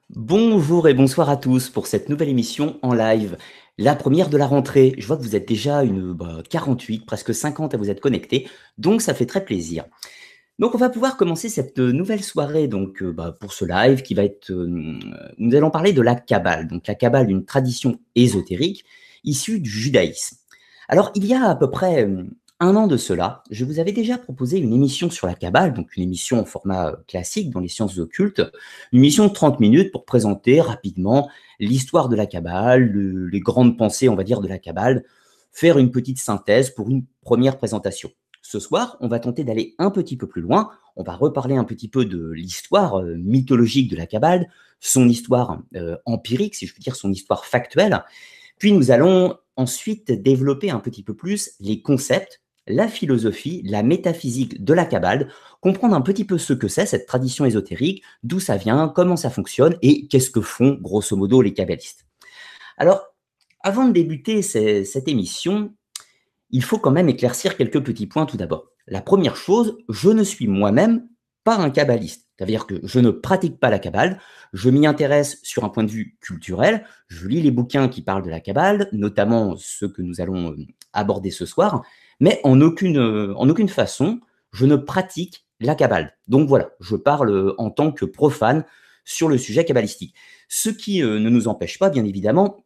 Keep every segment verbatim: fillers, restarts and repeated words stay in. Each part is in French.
Bonjour et bonsoir à tous pour cette nouvelle émission en live, la première de la rentrée. Je vois que vous êtes déjà une bah, quarante-huit, presque cinquante à vous être connectés, donc ça fait très plaisir. Donc on va pouvoir commencer cette euh, nouvelle soirée donc euh, bah, pour ce live qui va être. euh, nous allons parler de la Kabbale. Donc la Kabbale, une tradition ésotérique issue du judaïsme. Alors il y a à peu près euh, un an de cela, je vous avais déjà proposé une émission sur la Kabbale, donc une émission en format euh, classique dans les sciences occultes, une émission de trente minutes pour présenter rapidement l'histoire de la Kabbale, le- les grandes pensées, on va dire, de la Kabbale, faire une petite synthèse pour une première présentation. Ce soir, on va tenter d'aller un petit peu plus loin. On va reparler un petit peu de l'histoire euh, mythologique de la Kabbale, son histoire euh, empirique, si je veux dire, son histoire factuelle. Puis nous allons ensuite développer un petit peu plus les concepts, la philosophie, la métaphysique de la Kabbale, comprendre un petit peu ce que c'est cette tradition ésotérique, d'où ça vient, comment ça fonctionne et qu'est-ce que font grosso modo les kabbalistes. Alors, avant de débuter ces- cette émission, il faut quand même éclaircir quelques petits points tout d'abord. La première chose, je ne suis moi-même pas un kabbaliste. C'est-à-dire que je ne pratique pas la Kabbale, je m'y intéresse sur un point de vue culturel, je lis les bouquins qui parlent de la Kabbale, notamment ceux que nous allons euh, aborder ce soir, mais en aucune, euh, en aucune façon, je ne pratique la Kabbale. Donc voilà, je parle euh, en tant que profane sur le sujet kabbalistique. Ce qui euh, ne nous empêche pas, bien évidemment,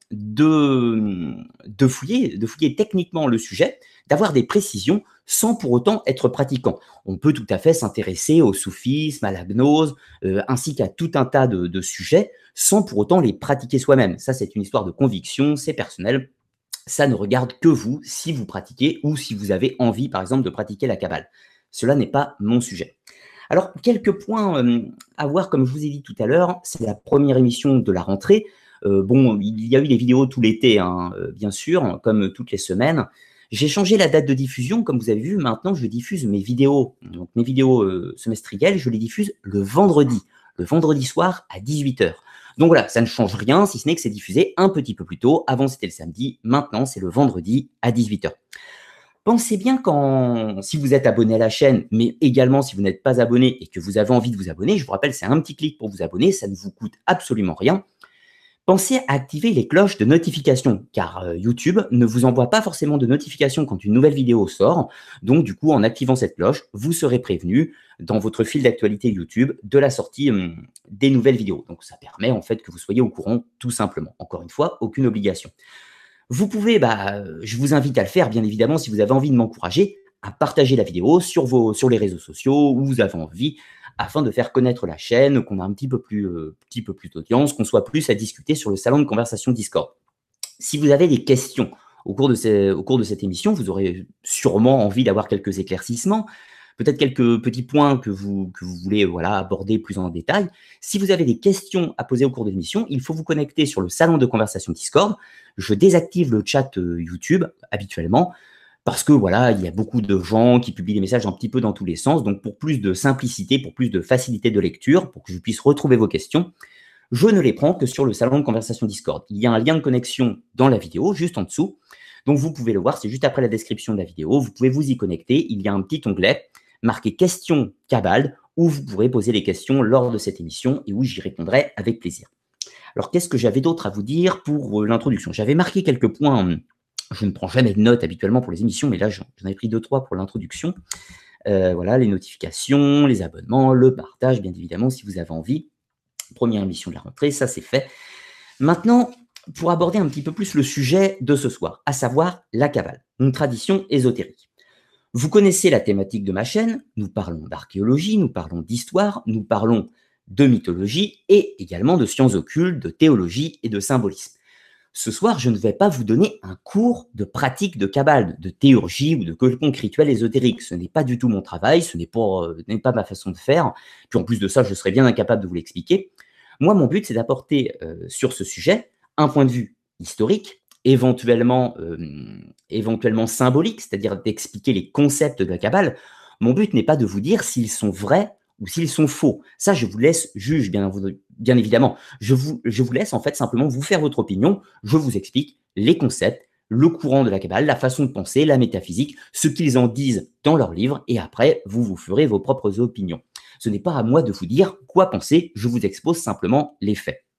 de, de, fouiller, de fouiller techniquement le sujet, d'avoir des précisions sans pour autant être pratiquant. On peut tout à fait s'intéresser au soufisme, à la gnose, euh, ainsi qu'à tout un tas de, de sujets, sans pour autant les pratiquer soi-même. Ça, c'est une histoire de conviction, c'est personnel. Ça ne regarde que vous, si vous pratiquez ou si vous avez envie, par exemple, de pratiquer la Kabbale. Cela n'est pas mon sujet. Alors, quelques points euh, à voir, comme je vous ai dit tout à l'heure, c'est la première émission de la rentrée. Euh, bon, il y a eu des vidéos tout l'été, hein, euh, bien sûr, comme toutes les semaines. J'ai changé la date de diffusion, comme vous avez vu, maintenant je diffuse mes vidéos, donc mes vidéos euh, semestrielles, je les diffuse le vendredi, le vendredi soir à dix-huit heures. Donc voilà, ça ne change rien, si ce n'est que c'est diffusé un petit peu plus tôt. Avant c'était le samedi, maintenant c'est le vendredi à dix-huit heures. Pensez bien quand, si vous êtes abonné à la chaîne, mais également si vous n'êtes pas abonné et que vous avez envie de vous abonner, je vous rappelle, c'est un petit clic pour vous abonner, ça ne vous coûte absolument rien. Pensez à activer les cloches de notification, car euh, YouTube ne vous envoie pas forcément de notification quand une nouvelle vidéo sort. Donc, du coup, en activant cette cloche, vous serez prévenu dans votre fil d'actualité YouTube de la sortie hum, des nouvelles vidéos. Donc, ça permet en fait que vous soyez au courant tout simplement. Encore une fois, aucune obligation. Vous pouvez, bah, euh, je vous invite à le faire, bien évidemment, si vous avez envie de m'encourager, à partager la vidéo sur, vos, sur les réseaux sociaux où vous avez envie, afin de faire connaître la chaîne, qu'on a un petit peu plus, euh, petit peu plus d'audience, qu'on soit plus à discuter sur le salon de conversation Discord. Si vous avez des questions au cours de, ces, au cours de cette émission, vous aurez sûrement envie d'avoir quelques éclaircissements, peut-être quelques petits points que vous, que vous voulez voilà, aborder plus en détail. Si vous avez des questions à poser au cours de l'émission, il faut vous connecter sur le salon de conversation Discord. Je désactive le chat euh, YouTube habituellement parce que voilà, il y a beaucoup de gens qui publient des messages un petit peu dans tous les sens. Donc pour plus de simplicité, pour plus de facilité de lecture, pour que je puisse retrouver vos questions, je ne les prends que sur le salon de conversation Discord. Il y a un lien de connexion dans la vidéo, juste en dessous. Donc vous pouvez le voir, c'est juste après la description de la vidéo. Vous pouvez vous y connecter. Il y a un petit onglet marqué questions Kabbale où vous pourrez poser les questions lors de cette émission et où j'y répondrai avec plaisir. Alors qu'est-ce que j'avais d'autre à vous dire pour euh, l'introduction? J'avais marqué quelques points. Je ne prends jamais de notes habituellement pour les émissions, mais là j'en avais pris deux, trois pour l'introduction. Euh, voilà, les notifications, les abonnements, le partage, bien évidemment, si vous avez envie. Première émission de la rentrée, ça c'est fait. Maintenant, pour aborder un petit peu plus le sujet de ce soir, à savoir la Kabbale, une tradition ésotérique. Vous connaissez la thématique de ma chaîne, nous parlons d'archéologie, nous parlons d'histoire, nous parlons de mythologie et également de sciences occultes, de théologie et de symbolisme. Ce soir, je ne vais pas vous donner un cours de pratique de Kabbale, de théurgie ou de quelconque rituel ésotérique. Ce n'est pas du tout mon travail, ce n'est pas, euh, n'est pas ma façon de faire. Puis en plus de ça, je serais bien incapable de vous l'expliquer. Moi, mon but, c'est d'apporter euh, sur ce sujet un point de vue historique, éventuellement, euh, éventuellement symbolique, c'est-à-dire d'expliquer les concepts de la Kabbale. Mon but n'est pas de vous dire s'ils sont vrais ou s'ils sont faux. Ça, je vous laisse juge, bien, bien évidemment. Je vous, je vous laisse en fait simplement vous faire votre opinion. Je vous explique les concepts, le courant de la Kabbale, la façon de penser, la métaphysique, ce qu'ils en disent dans leurs livres, et après, vous vous ferez vos propres opinions. Ce n'est pas à moi de vous dire quoi penser, je vous expose simplement les faits.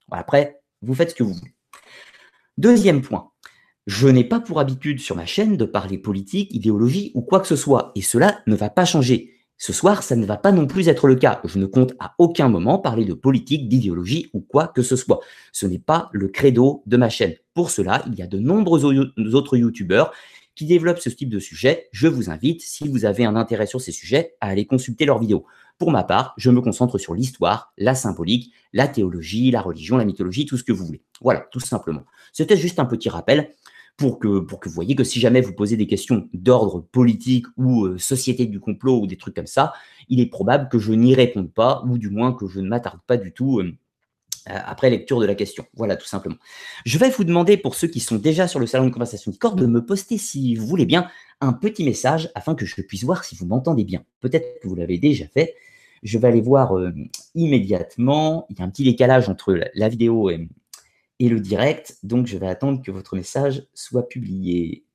Après, vous faites ce que vous voulez. Deuxième point, je n'ai pas pour habitude sur ma chaîne de parler politique, idéologie ou quoi que ce soit, et cela ne va pas changer. Ce soir, ça ne va pas non plus être le cas. Je ne compte à aucun moment parler de politique, d'idéologie ou quoi que ce soit. Ce n'est pas le credo de ma chaîne. Pour cela, il y a de nombreux autres youtubeurs qui développent ce type de sujet. Je vous invite, si vous avez un intérêt sur ces sujets, à aller consulter leurs vidéos. Pour ma part, je me concentre sur l'histoire, la symbolique, la théologie, la religion, la mythologie, tout ce que vous voulez. Voilà, tout simplement. C'était juste un petit rappel pour que, pour que vous voyez que si jamais vous posez des questions d'ordre politique ou euh, société du complot ou des trucs comme ça, il est probable que je n'y réponde pas, ou du moins que je ne m'attarde pas du tout euh, après lecture de la question. Voilà, tout simplement. Je vais vous demander, pour ceux qui sont déjà sur le salon de conversation Discord, de me poster, si vous voulez bien, un petit message afin que je puisse voir si vous m'entendez bien. Peut-être que vous l'avez déjà fait. Je vais aller voir euh, immédiatement. Il y a un petit décalage entre la, la vidéo et, et le direct, donc je vais attendre que votre message soit publié.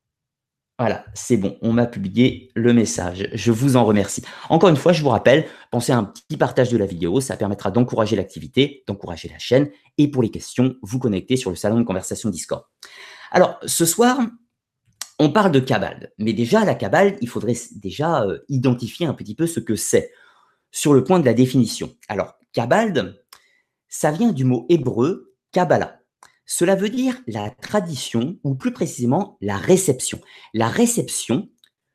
Voilà, c'est bon, on m'a publié le message. Je vous en remercie. Encore une fois, je vous rappelle, pensez à un petit partage de la vidéo, ça permettra d'encourager l'activité, d'encourager la chaîne, et pour les questions, vous connectez sur le salon de conversation Discord. Alors, ce soir, on parle de Kabbale, mais déjà, la Kabbale, il faudrait déjà euh, identifier un petit peu ce que c'est, sur le point de la définition. Alors, Kabbale, ça vient du mot hébreu Kabbalah. Cela veut dire la tradition, ou plus précisément la réception. La réception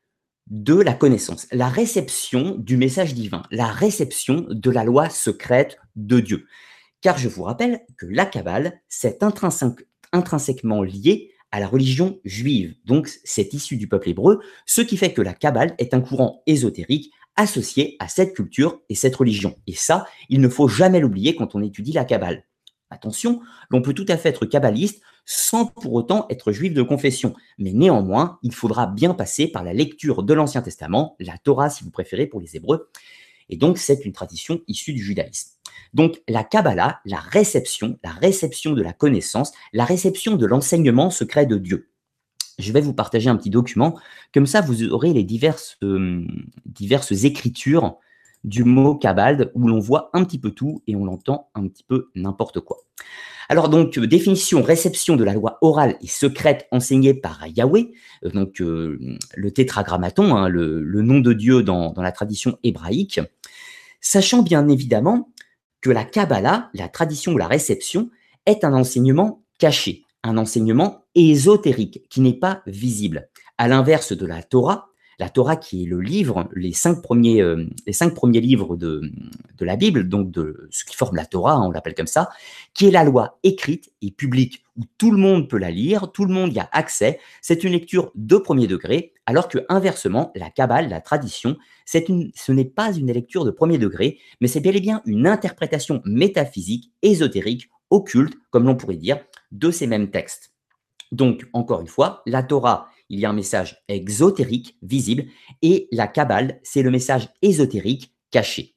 de la connaissance, la réception du message divin, la réception de la loi secrète de Dieu. Car je vous rappelle que la Kabbale, c'est intrinsèquement lié à la religion juive. Donc, c'est issu du peuple hébreu, ce qui fait que la Kabbale est un courant ésotérique associé à cette culture et cette religion. Et ça, il ne faut jamais l'oublier quand on étudie la Kabbale. Attention, l'on peut tout à fait être kabbaliste sans pour autant être juif de confession. Mais néanmoins, il faudra bien passer par la lecture de l'Ancien Testament, la Torah si vous préférez pour les Hébreux. Et donc, c'est une tradition issue du judaïsme. Donc, la Kabbalah, la réception, la réception de la connaissance, la réception de l'enseignement secret de Dieu. Je vais vous partager un petit document. Comme ça, vous aurez les diverses, euh, diverses écritures du mot Kabbale, où l'on voit un petit peu tout et on l'entend un petit peu n'importe quoi. Alors donc, euh, définition, réception de la loi orale et secrète enseignée par Yahweh, euh, donc euh, le tétragrammaton, hein, le, le nom de Dieu dans, dans la tradition hébraïque, sachant bien évidemment que la Kabbalah, la tradition ou la réception, est un enseignement caché, un enseignement ésotérique qui n'est pas visible. À l'inverse de la Torah, la Torah qui est le livre, les cinq premiers, euh, les cinq premiers livres de, de la Bible, donc de ce qui forme la Torah, hein, on l'appelle comme ça, qui est la loi écrite et publique, où tout le monde peut la lire, tout le monde y a accès. C'est une lecture de premier degré, alors que inversement, la Kabbale, la tradition, c'est une, ce n'est pas une lecture de premier degré, mais c'est bel et bien une interprétation métaphysique, ésotérique, occulte, comme l'on pourrait dire, de ces mêmes textes. Donc, encore une fois, la Torah, il y a un message exotérique, visible, et la Kabbale, c'est le message ésotérique, caché.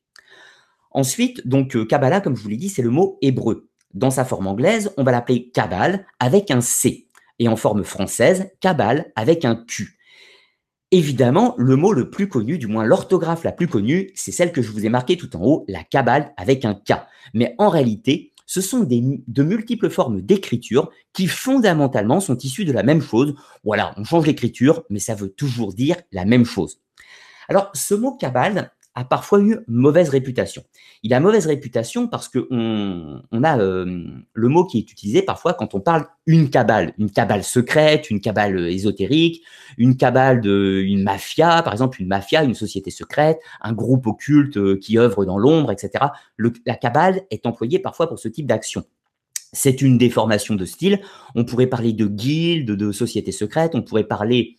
Ensuite, donc, euh, Kabbalah, comme je vous l'ai dit, c'est le mot hébreu. Dans sa forme anglaise, on va l'appeler Kabbale avec un C, et en forme française, Kabbale avec un Q. Évidemment, le mot le plus connu, du moins l'orthographe la plus connue, c'est celle que je vous ai marquée tout en haut, la Kabbale avec un K. Mais en réalité, ce sont des, de multiples formes d'écriture qui fondamentalement sont issues de la même chose. Voilà, on change l'écriture, mais ça veut toujours dire la même chose. Alors, ce mot Kabbale a parfois eu mauvaise réputation. Il a mauvaise réputation parce qu'on on a euh, le mot qui est utilisé parfois quand on parle une Kabbale, une Kabbale secrète, une Kabbale ésotérique, une Kabbale d'une mafia, par exemple une mafia, une société secrète, un groupe occulte euh, qui œuvre dans l'ombre, et cetera. Le, la Kabbale est employée parfois pour ce type d'action. C'est une déformation de style. On pourrait parler de guilde, de société secrète, on pourrait parler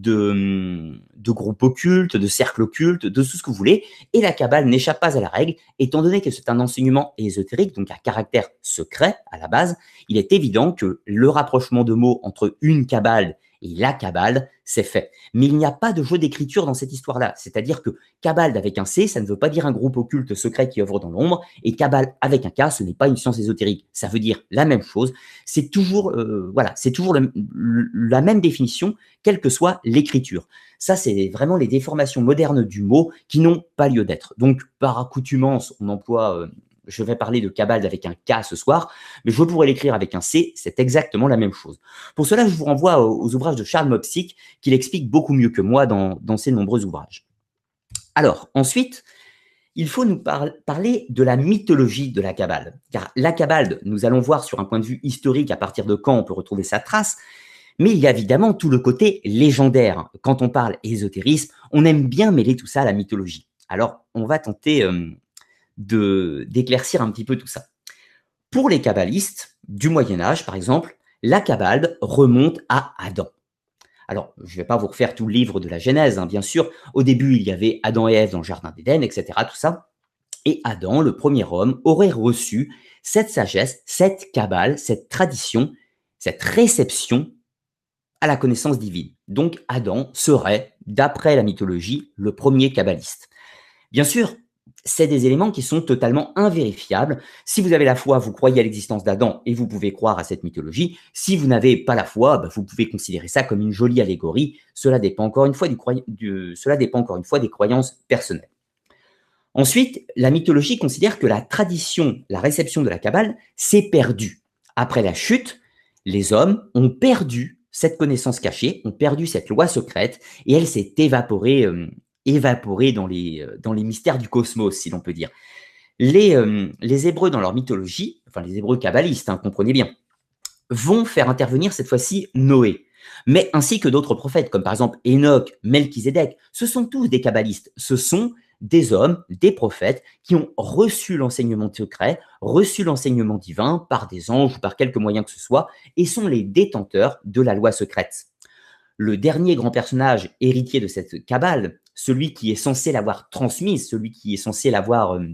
de, de groupes occultes, de cercles occultes, de tout ce que vous voulez. Et la Kabbale n'échappe pas à la règle, étant donné que c'est un enseignement ésotérique, donc à caractère secret à la base. Il est évident que le rapprochement de mots entre une Kabbale et la Kabbale, c'est fait. Mais il n'y a pas de jeu d'écriture dans cette histoire-là. C'est-à-dire que Kabbale avec un C, ça ne veut pas dire un groupe occulte secret qui œuvre dans l'ombre, et Kabbale avec un K, ce n'est pas une science ésotérique. Ça veut dire la même chose. C'est toujours, euh, voilà, c'est toujours le, le, la même définition, quelle que soit l'écriture. Ça, c'est vraiment les déformations modernes du mot qui n'ont pas lieu d'être. Donc, par accoutumance, on emploie... Euh, je vais parler de Kabbale avec un K ce soir, mais je pourrais l'écrire avec un C, c'est exactement la même chose. Pour cela, je vous renvoie aux, aux ouvrages de Charles Mopsic, qui l'explique beaucoup mieux que moi dans, dans ses nombreux ouvrages. Alors, ensuite, il faut nous par parler de la mythologie de la Kabbale. Car la Kabbale, nous allons voir sur un point de vue historique à partir de quand on peut retrouver sa trace, mais il y a évidemment tout le côté légendaire. Quand on parle ésotérisme, on aime bien mêler tout ça à la mythologie. Alors, on va tenter euh, d'éclaircir un petit peu tout ça. Pour les kabbalistes du Moyen-Âge, par exemple, la Kabbale remonte à Adam. Alors, je ne vais pas vous refaire tout le livre de la Genèse, hein, bien sûr. Au début, il y avait Adam et Ève dans le Jardin d'Éden, et cetera, tout ça. Et Adam, le premier homme, aurait reçu cette sagesse, cette Kabbale, cette tradition, cette réception à la connaissance divine. Donc, Adam serait, d'après la mythologie, le premier kabbaliste. Bien sûr, c'est des éléments qui sont totalement invérifiables. Si vous avez la foi, vous croyez à l'existence d'Adam et vous pouvez croire à cette mythologie. Si vous n'avez pas la foi, bah, vous pouvez considérer ça comme une jolie allégorie. Cela dépend encore une fois, du du, cela dépend encore une fois des croyances personnelles. Ensuite, la mythologie considère que la tradition, la réception de la Kabbale s'est perdue. Après la chute, les hommes ont perdu cette connaissance cachée, ont perdu cette loi secrète et elle s'est évaporée euh, évaporés dans les, dans les mystères du cosmos, si l'on peut dire. Les, euh, les Hébreux, dans leur mythologie, enfin les Hébreux kabbalistes, hein, comprenez bien, vont faire intervenir cette fois-ci Noé, mais ainsi que d'autres prophètes, comme par exemple Enoch, Melchizedek. Ce sont tous des kabbalistes, ce sont des hommes, des prophètes, qui ont reçu l'enseignement secret, reçu l'enseignement divin par des anges ou par quelque moyen que ce soit, et sont les détenteurs de la loi secrète. Le dernier grand personnage héritier de cette Kabbale, celui qui est censé l'avoir transmise, celui qui est censé l'avoir euh,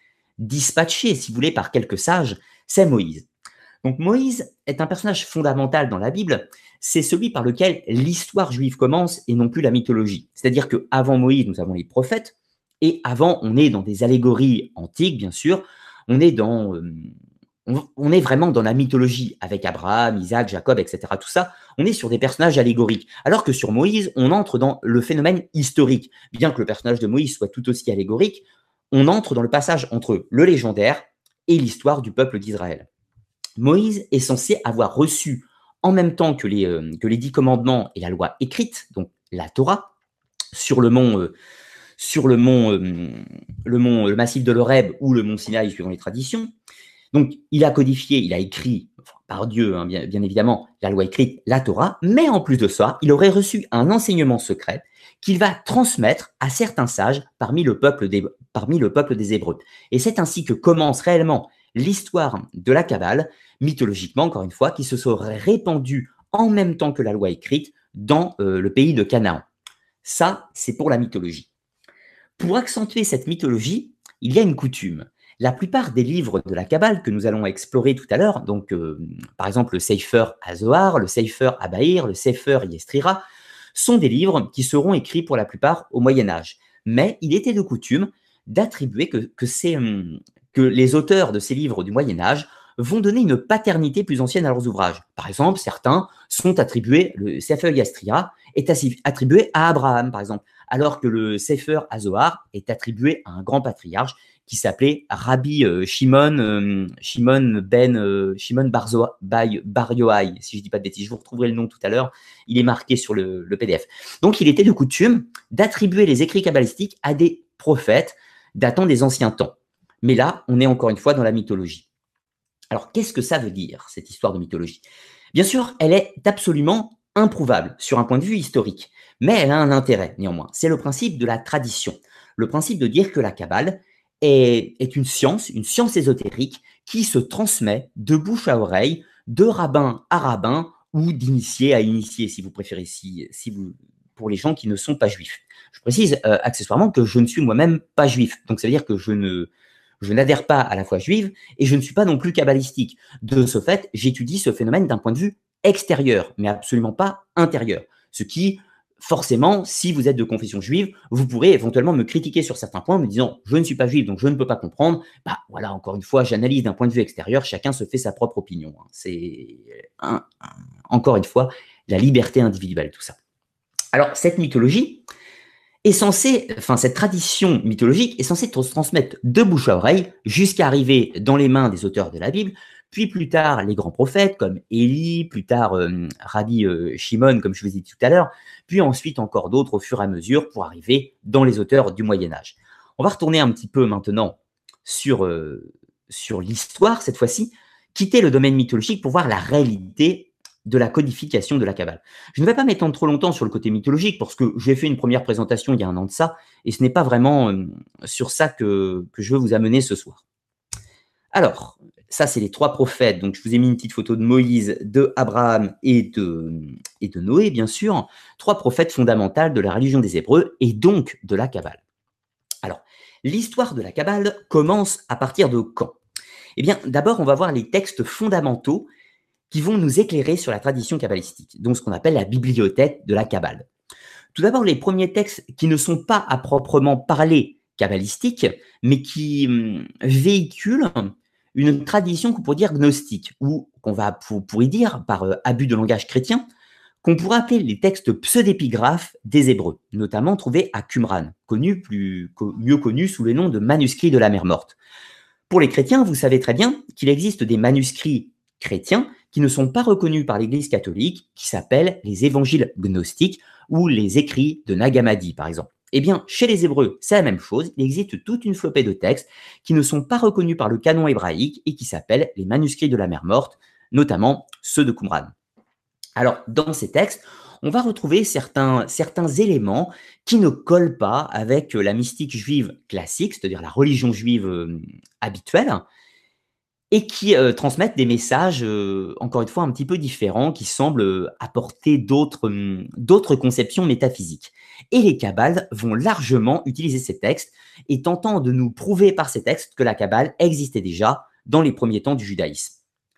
dispatché, si vous voulez, par quelques sages, c'est Moïse. Donc Moïse est un personnage fondamental dans la Bible, c'est celui par lequel l'histoire juive commence et non plus la mythologie. C'est-à-dire qu'avant Moïse, nous avons les prophètes, et avant, on est dans des allégories antiques, bien sûr, on est dans... Euh, on est vraiment dans la mythologie avec Abraham, Isaac, Jacob, et cetera. Tout ça, on est sur des personnages allégoriques. Alors que sur Moïse, on entre dans le phénomène historique. Bien que le personnage de Moïse soit tout aussi allégorique, on entre dans le passage entre le légendaire et l'histoire du peuple d'Israël. Moïse est censé avoir reçu, en même temps que les, euh, que les dix commandements et la loi écrite, donc la Torah, sur le mont... Euh, sur le mont, euh, le mont, le massif de l'Horeb ou le mont Sinaï, suivant les traditions. Donc, il a codifié, il a écrit, enfin, par Dieu, hein, bien, bien évidemment, la loi écrite, la Torah, mais en plus de ça, il aurait reçu un enseignement secret qu'il va transmettre à certains sages parmi le peuple des, parmi le peuple des Hébreux. Et c'est ainsi que commence réellement l'histoire de la Kabbale, mythologiquement, encore une fois, qui se serait répandue en même temps que la loi écrite dans euh, le pays de Canaan. Ça, c'est pour la mythologie. Pour accentuer cette mythologie, il y a une coutume. La plupart des livres de la Kabbale que nous allons explorer tout à l'heure, donc euh, par exemple le Sefer HaZohar, le Sefer HaBahir, le Sefer Yestrira, sont des livres qui seront écrits pour la plupart au Moyen-Âge. Mais il était de coutume d'attribuer que, que, ces, que les auteurs de ces livres du Moyen-Âge vont donner une paternité plus ancienne à leurs ouvrages. Par exemple, certains sont attribués, le Sefer Yestrira est attribué à Abraham, par exemple, alors que le Sefer HaZohar est attribué à un grand patriarche qui s'appelait Rabbi euh, Shimon, euh, Shimon ben euh, Shimon Bar, Bar Yohai, si je ne dis pas de bêtises, je vous retrouverai le nom tout à l'heure, il est marqué sur le, le P D F. Donc il était de coutume d'attribuer les écrits kabbalistiques à des prophètes datant des anciens temps. Mais là, on est encore une fois dans la mythologie. Alors qu'est-ce que ça veut dire, cette histoire de mythologie? Bien sûr, elle est absolument improuvable sur un point de vue historique, mais elle a un intérêt néanmoins. C'est le principe de la tradition, le principe de dire que la Kabbale est, est une science, une science ésotérique qui se transmet de bouche à oreille, de rabbin à rabbin ou d'initié à initié, si vous préférez, si, si vous, pour les gens qui ne sont pas juifs. Je précise euh, accessoirement que je ne suis moi-même pas juif, donc ça veut dire que je ne... Je n'adhère pas à la foi juive et je ne suis pas non plus kabbalistique. De ce fait, j'étudie ce phénomène d'un point de vue extérieur, mais absolument pas intérieur. Ce qui, forcément, si vous êtes de confession juive, vous pourrez éventuellement me critiquer sur certains points en me disant « je ne suis pas juif, donc je ne peux pas comprendre ». Bah voilà, encore une fois, j'analyse d'un point de vue extérieur, chacun se fait sa propre opinion. C'est, un, un, encore une fois, la liberté individuelle, tout ça. Alors, cette mythologie, est censée, enfin cette tradition mythologique est censée se transmettre de bouche à oreille jusqu'à arriver dans les mains des auteurs de la Bible, puis plus tard les grands prophètes comme Élie, plus tard euh, Rabbi euh, Shimon, comme je vous ai dit tout à l'heure, puis ensuite encore d'autres au fur et à mesure pour arriver dans les auteurs du Moyen Âge. On va retourner un petit peu maintenant sur, euh, sur l'histoire cette fois-ci, quitter le domaine mythologique pour voir la réalité de la codification de la Kabbale. Je ne vais pas m'étendre trop longtemps sur le côté mythologique parce que j'ai fait une première présentation il y a un an de ça et ce n'est pas vraiment euh, sur ça que, que je veux vous amener ce soir. Alors, ça c'est les trois prophètes, donc je vous ai mis une petite photo de Moïse, de Abraham et de, et de Noé bien sûr, trois prophètes fondamentaux de la religion des Hébreux et donc de la Kabbale. Alors, l'histoire de la Kabbale commence à partir de quand? Eh bien, d'abord on va voir les textes fondamentaux qui vont nous éclairer sur la tradition kabbalistique, donc ce qu'on appelle la bibliothèque de la Kabbale. Tout d'abord, les premiers textes qui ne sont pas à proprement parler kabbalistiques, mais qui hum, véhiculent une tradition qu'on pourrait dire gnostique, ou qu'on va pour, pour y dire, par euh, abus de langage chrétien, qu'on pourrait appeler les textes pseudépigraphes des Hébreux, notamment trouvés à Qumran, connu plus, co- mieux connu sous le nom de manuscrits de la mer Morte. Pour les chrétiens, vous savez très bien qu'il existe des manuscrits chrétiens qui ne sont pas reconnus par l'Église catholique, qui s'appellent les évangiles gnostiques ou les écrits de Nag Hammadi, par exemple. Eh bien, chez les Hébreux, c'est la même chose. Il existe toute une flopée de textes qui ne sont pas reconnus par le canon hébraïque et qui s'appellent les manuscrits de la mer Morte, notamment ceux de Qumran. Alors, dans ces textes, on va retrouver certains, certains éléments qui ne collent pas avec la mystique juive classique, c'est-à-dire la religion juive euh, habituelle, et qui euh, transmettent des messages, euh, encore une fois, un petit peu différents, qui semblent euh, apporter d'autres hum, d'autres conceptions métaphysiques. Et les Kabbales vont largement utiliser ces textes et tentant de nous prouver par ces textes que la Kabbale existait déjà dans les premiers temps du judaïsme.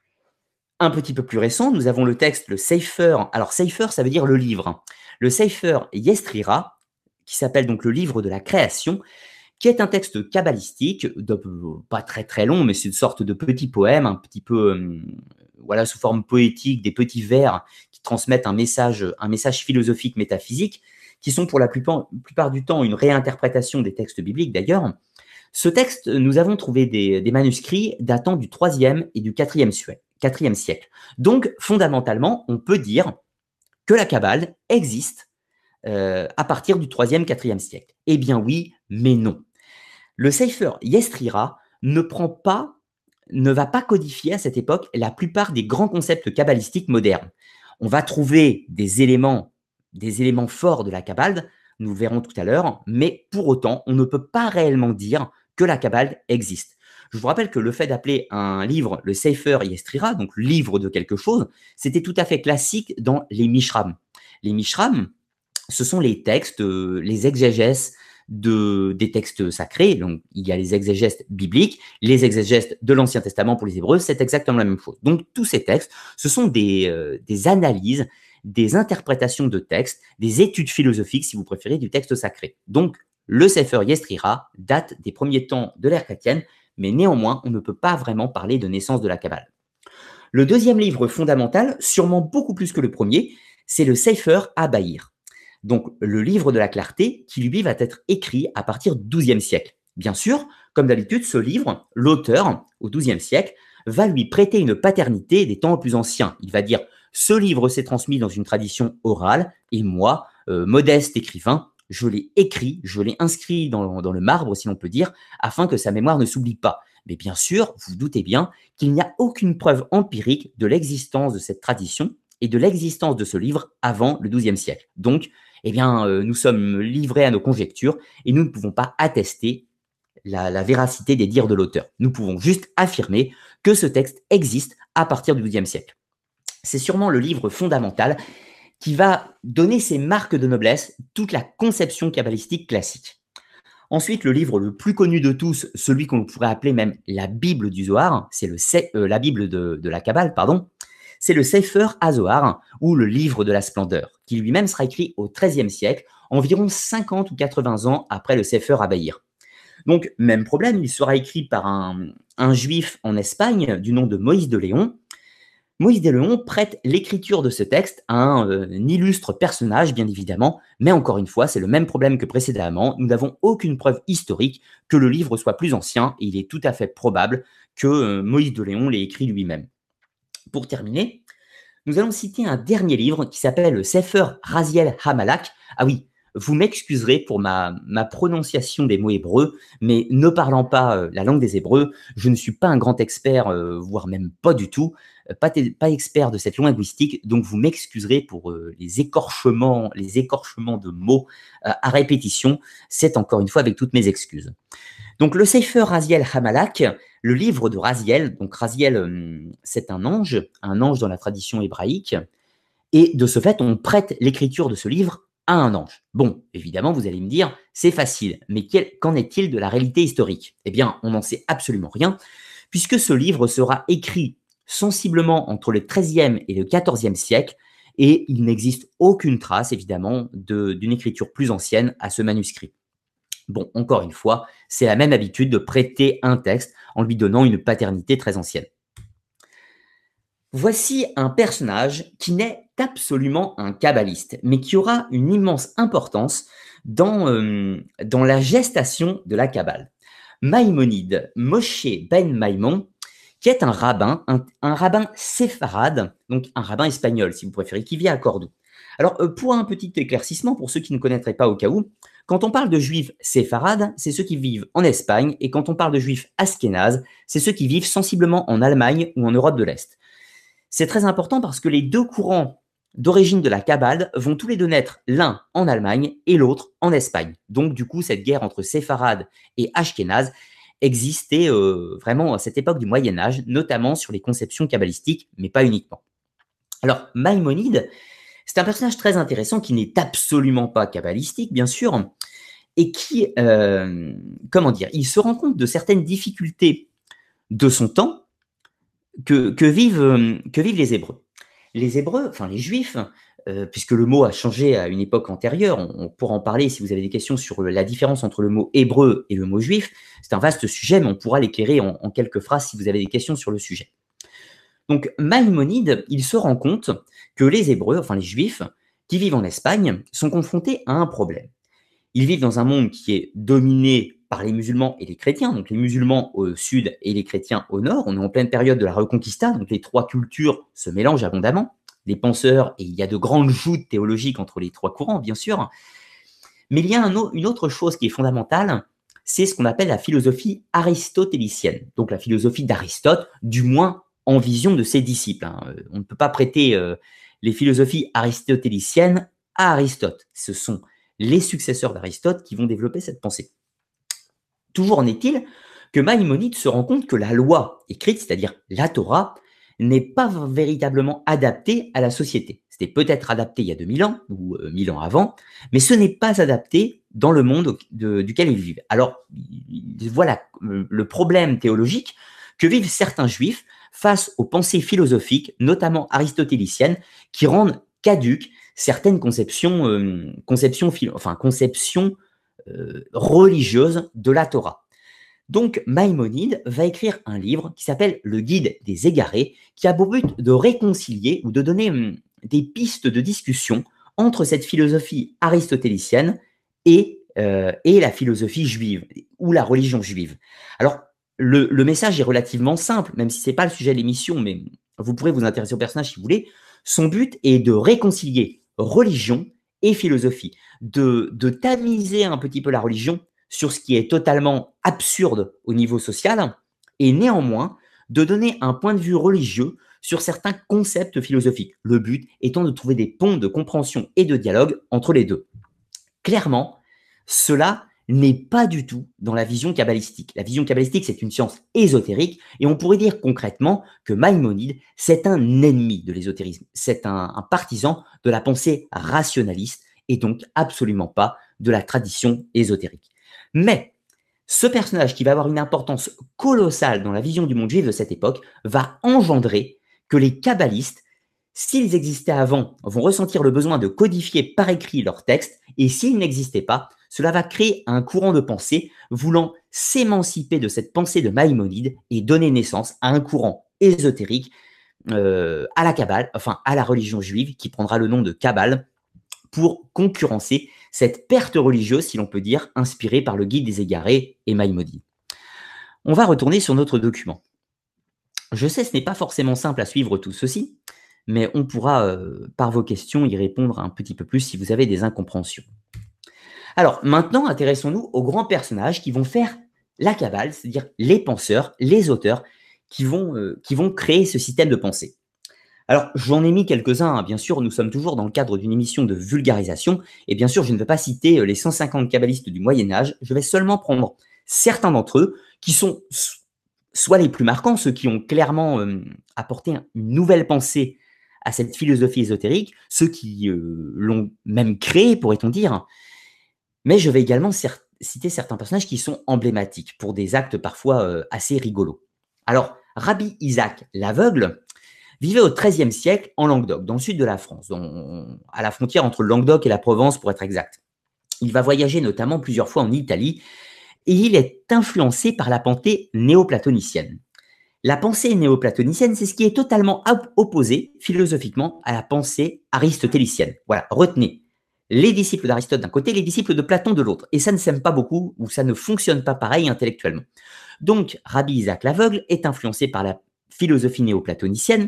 Un petit peu plus récent, nous avons le texte, le Sefer. Alors, Sefer, ça veut dire le livre. Le Sefer Yestrira, qui s'appelle donc le livre de la création, qui est un texte kabbalistique, de, pas très très long, mais c'est une sorte de petit poème, un petit peu, euh, voilà, sous forme poétique, des petits vers qui transmettent un message, un message philosophique, métaphysique, qui sont pour la plupart, plupart du temps une réinterprétation des textes bibliques d'ailleurs. Ce texte, nous avons trouvé des, des manuscrits datant du troisième et du quatrième siècle. Donc, fondamentalement, on peut dire que la Kabbale existe euh, à partir du troisième quatrième siècle. Eh bien oui, mais non. Le Sefer Yestrira ne prend pas, ne va pas codifier à cette époque la plupart des grands concepts kabbalistiques modernes. On va trouver des éléments, des éléments forts de la Kabbale, nous le verrons tout à l'heure, mais pour autant, on ne peut pas réellement dire que la Kabbale existe. Je vous rappelle que le fait d'appeler un livre le Sefer Yestrira, donc livre de quelque chose, c'était tout à fait classique dans les Mishram. Les Mishram, ce sont les textes, euh, les exégèses de, des textes sacrés. Donc, il y a les exégèses bibliques, les exégèses de l'Ancien Testament pour les Hébreux, c'est exactement la même chose. Donc, tous ces textes, ce sont des, euh, des analyses, des interprétations de textes, des études philosophiques, si vous préférez, du texte sacré. Donc, le Sefer Yestrira date des premiers temps de l'ère chrétienne, mais néanmoins, on ne peut pas vraiment parler de naissance de la Kabbale. Le deuxième livre fondamental, sûrement beaucoup plus que le premier, c'est le Sefer HaBahir. Donc, le livre de la clarté, qui lui va être écrit à partir du douzième siècle. Bien sûr, comme d'habitude, ce livre, l'auteur, au douzième siècle, va lui prêter une paternité des temps plus anciens. Il va dire, ce livre s'est transmis dans une tradition orale, et moi, euh, modeste écrivain, je l'ai écrit, je l'ai inscrit dans, dans le marbre, si l'on peut dire, afin que sa mémoire ne s'oublie pas. Mais bien sûr, vous vous doutez bien qu'il n'y a aucune preuve empirique de l'existence de cette tradition et de l'existence de ce livre avant le douzième siècle. Donc, eh bien, euh, nous sommes livrés à nos conjectures et nous ne pouvons pas attester la, la véracité des dires de l'auteur. Nous pouvons juste affirmer que ce texte existe à partir du douzième siècle. C'est sûrement le livre fondamental qui va donner ses marques de noblesse, toute la conception kabbalistique classique. Ensuite, le livre le plus connu de tous, celui qu'on pourrait appeler même la Bible du Zohar, c'est le, euh, la Bible de, de la Kabbale, pardon, c'est le Sefer HaZohar, ou le livre de la splendeur, qui lui-même sera écrit au treizième siècle, environ cinquante ou quatre-vingts ans après le Sefer HaBahir. Donc, même problème, il sera écrit par un, un juif en Espagne du nom de Moïse de Léon. Moïse Déléon prête l'écriture de ce texte à un, euh, un illustre personnage, bien évidemment, mais encore une fois, c'est le même problème que précédemment. Nous n'avons aucune preuve historique que le livre soit plus ancien, et il est tout à fait probable que euh, Moïse Déléon l'ait écrit lui-même. Pour terminer, nous allons citer un dernier livre qui s'appelle Sefer Raziel Hamalak. Ah oui, vous m'excuserez pour ma, ma prononciation des mots hébreux, mais ne parlant pas euh, la langue des Hébreux, je ne suis pas un grand expert, euh, voire même pas du tout, euh, pas, pas expert de cette langue linguistique, donc vous m'excuserez pour euh, les écorchements, les écorchements de mots euh, à répétition. C'est encore une fois avec toutes mes excuses. Donc le Sefer Raziel Hamalak, le livre de Raziel, donc Raziel, euh, c'est un ange, un ange dans la tradition hébraïque, et de ce fait, on prête l'écriture de ce livre à un ange. Bon, évidemment, vous allez me dire, c'est facile, mais qu'en est-il de la réalité historique? Eh bien, on n'en sait absolument rien, puisque ce livre sera écrit sensiblement entre le treizième et le quatorzième siècle, et il n'existe aucune trace, évidemment, d'une écriture plus ancienne à ce manuscrit. Bon, encore une fois, c'est la même habitude de prêter un texte en lui donnant une paternité très ancienne. Voici un personnage qui n'est absolument un kabbaliste, mais qui aura une immense importance dans, euh, dans la gestation de la Kabbale. Maïmonide, Moshe ben Maïmon, qui est un rabbin, un, un rabbin séfarade, donc un rabbin espagnol si vous préférez, qui vit à Cordoue. Alors, pour un petit éclaircissement, pour ceux qui ne connaîtraient pas au cas où, quand on parle de juifs séfarades, c'est ceux qui vivent en Espagne, et quand on parle de juifs ashkénazes, c'est ceux qui vivent sensiblement en Allemagne ou en Europe de l'Est. C'est très important parce que les deux courants d'origine de la Kabbale vont tous les deux naître, l'un en Allemagne et l'autre en Espagne. Donc, du coup, cette guerre entre séfarades et ashkénazes existait euh, vraiment à cette époque du Moyen-Âge, notamment sur les conceptions kabbalistiques, mais pas uniquement. Alors, Maïmonide, c'est un personnage très intéressant qui n'est absolument pas kabbalistique, bien sûr, et qui, euh, comment dire, il se rend compte de certaines difficultés de son temps que, que, vivent, que vivent les Hébreux. Les Hébreux, enfin les Juifs, euh, puisque le mot a changé à une époque antérieure, on, on pourra en parler si vous avez des questions sur la différence entre le mot hébreu et le mot juif. C'est un vaste sujet, mais on pourra l'éclairer en, en quelques phrases si vous avez des questions sur le sujet. Donc, Maïmonide, il se rend compte que les Hébreux, enfin les Juifs, qui vivent en Espagne, sont confrontés à un problème. Ils vivent dans un monde qui est dominé par les musulmans et les chrétiens, donc les musulmans au sud et les chrétiens au nord. On est en pleine période de la Reconquista, donc les trois cultures se mélangent abondamment. Les penseurs, et il y a de grandes joutes théologiques entre les trois courants, bien sûr. Mais il y a un, une autre chose qui est fondamentale, c'est ce qu'on appelle la philosophie aristotélicienne, donc la philosophie d'Aristote, du moins en vision de ses disciples. Hein. On ne peut pas prêter euh, les philosophies aristotéliciennes à Aristote. Ce sont les successeurs d'Aristote qui vont développer cette pensée. Toujours en est-il que Maïmonide se rend compte que la loi écrite, c'est-à-dire la Torah, n'est pas véritablement adaptée à la société. C'était peut-être adapté il y a deux mille ans ou euh, mille ans avant, mais ce n'est pas adapté dans le monde de, duquel ils vivent. Alors, voilà le problème théologique que vivent certains juifs face aux pensées philosophiques, notamment aristotéliciennes, qui rendent caduques certaines conceptions, euh, conceptions, enfin, conceptions euh, religieuses de la Torah. Donc, Maïmonide va écrire un livre qui s'appelle Le Guide des Égarés, qui a pour but de réconcilier ou de donner hum, des pistes de discussion entre cette philosophie aristotélicienne et, euh, et la philosophie juive, ou la religion juive. Alors, le, le message est relativement simple, même si ce n'est pas le sujet de l'émission, mais vous pourrez vous intéresser au personnage si vous voulez. Son but est de réconcilier religion et philosophie, de, de tamiser un petit peu la religion sur ce qui est totalement absurde au niveau social, et néanmoins de donner un point de vue religieux sur certains concepts philosophiques, le but étant de trouver des ponts de compréhension et de dialogue entre les deux. Clairement, cela n'est pas du tout dans la vision kabbalistique. La vision kabbalistique, c'est une science ésotérique, et on pourrait dire concrètement que Maïmonide, c'est un ennemi de l'ésotérisme, c'est un, un partisan de la pensée rationaliste, et donc absolument pas de la tradition ésotérique. Mais ce personnage qui va avoir une importance colossale dans la vision du monde juif de cette époque va engendrer que les kabbalistes, s'ils existaient avant, vont ressentir le besoin de codifier par écrit leurs textes, et s'ils n'existaient pas, cela va créer un courant de pensée voulant s'émanciper de cette pensée de Maïmonide et donner naissance à un courant ésotérique euh, à la Kabbale, enfin à la religion juive, qui prendra le nom de Kabbale, pour concurrencer cette perte religieuse, si l'on peut dire, inspirée par le Guide des Égarés et Maïmonide. On va retourner sur notre document. Je sais, ce n'est pas forcément simple à suivre tout ceci, mais on pourra, euh, par vos questions, y répondre un petit peu plus si vous avez des incompréhensions. Alors, maintenant, intéressons-nous aux grands personnages qui vont faire la Kabbale, c'est-à-dire les penseurs, les auteurs, qui vont, euh, qui vont créer ce système de pensée. Alors, j'en ai mis quelques-uns, hein, bien sûr, nous sommes toujours dans le cadre d'une émission de vulgarisation, et bien sûr, je ne vais pas citer euh, les cent cinquante kabbalistes du Moyen-Âge, je vais seulement prendre certains d'entre eux, qui sont soit les plus marquants, ceux qui ont clairement euh, apporté une nouvelle pensée à cette philosophie ésotérique, ceux qui euh, l'ont même créée, pourrait-on dire, mais je vais également cer- citer certains personnages qui sont emblématiques pour des actes parfois euh, assez rigolos. Alors, Rabbi Isaac l'aveugle vivait au treizième siècle en Languedoc, dans le sud de la France, dans- à la frontière entre le Languedoc et la Provence pour être exact. Il va voyager notamment plusieurs fois en Italie et il est influencé par la pensée néoplatonicienne. La pensée néoplatonicienne, c'est ce qui est totalement opposé philosophiquement à la pensée aristotélicienne. Voilà, retenez. Les disciples d'Aristote d'un côté, les disciples de Platon de l'autre. Et ça ne s'aime pas beaucoup ou ça ne fonctionne pas pareil intellectuellement. Donc, Rabbi Isaac l'aveugle est influencé par la philosophie néoplatonicienne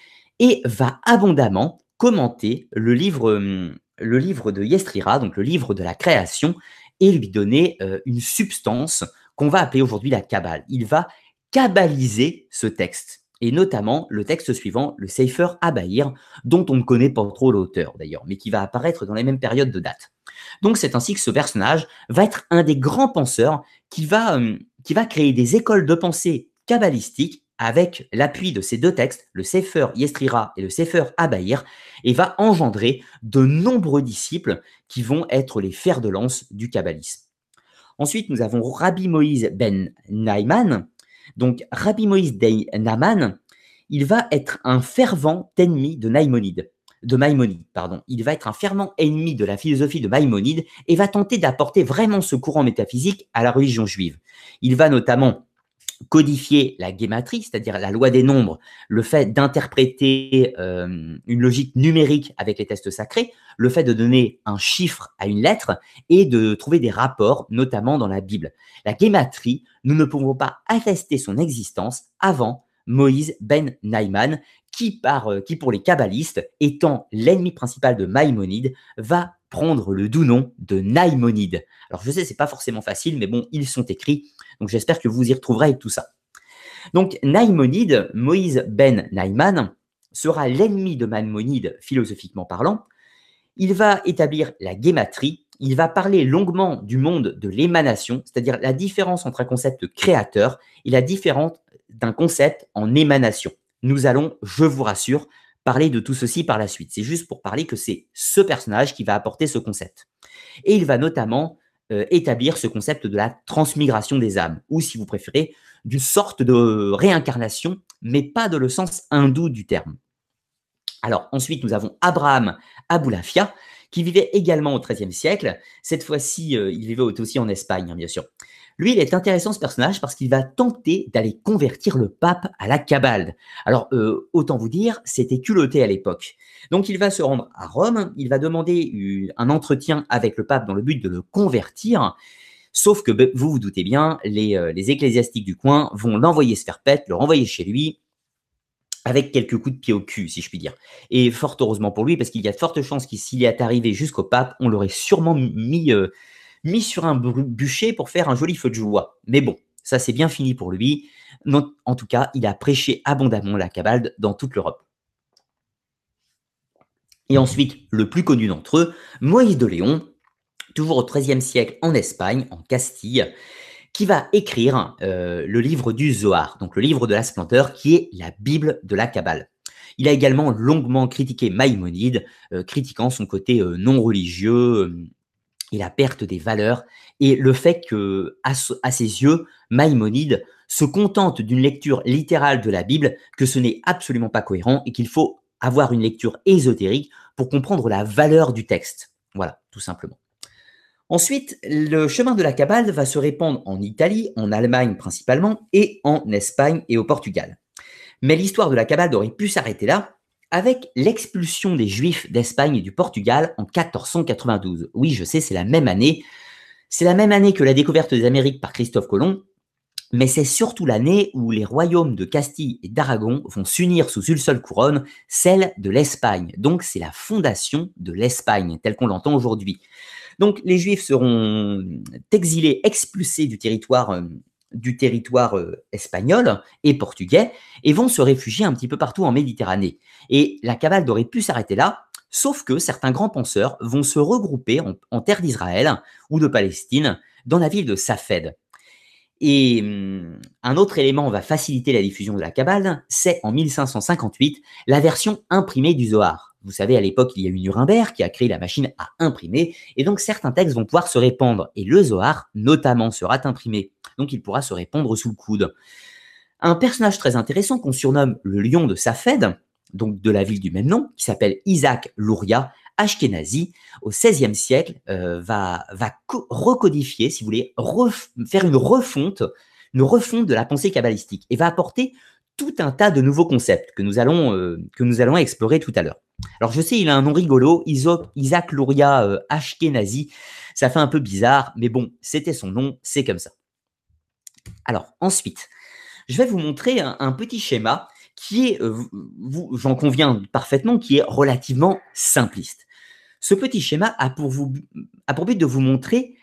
et va abondamment commenter le livre, le livre de Yestrira, donc le livre de la création, et lui donner euh, une substance qu'on va appeler aujourd'hui la Kabbale. Il va kabbaliser ce texte, et notamment le texte suivant, le Sefer Abaïr, dont on ne connaît pas trop l'auteur d'ailleurs, mais qui va apparaître dans les mêmes périodes de date. Donc c'est ainsi que ce personnage va être un des grands penseurs qui va, euh, qui va créer des écoles de pensée kabbalistiques avec l'appui de ces deux textes, le Sefer Yestrira et le Sefer Abaïr, et va engendrer de nombreux disciples qui vont être les fers de lance du kabbalisme. Ensuite, nous avons Rabbi Moïse ben Naiman. Donc, Rabbi Moïse ben Naiman, il va être un fervent ennemi de Maïmonide. De Maïmonide, pardon. Il va être un fervent ennemi de la philosophie de Maïmonide et va tenter d'apporter vraiment ce courant métaphysique à la religion juive. Il va notamment codifier la guématrie, c'est-à-dire la loi des nombres, le fait d'interpréter euh, une logique numérique avec les textes sacrés, le fait de donner un chiffre à une lettre et de trouver des rapports, notamment dans la Bible. La guématrie, nous ne pouvons pas attester son existence avant Moïse ben Naiman, qui, par, euh, qui pour les kabbalistes, étant l'ennemi principal de Maïmonide, va prendre le doux nom de Naïmonide. Alors je sais, c'est pas forcément facile, mais bon, ils sont écrits, donc j'espère que vous y retrouverez avec tout ça. Donc Naïmonide, Moïse ben Naiman, sera l'ennemi de Maïmonide philosophiquement parlant. Il va établir la guématrie, il va parler longuement du monde de l'émanation, c'est-à-dire la différence entre un concept créateur et la différence d'un concept en émanation. Nous allons, je vous rassure, parler de tout ceci par la suite. C'est juste pour parler que c'est ce personnage qui va apporter ce concept. Et il va notamment euh, établir ce concept de la transmigration des âmes, ou si vous préférez, d'une sorte de réincarnation, mais pas dans le sens hindou du terme. Alors ensuite, nous avons Abraham Aboulafia, qui vivait également au treizième siècle. Cette fois-ci, euh, il vivait aussi en Espagne, hein, bien sûr. Lui, il est intéressant ce personnage parce qu'il va tenter d'aller convertir le pape à la Kabbale. Alors, euh, autant vous dire, c'était culotté à l'époque. Donc, il va se rendre à Rome, il va demander un entretien avec le pape dans le but de le convertir. Sauf que, vous vous doutez bien, les, euh, les ecclésiastiques du coin vont l'envoyer se faire pète, le renvoyer chez lui, avec quelques coups de pied au cul, si je puis dire. Et fort heureusement pour lui, parce qu'il y a de fortes chances que s'il est arrivé jusqu'au pape, on l'aurait sûrement mis, euh, mis sur un bûcher pour faire un joli feu de joie. Mais bon, ça c'est bien fini pour lui. Non, en tout cas, il a prêché abondamment la Kabbale dans toute l'Europe. Et ensuite, le plus connu d'entre eux, Moïse de Léon, toujours au treizième siècle en Espagne, en Castille, qui va écrire euh, le livre du Zohar, donc le livre de la splendeur, qui est la Bible de la Kabbale. Il a également longuement critiqué Maïmonide, euh, critiquant son côté euh, non religieux euh, et la perte des valeurs, et le fait que, à, à ses yeux, Maïmonide se contente d'une lecture littérale de la Bible, que ce n'est absolument pas cohérent et qu'il faut avoir une lecture ésotérique pour comprendre la valeur du texte. Voilà, tout simplement. Ensuite, le chemin de la Kabbale va se répandre en Italie, en Allemagne principalement, et en Espagne et au Portugal. Mais l'histoire de la Kabbale aurait pu s'arrêter là avec l'expulsion des Juifs d'Espagne et du Portugal en quatorze cent quatre-vingt-douze. Oui, je sais, c'est la même année. C'est la même année que la découverte des Amériques par Christophe Colomb, mais c'est surtout l'année où les royaumes de Castille et d'Aragon vont s'unir sous une seule couronne, celle de l'Espagne. Donc c'est la fondation de l'Espagne, telle qu'on l'entend aujourd'hui. Donc les Juifs seront exilés, expulsés du territoire, euh, du territoire euh, espagnol et portugais et vont se réfugier un petit peu partout en Méditerranée. Et la Kabbale aurait pu s'arrêter là, sauf que certains grands penseurs vont se regrouper en, en terre d'Israël ou de Palestine dans la ville de Safed. Et hum, un autre élément va faciliter la diffusion de la Kabbale, c'est en mille cinq cent cinquante-huit la version imprimée du Zohar. Vous savez, à l'époque, il y a eu Nuremberg qui a créé la machine à imprimer, et donc certains textes vont pouvoir se répandre, et le Zohar, notamment, sera imprimé. Donc il pourra se répandre sous le coude. Un personnage très intéressant qu'on surnomme le lion de Safed, donc de la ville du même nom, qui s'appelle Isaac Luria, Ashkenazi, au seizième siècle, euh, va, va recodifier, si vous voulez, faire une refonte, une refonte de la pensée kabbalistique et va apporter tout un tas de nouveaux concepts que nous allons, euh, que nous allons explorer tout à l'heure. Alors je sais, il a un nom rigolo, Isaac Luria euh, Ashkenazi, ça fait un peu bizarre, mais bon, c'était son nom, c'est comme ça. Alors ensuite, je vais vous montrer un, un petit schéma qui est, euh, j'en conviens parfaitement, qui est relativement simpliste. Ce petit schéma a pour, vous, a pour but de vous montrer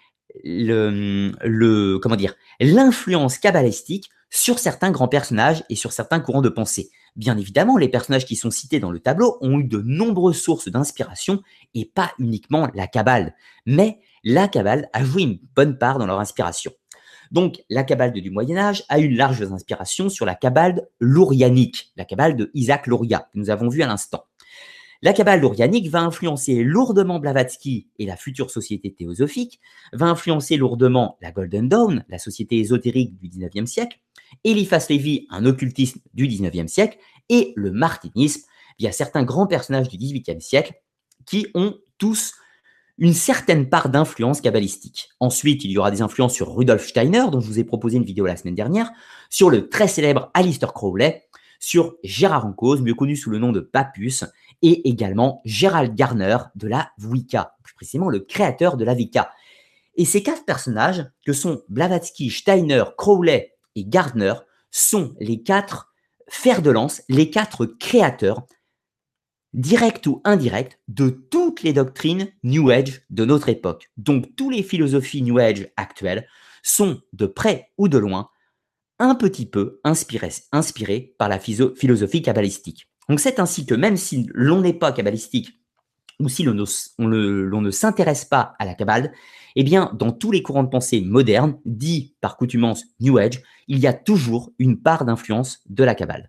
le, le, comment dire, l'influence kabbalistique sur certains grands personnages et sur certains courants de pensée. Bien évidemment, les personnages qui sont cités dans le tableau ont eu de nombreuses sources d'inspiration et pas uniquement la Kabbale. Mais la Kabbale a joué une bonne part dans leur inspiration. Donc, la Kabbale du Moyen-Âge a une large inspiration sur la Kabbale lourianique, la Kabbale de Isaac Luria, que nous avons vu à l'instant. La Kabbale lourianique va influencer lourdement Blavatsky et la future société théosophique, va influencer lourdement la Golden Dawn, la société ésotérique du dix-neuvième siècle, Eliphas Lévi, un occultisme du dix-neuvième siècle, et le martinisme, via certains grands personnages du dix-huitième siècle qui ont tous une certaine part d'influence kabbalistique. Ensuite, il y aura des influences sur Rudolf Steiner, dont je vous ai proposé une vidéo la semaine dernière, sur le très célèbre Aleister Crowley, sur Gérard Encausse, mieux connu sous le nom de Papus, et également Gerald Gardner de la Wicca, plus précisément le créateur de la Wicca. Et ces quatre personnages, que sont Blavatsky, Steiner, Crowley et Gardner, sont les quatre fers de lance, les quatre créateurs, directs ou indirects, de toutes les doctrines New Age de notre époque. Donc, toutes les philosophies New Age actuelles sont, de près ou de loin, un petit peu inspirées, inspirées par la philosophie kabbalistique. Donc, c'est ainsi que même si l'on n'est pas kabbalistique ou si l'on ne, on le, l'on ne s'intéresse pas à la Kabbale, eh bien, dans tous les courants de pensée modernes, dits par coutumance New Age, il y a toujours une part d'influence de la Kabbale.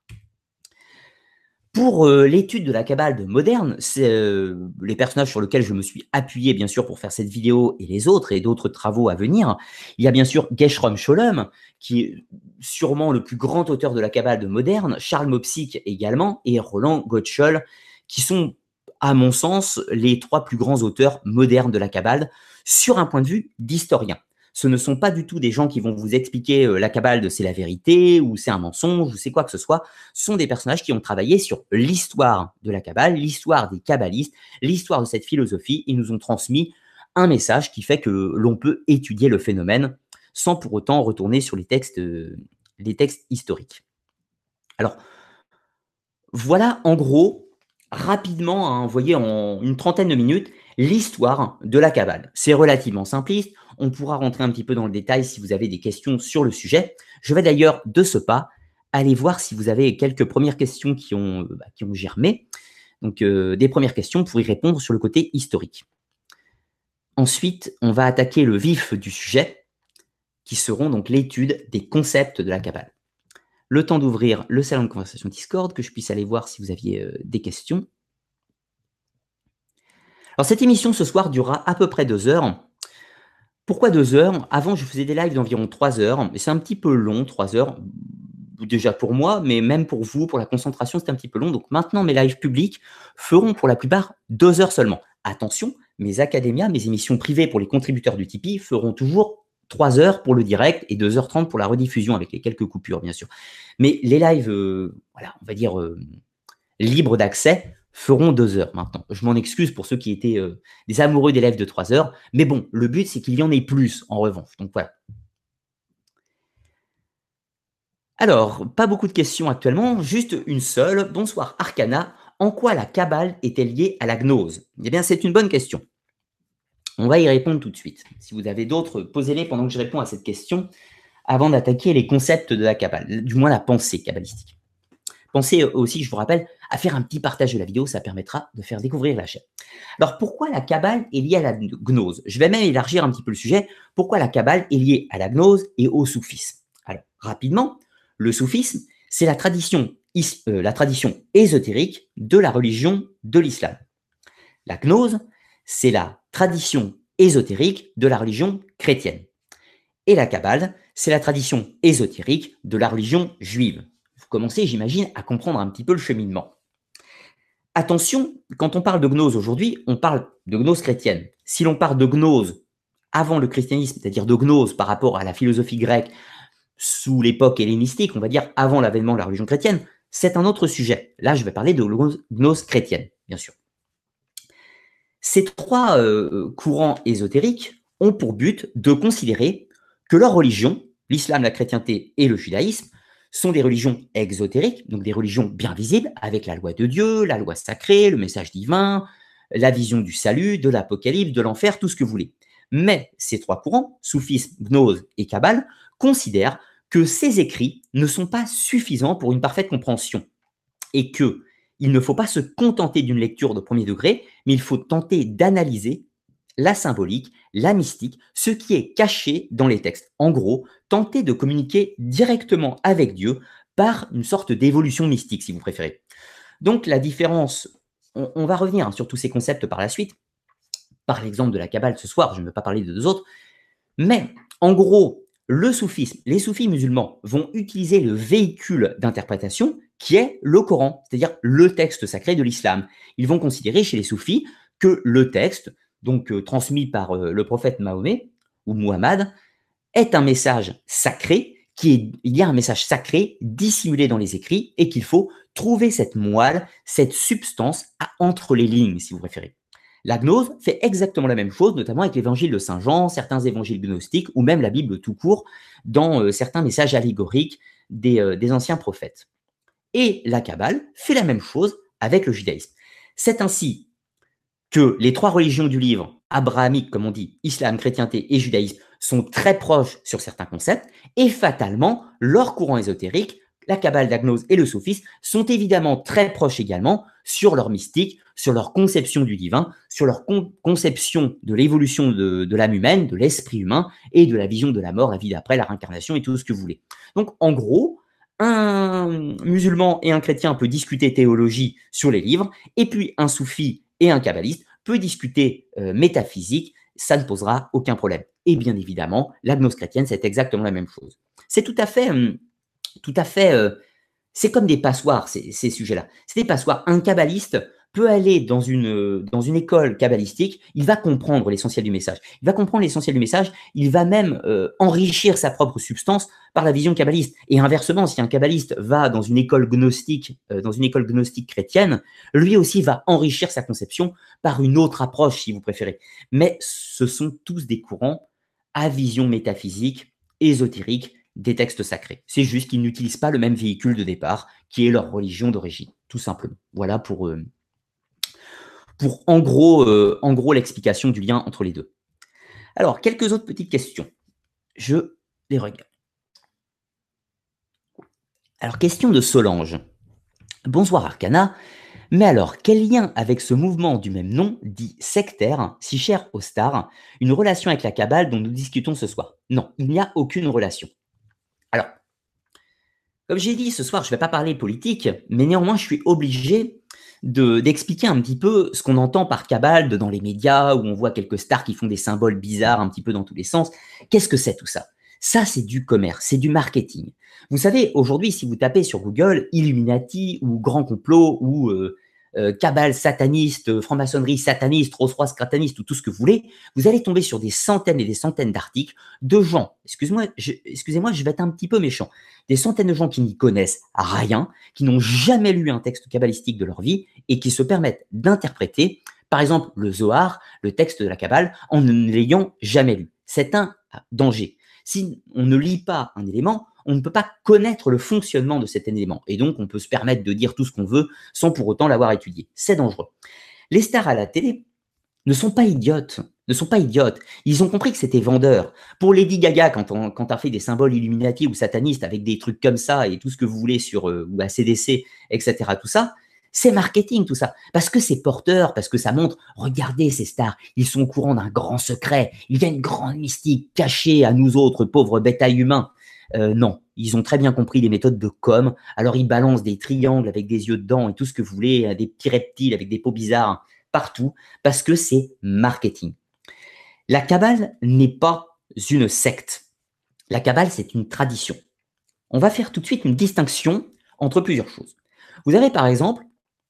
Pour euh, l'étude de la Kabbale moderne, c'est euh, les personnages sur lesquels je me suis appuyé, bien sûr, pour faire cette vidéo et les autres, et d'autres travaux à venir. Il y a bien sûr Geshe-Rom Sholem, qui est sûrement le plus grand auteur de la Kabbale moderne, Charles Mopsic également, et Roland Gottschall, qui sont, à mon sens, les trois plus grands auteurs modernes de la Kabbale, sur un point de vue d'historien. Ce ne sont pas du tout des gens qui vont vous expliquer euh, la Kabbale de c'est la vérité ou c'est un mensonge ou c'est quoi que ce soit. Ce sont des personnages qui ont travaillé sur l'histoire de la Kabbale, l'histoire des kabbalistes, l'histoire de cette philosophie et nous ont transmis un message qui fait que l'on peut étudier le phénomène sans pour autant retourner sur les textes, euh, les textes historiques. Alors, voilà en gros, rapidement, hein, vous voyez, en une trentaine de minutes, l'histoire de la Kabbale. C'est relativement simpliste. On pourra rentrer un petit peu dans le détail si vous avez des questions sur le sujet. Je vais d'ailleurs, de ce pas, aller voir si vous avez quelques premières questions qui ont, bah, qui ont germé. Donc, euh, des premières questions pour y répondre sur le côté historique. Ensuite, on va attaquer le vif du sujet, qui seront donc l'étude des concepts de la Kabbale. Le temps d'ouvrir le salon de conversation Discord, que je puisse aller voir si vous aviez euh, des questions. Alors, cette émission ce soir durera à peu près deux heures. Pourquoi deux heures? Avant, je faisais des lives d'environ trois heures, mais c'est un petit peu long, trois heures, déjà pour moi, mais même pour vous, pour la concentration, c'est un petit peu long. Donc maintenant, mes lives publics feront pour la plupart deux heures seulement. Attention, mes académias, mes émissions privées pour les contributeurs du Tipeee feront toujours trois heures pour le direct et deux heures trente pour la rediffusion, avec les quelques coupures, bien sûr. Mais les lives, euh, voilà, on va dire euh, libres d'accès, feront deux heures maintenant. Je m'en excuse pour ceux qui étaient euh, des amoureux des lives de trois heures, mais bon, le but, c'est qu'il y en ait plus, en revanche. Donc voilà. Alors, pas beaucoup de questions actuellement, juste une seule. Bonsoir Arcana, en quoi la Kabbale est liée à la gnose? Eh bien, c'est une bonne question. On va y répondre tout de suite. Si vous avez d'autres, posez-les pendant que je réponds à cette question, avant d'attaquer les concepts de la Kabbale, du moins la pensée kabbalistique. Pensez aussi, je vous rappelle, à faire un petit partage de la vidéo, ça permettra de faire découvrir la chaîne. Alors, pourquoi la Kabbale est liée à la gnose? Je vais même élargir un petit peu le sujet. Pourquoi la Kabbale est liée à la gnose et au soufisme? Alors, rapidement, le soufisme, c'est la tradition, euh, la tradition ésotérique de la religion de l'islam. La gnose, c'est la tradition ésotérique de la religion chrétienne. Et la Kabbale, c'est la tradition ésotérique de la religion juive. Vous commencez, j'imagine, à comprendre un petit peu le cheminement. Attention, quand on parle de gnose aujourd'hui, on parle de gnose chrétienne. Si l'on parle de gnose avant le christianisme, c'est-à-dire de gnose par rapport à la philosophie grecque, sous l'époque hellénistique, on va dire avant l'avènement de la religion chrétienne, c'est un autre sujet. Là, je vais parler de gnose chrétienne, bien sûr. Ces trois euh, courants ésotériques ont pour but de considérer que leur religion, l'islam, la chrétienté et le judaïsme, sont des religions exotériques, donc des religions bien visibles, avec la loi de Dieu, la loi sacrée, le message divin, la vision du salut, de l'apocalypse, de l'enfer, tout ce que vous voulez. Mais ces trois courants, soufisme, gnose et kabbale, considèrent que ces écrits ne sont pas suffisants pour une parfaite compréhension et que il ne faut pas se contenter d'une lecture de premier degré, mais il faut tenter d'analyser la symbolique, la mystique, ce qui est caché dans les textes. En gros, tenter de communiquer directement avec Dieu par une sorte d'évolution mystique, si vous préférez. Donc la différence, on, on va revenir sur tous ces concepts par la suite, par l'exemple de la Kabbale ce soir, je ne vais pas parler de deux autres, mais en gros, le soufisme, les soufis musulmans vont utiliser le véhicule d'interprétation qui est le Coran, c'est-à-dire le texte sacré de l'islam. Ils vont considérer chez les soufis que le texte, donc euh, transmis par euh, le prophète Mahomet ou Muhammad, est un message sacré, qui est, il y a un message sacré dissimulé dans les écrits et qu'il faut trouver cette moelle, cette substance à, entre les lignes, si vous préférez. La gnose fait exactement la même chose, notamment avec l'évangile de Saint Jean, certains évangiles gnostiques ou même la Bible tout court, dans euh, certains messages allégoriques des, euh, des anciens prophètes. Et la Kabbale fait la même chose avec le judaïsme. C'est ainsi que les trois religions du livre, abrahamique, comme on dit, islam, chrétienté et judaïsme, sont très proches sur certains concepts, et fatalement, leurs courants ésotériques, la Kabbale, la gnose et le soufisme, sont évidemment très proches également sur leur mystique, sur leur conception du divin, sur leur con conception de l'évolution de, de l'âme humaine, de l'esprit humain, et de la vision de la mort, la vie d'après, la réincarnation et tout ce que vous voulez. Donc, en gros, un musulman et un chrétien peut discuter théologie sur les livres, et puis un soufi et un kabbaliste peut discuter euh, métaphysique, ça ne posera aucun problème. Et bien évidemment, la gnose chrétienne, c'est exactement la même chose. C'est tout à fait, hum, tout à fait, euh, c'est comme des passoires, ces, ces sujets-là. C'est des passoires. Un kabbaliste peut aller dans une, dans une école kabbalistique, il va comprendre l'essentiel du message. Il va comprendre l'essentiel du message, il va même euh, enrichir sa propre substance par la vision kabbaliste. Et inversement, si un kabbaliste va dans une école gnostique, euh, dans une école gnostique chrétienne, lui aussi va enrichir sa conception par une autre approche, si vous préférez. Mais ce sont tous des courants à vision métaphysique, ésotérique, des textes sacrés. C'est juste qu'ils n'utilisent pas le même véhicule de départ, qui est leur religion d'origine, tout simplement. Voilà pour... Euh, pour en gros, euh, en gros l'explication du lien entre les deux. Alors, quelques autres petites questions. Je les regarde. Alors, question de Solange. Bonsoir Arcana, mais alors, quel lien avec ce mouvement du même nom, dit sectaire, si cher aux stars, une relation avec la Kabbale dont nous discutons ce soir? Non, il n'y a aucune relation. Alors, comme j'ai dit, ce soir, je ne vais pas parler politique, mais néanmoins, je suis obligé d'expliquer de, un petit peu ce qu'on entend par Kabbale dans les médias, où on voit quelques stars qui font des symboles bizarres un petit peu dans tous les sens. Qu'est-ce que c'est tout ça? Ça, c'est du commerce, c'est du marketing. Vous savez, aujourd'hui, si vous tapez sur Google Illuminati ou Grand Complot ou euh, euh, cabale sataniste, euh, franc-maçonnerie sataniste, Rolls-Royce sataniste ou tout ce que vous voulez, vous allez tomber sur des centaines et des centaines d'articles de gens, excusez-moi, je, excusez-moi, je vais être un petit peu méchant, des centaines de gens qui n'y connaissent rien, qui n'ont jamais lu un texte kabbalistique de leur vie et qui se permettent d'interpréter, par exemple, le Zohar, le texte de la Kabbale, en ne l'ayant jamais lu. C'est un danger. Si on ne lit pas un élément, on ne peut pas connaître le fonctionnement de cet élément. Et donc, on peut se permettre de dire tout ce qu'on veut sans pour autant l'avoir étudié. C'est dangereux. Les stars à la télé ne sont pas idiotes. Ne sont pas idiotes. Ils ont compris que c'était vendeur. Pour Lady Gaga, quand on quand a fait des symboles illuminati ou satanistes avec des trucs comme ça et tout ce que vous voulez sur euh, ou A C D C, et cetera, tout ça, c'est marketing tout ça. Parce que c'est porteur, parce que ça montre, regardez ces stars, ils sont au courant d'un grand secret. Il y a une grande mystique cachée à nous autres, pauvres bétails humains. Euh, non, ils ont très bien compris les méthodes de com. Alors ils balancent des triangles avec des yeux dedans et tout ce que vous voulez, des petits reptiles avec des peaux bizarres partout, parce que c'est marketing. La Kabbale n'est pas une secte. La Kabbale, c'est une tradition. On va faire tout de suite une distinction entre plusieurs choses. Vous avez par exemple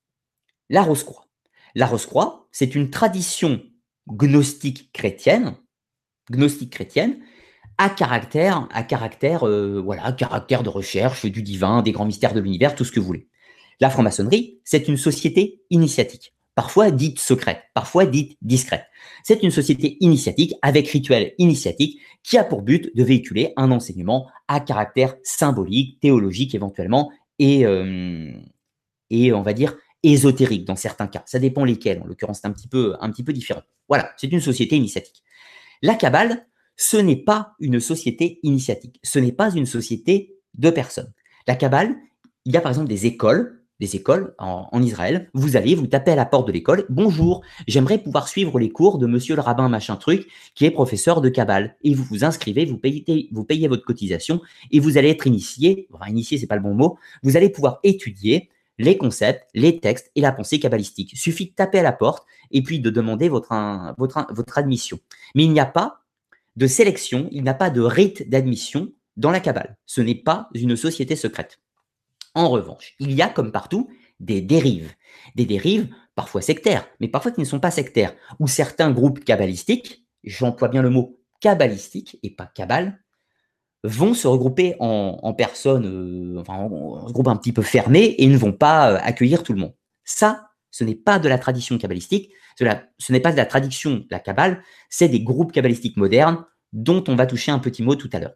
la Rose-Croix. La Rose-Croix, c'est une tradition gnostique chrétienne, gnostique chrétienne, à caractère, à caractère, euh, voilà, à caractère de recherche du divin, des grands mystères de l'univers, tout ce que vous voulez. La franc-maçonnerie, c'est une société initiatique, parfois dite secrète, parfois dite discrète. C'est une société initiatique avec rituel initiatique qui a pour but de véhiculer un enseignement à caractère symbolique, théologique éventuellement, et, euh, et on va dire ésotérique dans certains cas. Ça dépend lesquels, en l'occurrence c'est un petit peu, un petit peu différent. Voilà, c'est une société initiatique. La Kabbale, ce n'est pas une société initiatique, ce n'est pas une société de personnes. La Kabbale, il y a par exemple des écoles, des écoles en, en Israël, vous allez, vous tapez à la porte de l'école, bonjour, j'aimerais pouvoir suivre les cours de monsieur le rabbin machin truc, qui est professeur de Kabbale, et vous vous inscrivez, vous payez, vous payez votre cotisation, et vous allez être initié, enfin initié c'est pas le bon mot, vous allez pouvoir étudier les concepts, les textes et la pensée kabbalistique. Il suffit de taper à la porte et puis de demander votre, votre, votre admission. Mais il n'y a pas de sélection, il n'y a pas de rite d'admission dans la Kabbale. Ce n'est pas une société secrète. En revanche, il y a, comme partout, des dérives. Des dérives parfois sectaires, mais parfois qui ne sont pas sectaires, où certains groupes kabbalistiques, j'emploie bien le mot kabbalistique et pas Kabbale, vont se regrouper en, en personnes, euh, enfin, en, en groupe un petit peu fermé et ne vont pas euh, accueillir tout le monde. Ça, ce n'est pas de la tradition kabbalistique, cela, ce n'est pas de la tradition de la Kabbale, c'est des groupes kabbalistiques modernes dont on va toucher un petit mot tout à l'heure.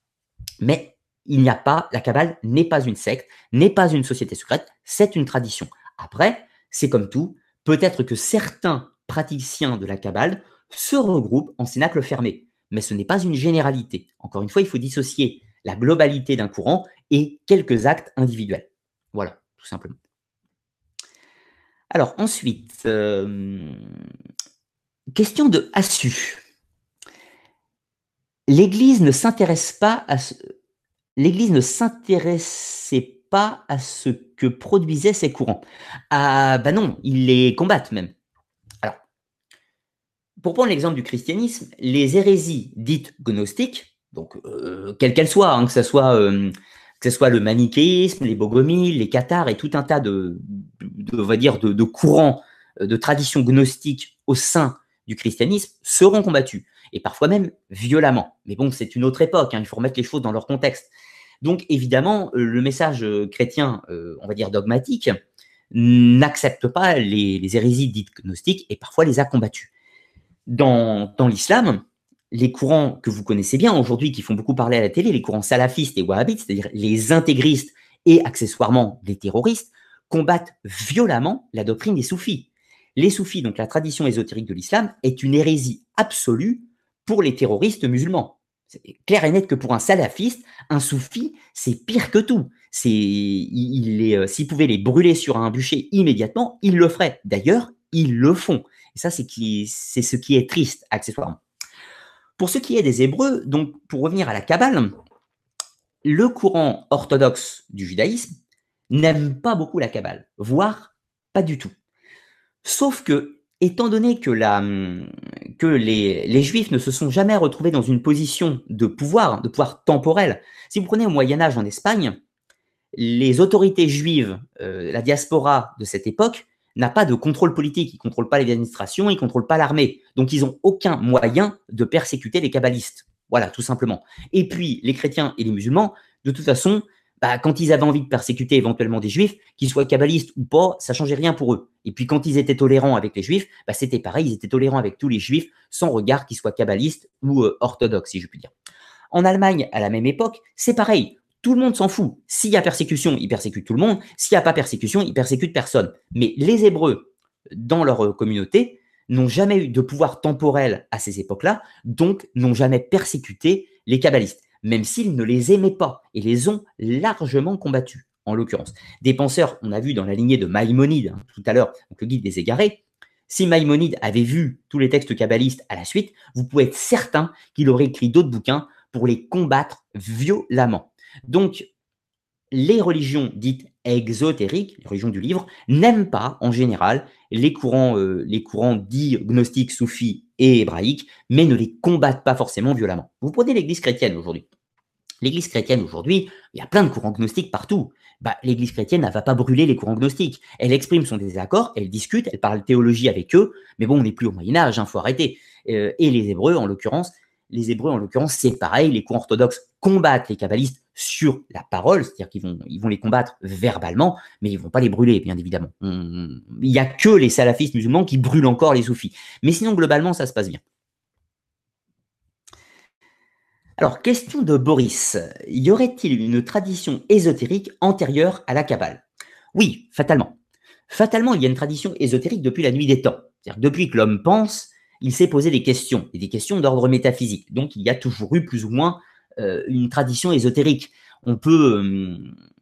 Mais il n'y a pas, la Kabbale n'est pas une secte, n'est pas une société secrète, c'est une tradition. Après, c'est comme tout, peut-être que certains praticiens de la Kabbale se regroupent en cénacle fermé, mais ce n'est pas une généralité. Encore une fois, il faut dissocier la globalité d'un courant et quelques actes individuels. Voilà, tout simplement. Alors ensuite, euh, question de Assu. L'Église ne s'intéresse pas à ce... L'Église ne s'intéressait pas à ce que produisaient ces courants. Ah ben non, ils les combattent même. Alors, pour prendre l'exemple du christianisme, les hérésies dites gnostiques, donc euh, quelles qu'elles soient, hein, que ce soit euh, que ce soit le manichéisme, les bogomiles, les cathars et tout un tas de, de on va dire, de, de courants, de traditions gnostiques au sein du christianisme, seront combattus, et parfois même violemment. Mais bon, c'est une autre époque, hein, il faut remettre les choses dans leur contexte. Donc évidemment, le message chrétien, euh, on va dire dogmatique, n'accepte pas les, les hérésies dites gnostiques et parfois les a combattues. Dans, dans l'islam, les courants que vous connaissez bien aujourd'hui, qui font beaucoup parler à la télé, les courants salafistes et wahhabites, c'est-à-dire les intégristes et accessoirement les terroristes, combattent violemment la doctrine des soufis. Les soufis, donc la tradition ésotérique de l'islam, est une hérésie absolue pour les terroristes musulmans. C'est clair et net que pour un salafiste, un soufi, c'est pire que tout. C'est, il, il les, euh, s'ils pouvaient les brûler sur un bûcher immédiatement, ils le feraient. D'ailleurs, ils le font. Et ça, c'est, qui, c'est ce qui est triste, accessoirement. Pour ce qui est des Hébreux, donc pour revenir à la Kabbale, le courant orthodoxe du judaïsme n'aime pas beaucoup la Kabbale, voire pas du tout. Sauf que, étant donné que, la, que les, les Juifs ne se sont jamais retrouvés dans une position de pouvoir, de pouvoir temporel, si vous prenez au Moyen-Âge en Espagne, les autorités juives, euh, la diaspora de cette époque, n'a pas de contrôle politique, il ne contrôle pas les administrations, il ne contrôle pas l'armée. Donc, ils n'ont aucun moyen de persécuter les kabbalistes. Voilà, tout simplement. Et puis, les chrétiens et les musulmans, de toute façon, bah, quand ils avaient envie de persécuter éventuellement des juifs, qu'ils soient kabbalistes ou pas, ça ne changeait rien pour eux. Et puis, quand ils étaient tolérants avec les juifs, bah, c'était pareil, ils étaient tolérants avec tous les juifs, sans regard qu'ils soient kabbalistes ou euh, orthodoxes, si je puis dire. En Allemagne, à la même époque, c'est pareil. Tout le monde s'en fout. S'il y a persécution, ils persécutent tout le monde. S'il n'y a pas persécution, ils persécutent personne. Mais les Hébreux, dans leur communauté, n'ont jamais eu de pouvoir temporel à ces époques-là, donc n'ont jamais persécuté les kabbalistes, même s'ils ne les aimaient pas et les ont largement combattus, en l'occurrence. Des penseurs, on a vu dans la lignée de Maïmonide, hein, tout à l'heure, donc le guide des égarés, si Maïmonide avait vu tous les textes kabbalistes à la suite, vous pouvez être certain qu'il aurait écrit d'autres bouquins pour les combattre violemment. Donc, les religions dites exotériques, les religions du livre, n'aiment pas, en général, les courants, euh, les courants dits gnostiques, soufis et hébraïques, mais ne les combattent pas forcément violemment. Vous prenez l'Église chrétienne aujourd'hui. L'Église chrétienne aujourd'hui, il y a plein de courants gnostiques partout. Bah, L'Église chrétienne ne va pas brûler les courants gnostiques. Elle exprime son désaccord, elle discute, elle parle théologie avec eux, mais bon, on n'est plus au Moyen-Âge, il hein, faut arrêter. Euh, et les Hébreux, en l'occurrence, les Hébreux, en l'occurrence, c'est pareil, les courants orthodoxes combattent les kabbalistes sur la parole, c'est-à-dire qu'ils vont, ils vont les combattre verbalement, mais ils ne vont pas les brûler, bien évidemment. On, il n'y a que les salafistes musulmans qui brûlent encore les soufis. Mais sinon, globalement, ça se passe bien. Alors, question de Boris. Y aurait-il une tradition ésotérique antérieure à la Kabbale? Oui, fatalement. Fatalement, il y a une tradition ésotérique depuis la nuit des temps. C'est-à-dire que depuis que l'homme pense, il s'est posé des questions, et des questions d'ordre métaphysique. Donc, il y a toujours eu plus ou moins euh, une tradition ésotérique. On peut... Euh,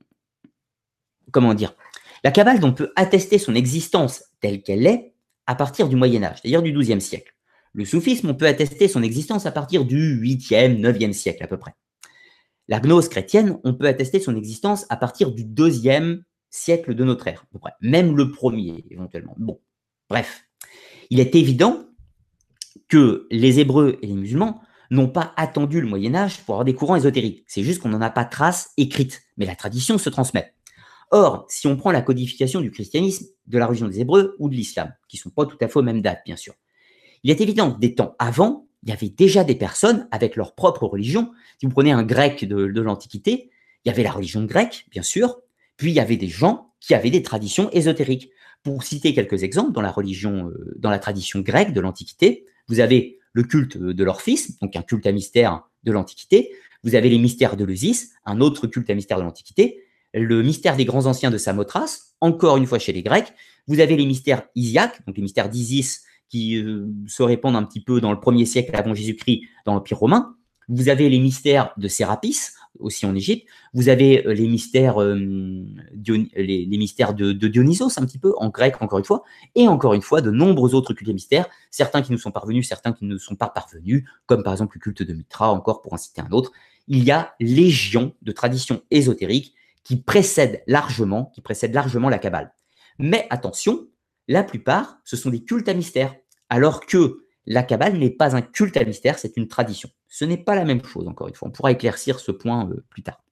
comment dire? La Kabbale, on peut attester son existence telle qu'elle est à partir du Moyen-Âge, c'est-à-dire du douzième siècle. Le soufisme, on peut attester son existence à partir du huitième, neuvième siècle à peu près. La gnose chrétienne, on peut attester son existence à partir du deuxième siècle de notre ère, à peu près. Même le premier, éventuellement. Bon, bref. Il est évident que les Hébreux et les musulmans n'ont pas attendu le Moyen-Âge pour avoir des courants ésotériques. C'est juste qu'on n'en a pas trace écrite, mais la tradition se transmet. Or, si on prend la codification du christianisme, de la religion des Hébreux ou de l'islam, qui ne sont pas tout à fait aux mêmes dates, bien sûr, il est évident que des temps avant, il y avait déjà des personnes avec leur propre religion. Si vous prenez un grec de, de l'Antiquité, il y avait la religion grecque, bien sûr, puis il y avait des gens qui avaient des traditions ésotériques. Pour citer quelques exemples, dans la religion, euh, dans la tradition grecque de l'Antiquité, vous avez le culte de l'Orphisme, donc un culte à mystère de l'Antiquité. Vous avez les mystères de l'Eusis, un autre culte à mystère de l'Antiquité. Le mystère des grands anciens de Samothrace, encore une fois chez les Grecs. Vous avez les mystères isiaques, donc les mystères d'Isis, qui euh, se répandent un petit peu dans le premier siècle avant Jésus-Christ dans l'Empire romain. Vous avez les mystères de Sérapis, aussi en Égypte. Vous avez euh, les mystères, euh, Dion les, les mystères de, de Dionysos, un petit peu, en grec, encore une fois. Et encore une fois, de nombreux autres cultes et mystères, certains qui nous sont parvenus, certains qui ne sont pas parvenus, comme par exemple le culte de Mitra, encore pour en citer un autre. Il y a légion de traditions ésotériques qui précèdent largement, qui précèdent largement la Kabbale. Mais attention, la plupart, ce sont des cultes à mystère, alors que la Kabbale n'est pas un culte à mystère, c'est une tradition. Ce n'est pas la même chose, encore une fois. On pourra éclaircir ce point euh, plus tard.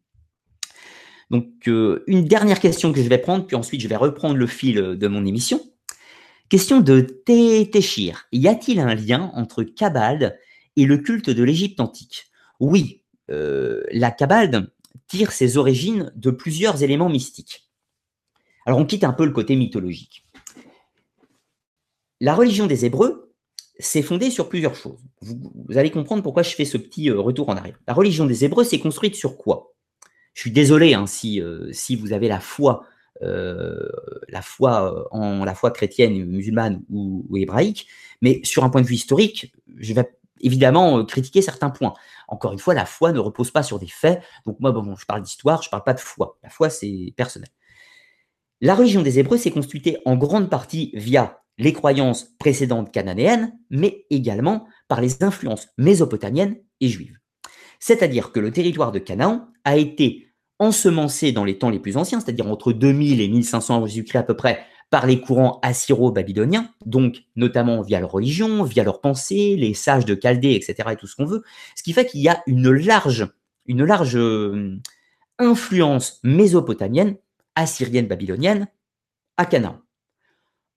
Donc, euh, une dernière question que je vais prendre, puis ensuite je vais reprendre le fil de mon émission. Question de Téchir. Y a-t-il un lien entre Kabbale et le culte de l'Égypte antique? Oui, euh, la Kabbale tire ses origines de plusieurs éléments mystiques. Alors, on quitte un peu le côté mythologique. La religion des Hébreux s'est fondée sur plusieurs choses. Vous, vous allez comprendre pourquoi je fais ce petit euh, retour en arrière. La religion des Hébreux s'est construite sur quoi? Je suis désolé hein, si, euh, si vous avez la foi, euh, la foi en la foi chrétienne, musulmane ou, ou hébraïque, mais sur un point de vue historique, je vais évidemment euh, critiquer certains points. Encore une fois, la foi ne repose pas sur des faits. Donc moi, bon, je parle d'histoire, je ne parle pas de foi. La foi, c'est personnel. La religion des Hébreux s'est constituée en grande partie via les croyances précédentes cananéennes, mais également par les influences mésopotamiennes et juives. C'est-à-dire que le territoire de Canaan a été ensemencé dans les temps les plus anciens, c'est-à-dire entre deux mille et mille cinq cents avant Jésus-Christ à peu près, par les courants assyro-babyloniens, donc notamment via leur religion, via leurs pensées, les sages de Chaldée, et cetera, et tout ce qu'on veut, ce qui fait qu'il y a une large, une large euh, influence mésopotamienne, assyrienne, babylonienne, à Canaan.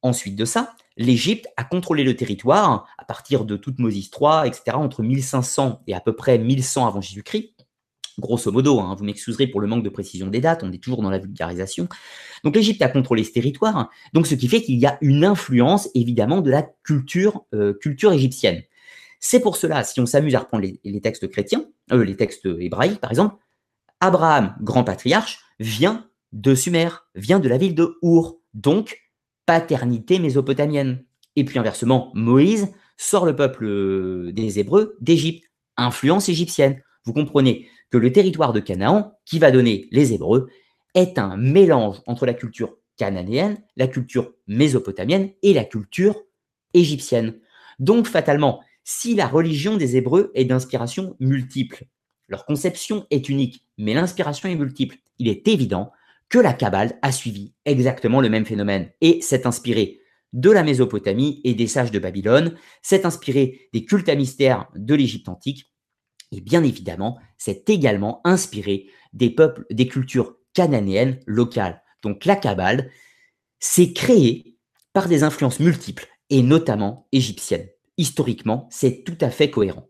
Ensuite de ça, l'Égypte a contrôlé le territoire à partir de Toutmosis trois, et cetera, entre mille cinq cents et à peu près mille cent avant Jésus-Christ. Grosso modo, hein, vous m'excuserez pour le manque de précision des dates, on est toujours dans la vulgarisation. Donc l'Égypte a contrôlé ce territoire, donc ce qui fait qu'il y a une influence évidemment de la culture, euh, culture égyptienne. C'est pour cela, si on s'amuse à reprendre les, les textes chrétiens, euh, les textes hébraïques par exemple, Abraham, grand patriarche, vient de Sumer, vient de la ville de Our, donc paternité mésopotamienne. Et puis inversement, Moïse sort le peuple des Hébreux d'Égypte, influence égyptienne. Vous comprenez que le territoire de Canaan, qui va donner les Hébreux, est un mélange entre la culture cananéenne, la culture mésopotamienne et la culture égyptienne. Donc fatalement, si la religion des Hébreux est d'inspiration multiple, leur conception est unique, mais l'inspiration est multiple, il est évident que la Kabbale a suivi exactement le même phénomène et s'est inspirée de la Mésopotamie et des sages de Babylone, s'est inspirée des cultes à mystère de l'Égypte antique, et bien évidemment, s'est également inspirée des peuples, des cultures cananéennes locales. Donc la Kabbale s'est créée par des influences multiples, et notamment égyptiennes. Historiquement, c'est tout à fait cohérent.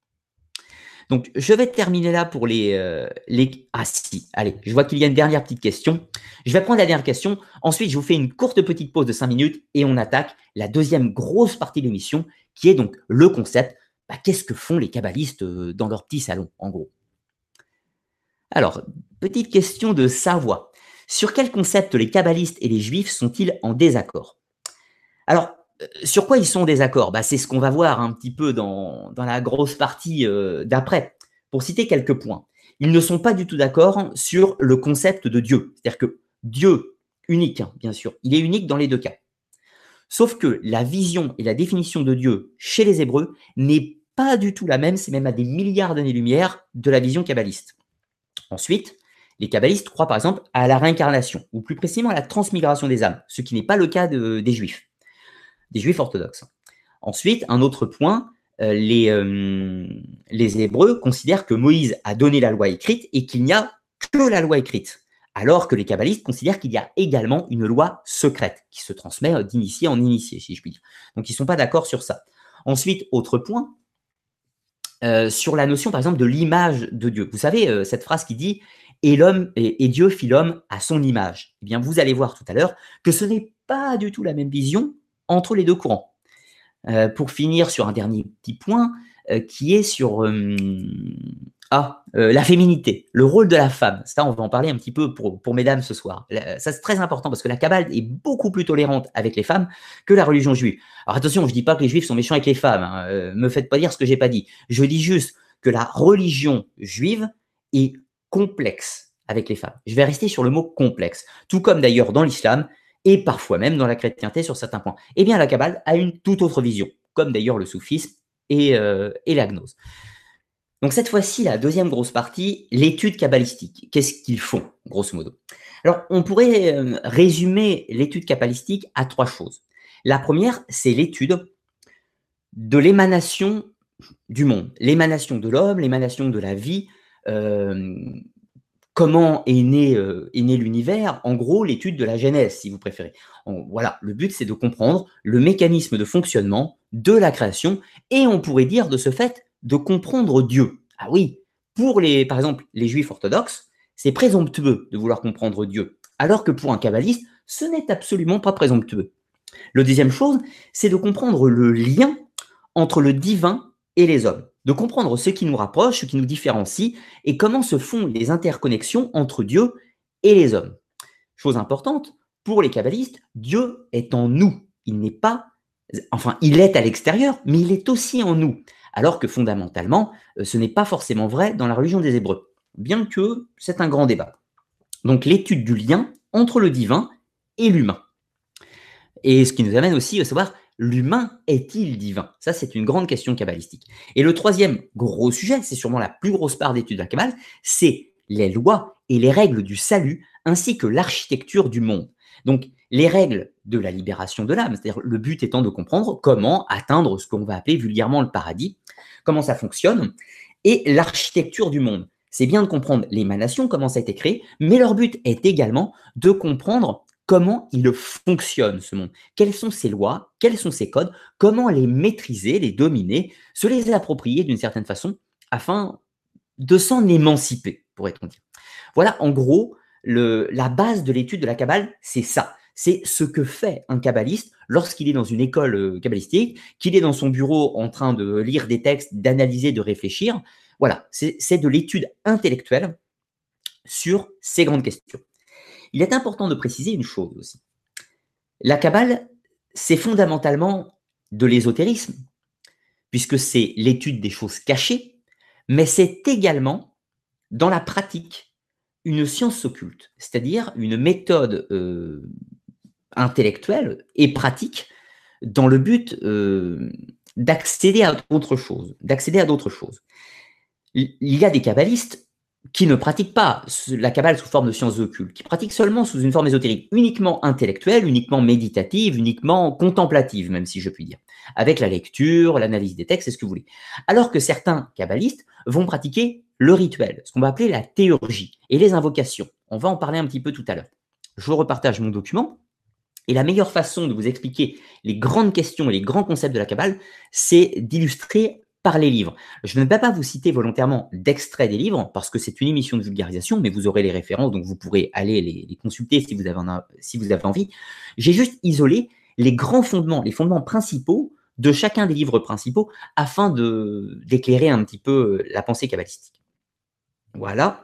Donc, je vais terminer là pour les, euh, les... Ah si, allez, je vois qu'il y a une dernière petite question. Je vais prendre la dernière question. Ensuite, je vous fais une courte petite pause de cinq minutes et on attaque la deuxième grosse partie de l'émission qui est donc le concept. Bah, qu'est-ce que font les kabbalistes dans leur petit salon, en gros? Alors, petite question de Savoie. Sur quel concept les kabbalistes et les juifs sont-ils en désaccord? Alors, sur quoi ils sont en désaccord? Bah, c'est ce qu'on va voir un petit peu dans, dans la grosse partie euh, d'après. Pour citer quelques points, ils ne sont pas du tout d'accord sur le concept de Dieu. C'est-à-dire que Dieu, unique, hein, bien sûr, il est unique dans les deux cas. Sauf que la vision et la définition de Dieu chez les Hébreux n'est pas du tout la même, c'est même à des milliards d'années-lumière de la vision kabbaliste. Ensuite, les kabbalistes croient par exemple à la réincarnation, ou plus précisément à la transmigration des âmes, ce qui n'est pas le cas de, des juifs. Des juifs orthodoxes. Ensuite, un autre point, euh, les, euh, les Hébreux considèrent que Moïse a donné la loi écrite et qu'il n'y a que la loi écrite, alors que les kabbalistes considèrent qu'il y a également une loi secrète qui se transmet d'initié en initié, si je puis dire. Donc, ils ne sont pas d'accord sur ça. Ensuite, autre point, euh, sur la notion, par exemple, de l'image de Dieu. Vous savez, euh, cette phrase qui dit « et, l'homme, et, et Dieu fit l'homme à son image ». Eh bien, vous allez voir tout à l'heure que ce n'est pas du tout la même vision entre les deux courants. Euh, pour finir sur un dernier petit point euh, qui est sur euh, ah, euh, la féminité, le rôle de la femme. Ça, on va en parler un petit peu pour, pour mesdames ce soir. Là, ça, c'est très important parce que la Kabbale est beaucoup plus tolérante avec les femmes que la religion juive. Alors attention, je ne dis pas que les juifs sont méchants avec les femmes. Hein. Euh, me faites pas dire ce que j'ai pas dit. Je dis juste que la religion juive est complexe avec les femmes. Je vais rester sur le mot complexe. Tout comme d'ailleurs dans l'islam, et parfois même dans la chrétienté sur certains points. Eh bien, la Kabbale a une toute autre vision, comme d'ailleurs le soufisme et, euh, et la gnose. Donc cette fois-ci, la deuxième grosse partie, l'étude kabbalistique. Qu'est-ce qu'ils font, grosso modo? Alors, on pourrait euh, résumer l'étude kabbalistique à trois choses. La première, c'est l'étude de l'émanation du monde, l'émanation de l'homme, l'émanation de la vie, euh, comment est né, euh, est né l'univers, en gros, l'étude de la Genèse, si vous préférez. En, voilà, le but, c'est de comprendre le mécanisme de fonctionnement de la création, et on pourrait dire, de ce fait, de comprendre Dieu. Ah oui, pour, les, par exemple, les juifs orthodoxes, c'est présomptueux de vouloir comprendre Dieu, alors que pour un kabbaliste, ce n'est absolument pas présomptueux. La deuxième chose, c'est de comprendre le lien entre le divin et les hommes, de comprendre ce qui nous rapproche, ce qui nous différencie, et comment se font les interconnexions entre Dieu et les hommes. Chose importante, pour les kabbalistes, Dieu est en nous. Il n'est pas, enfin, il est à l'extérieur, mais il est aussi en nous. Alors que fondamentalement, ce n'est pas forcément vrai dans la religion des Hébreux, bien que c'est un grand débat. Donc l'étude du lien entre le divin et l'humain. Et ce qui nous amène aussi à savoir, l'humain est-il divin? Ça, c'est une grande question kabbalistique. Et le troisième gros sujet, c'est sûrement la plus grosse part d'études de la Kabbale, c'est les lois et les règles du salut, ainsi que l'architecture du monde. Donc, les règles de la libération de l'âme, c'est-à-dire le but étant de comprendre comment atteindre ce qu'on va appeler vulgairement le paradis, comment ça fonctionne, et l'architecture du monde. C'est bien de comprendre l'émanation, comment ça a été créé, mais leur but est également de comprendre comment il fonctionne ce monde, quelles sont ses lois, quels sont ses codes, comment les maîtriser, les dominer, se les approprier d'une certaine façon afin de s'en émanciper, pourrait-on dire. Voilà, en gros, le, la base de l'étude de la Kabbale, c'est ça. C'est ce que fait un kabbaliste lorsqu'il est dans une école euh, kabbalistique, qu'il est dans son bureau en train de lire des textes, d'analyser, de réfléchir. Voilà, c'est c'est de l'étude intellectuelle sur ces grandes questions. Il est important de préciser une chose aussi. La Kabbale, c'est fondamentalement de l'ésotérisme, puisque c'est l'étude des choses cachées, mais c'est également, dans la pratique, une science occulte, c'est-à-dire une méthode euh, intellectuelle et pratique dans le but euh, d'accéder à d'autres choses, d'accéder à d'autres choses. Il y a des kabbalistes qui ne pratiquent pas la Kabbale sous forme de sciences occultes, qui pratiquent seulement sous une forme ésotérique, uniquement intellectuelle, uniquement méditative, uniquement contemplative, même si je puis dire, avec la lecture, l'analyse des textes, c'est ce que vous voulez. Alors que certains kabbalistes vont pratiquer le rituel, ce qu'on va appeler la théurgie, et les invocations. On va en parler un petit peu tout à l'heure. Je repartage mon document, et la meilleure façon de vous expliquer les grandes questions et les grands concepts de la Kabbale, c'est d'illustrer par les livres. Je ne vais pas vous citer volontairement d'extraits des livres parce que c'est une émission de vulgarisation, mais vous aurez les références, donc vous pourrez aller les, les consulter si vous, avez en, si vous avez envie. J'ai juste isolé les grands fondements, les fondements principaux de chacun des livres principaux afin d'éclairer un petit peu la pensée kabbalistique. Voilà.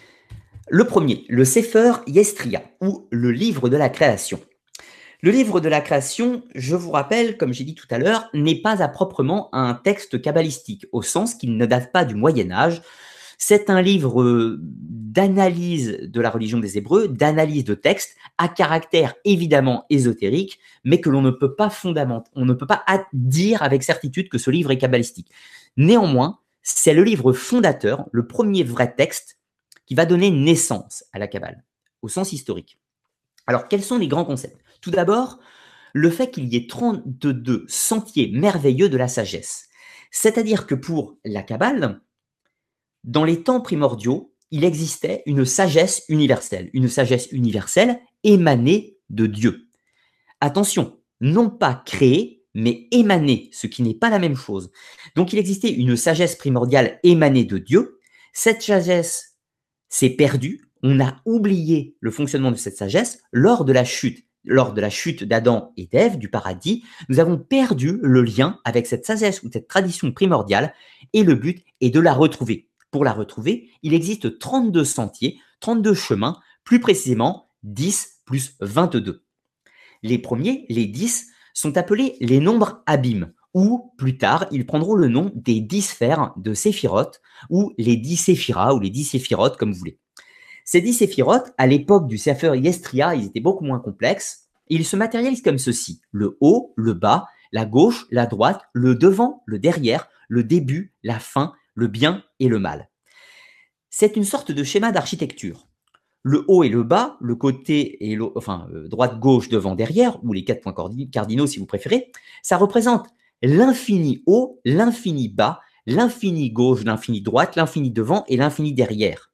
Le premier, le Sefer Yestria, ou le livre de la création. Le livre de la création, je vous rappelle, comme j'ai dit tout à l'heure, n'est pas à proprement un texte kabbalistique, au sens qu'il ne date pas du Moyen-Âge. C'est un livre d'analyse de la religion des Hébreux, d'analyse de textes, à caractère évidemment ésotérique, mais que l'on ne peut pas fondamenter, on ne peut pas dire avec certitude que ce livre est kabbalistique. Néanmoins, c'est le livre fondateur, le premier vrai texte qui va donner naissance à la Kabbale, au sens historique. Alors, quels sont les grands concepts? Tout d'abord, le fait qu'il y ait trente-deux sentiers merveilleux de la sagesse. C'est-à-dire que pour la Kabbale, dans les temps primordiaux, il existait une sagesse universelle, une sagesse universelle émanée de Dieu. Attention, non pas créée, mais émanée, ce qui n'est pas la même chose. Donc, il existait une sagesse primordiale émanée de Dieu. Cette sagesse s'est perdue. On a oublié le fonctionnement de cette sagesse lors de la chute. Lors de la chute d'Adam et d'Ève du paradis, nous avons perdu le lien avec cette sagesse ou cette tradition primordiale et le but est de la retrouver. Pour la retrouver, il existe trente-deux sentiers, trente-deux chemins, plus précisément dix plus vingt-deux. Les premiers, les dix, sont appelés les nombres abîmes ou plus tard, ils prendront le nom des dix sphères de Séphiroth ou les dix séphiras ou les dix séphirotes comme vous voulez. Ces dix séphirotes, à l'époque du Sefer Yestria, ils étaient beaucoup moins complexes. Ils se matérialisent comme ceci. Le haut, le bas, la gauche, la droite, le devant, le derrière, le début, la fin, le bien et le mal. C'est une sorte de schéma d'architecture. Le haut et le bas, le côté et le, enfin, droite, gauche, devant, derrière, ou les quatre points cardinaux si vous préférez, ça représente l'infini haut, l'infini bas, l'infini gauche, l'infini droite, l'infini devant et l'infini derrière.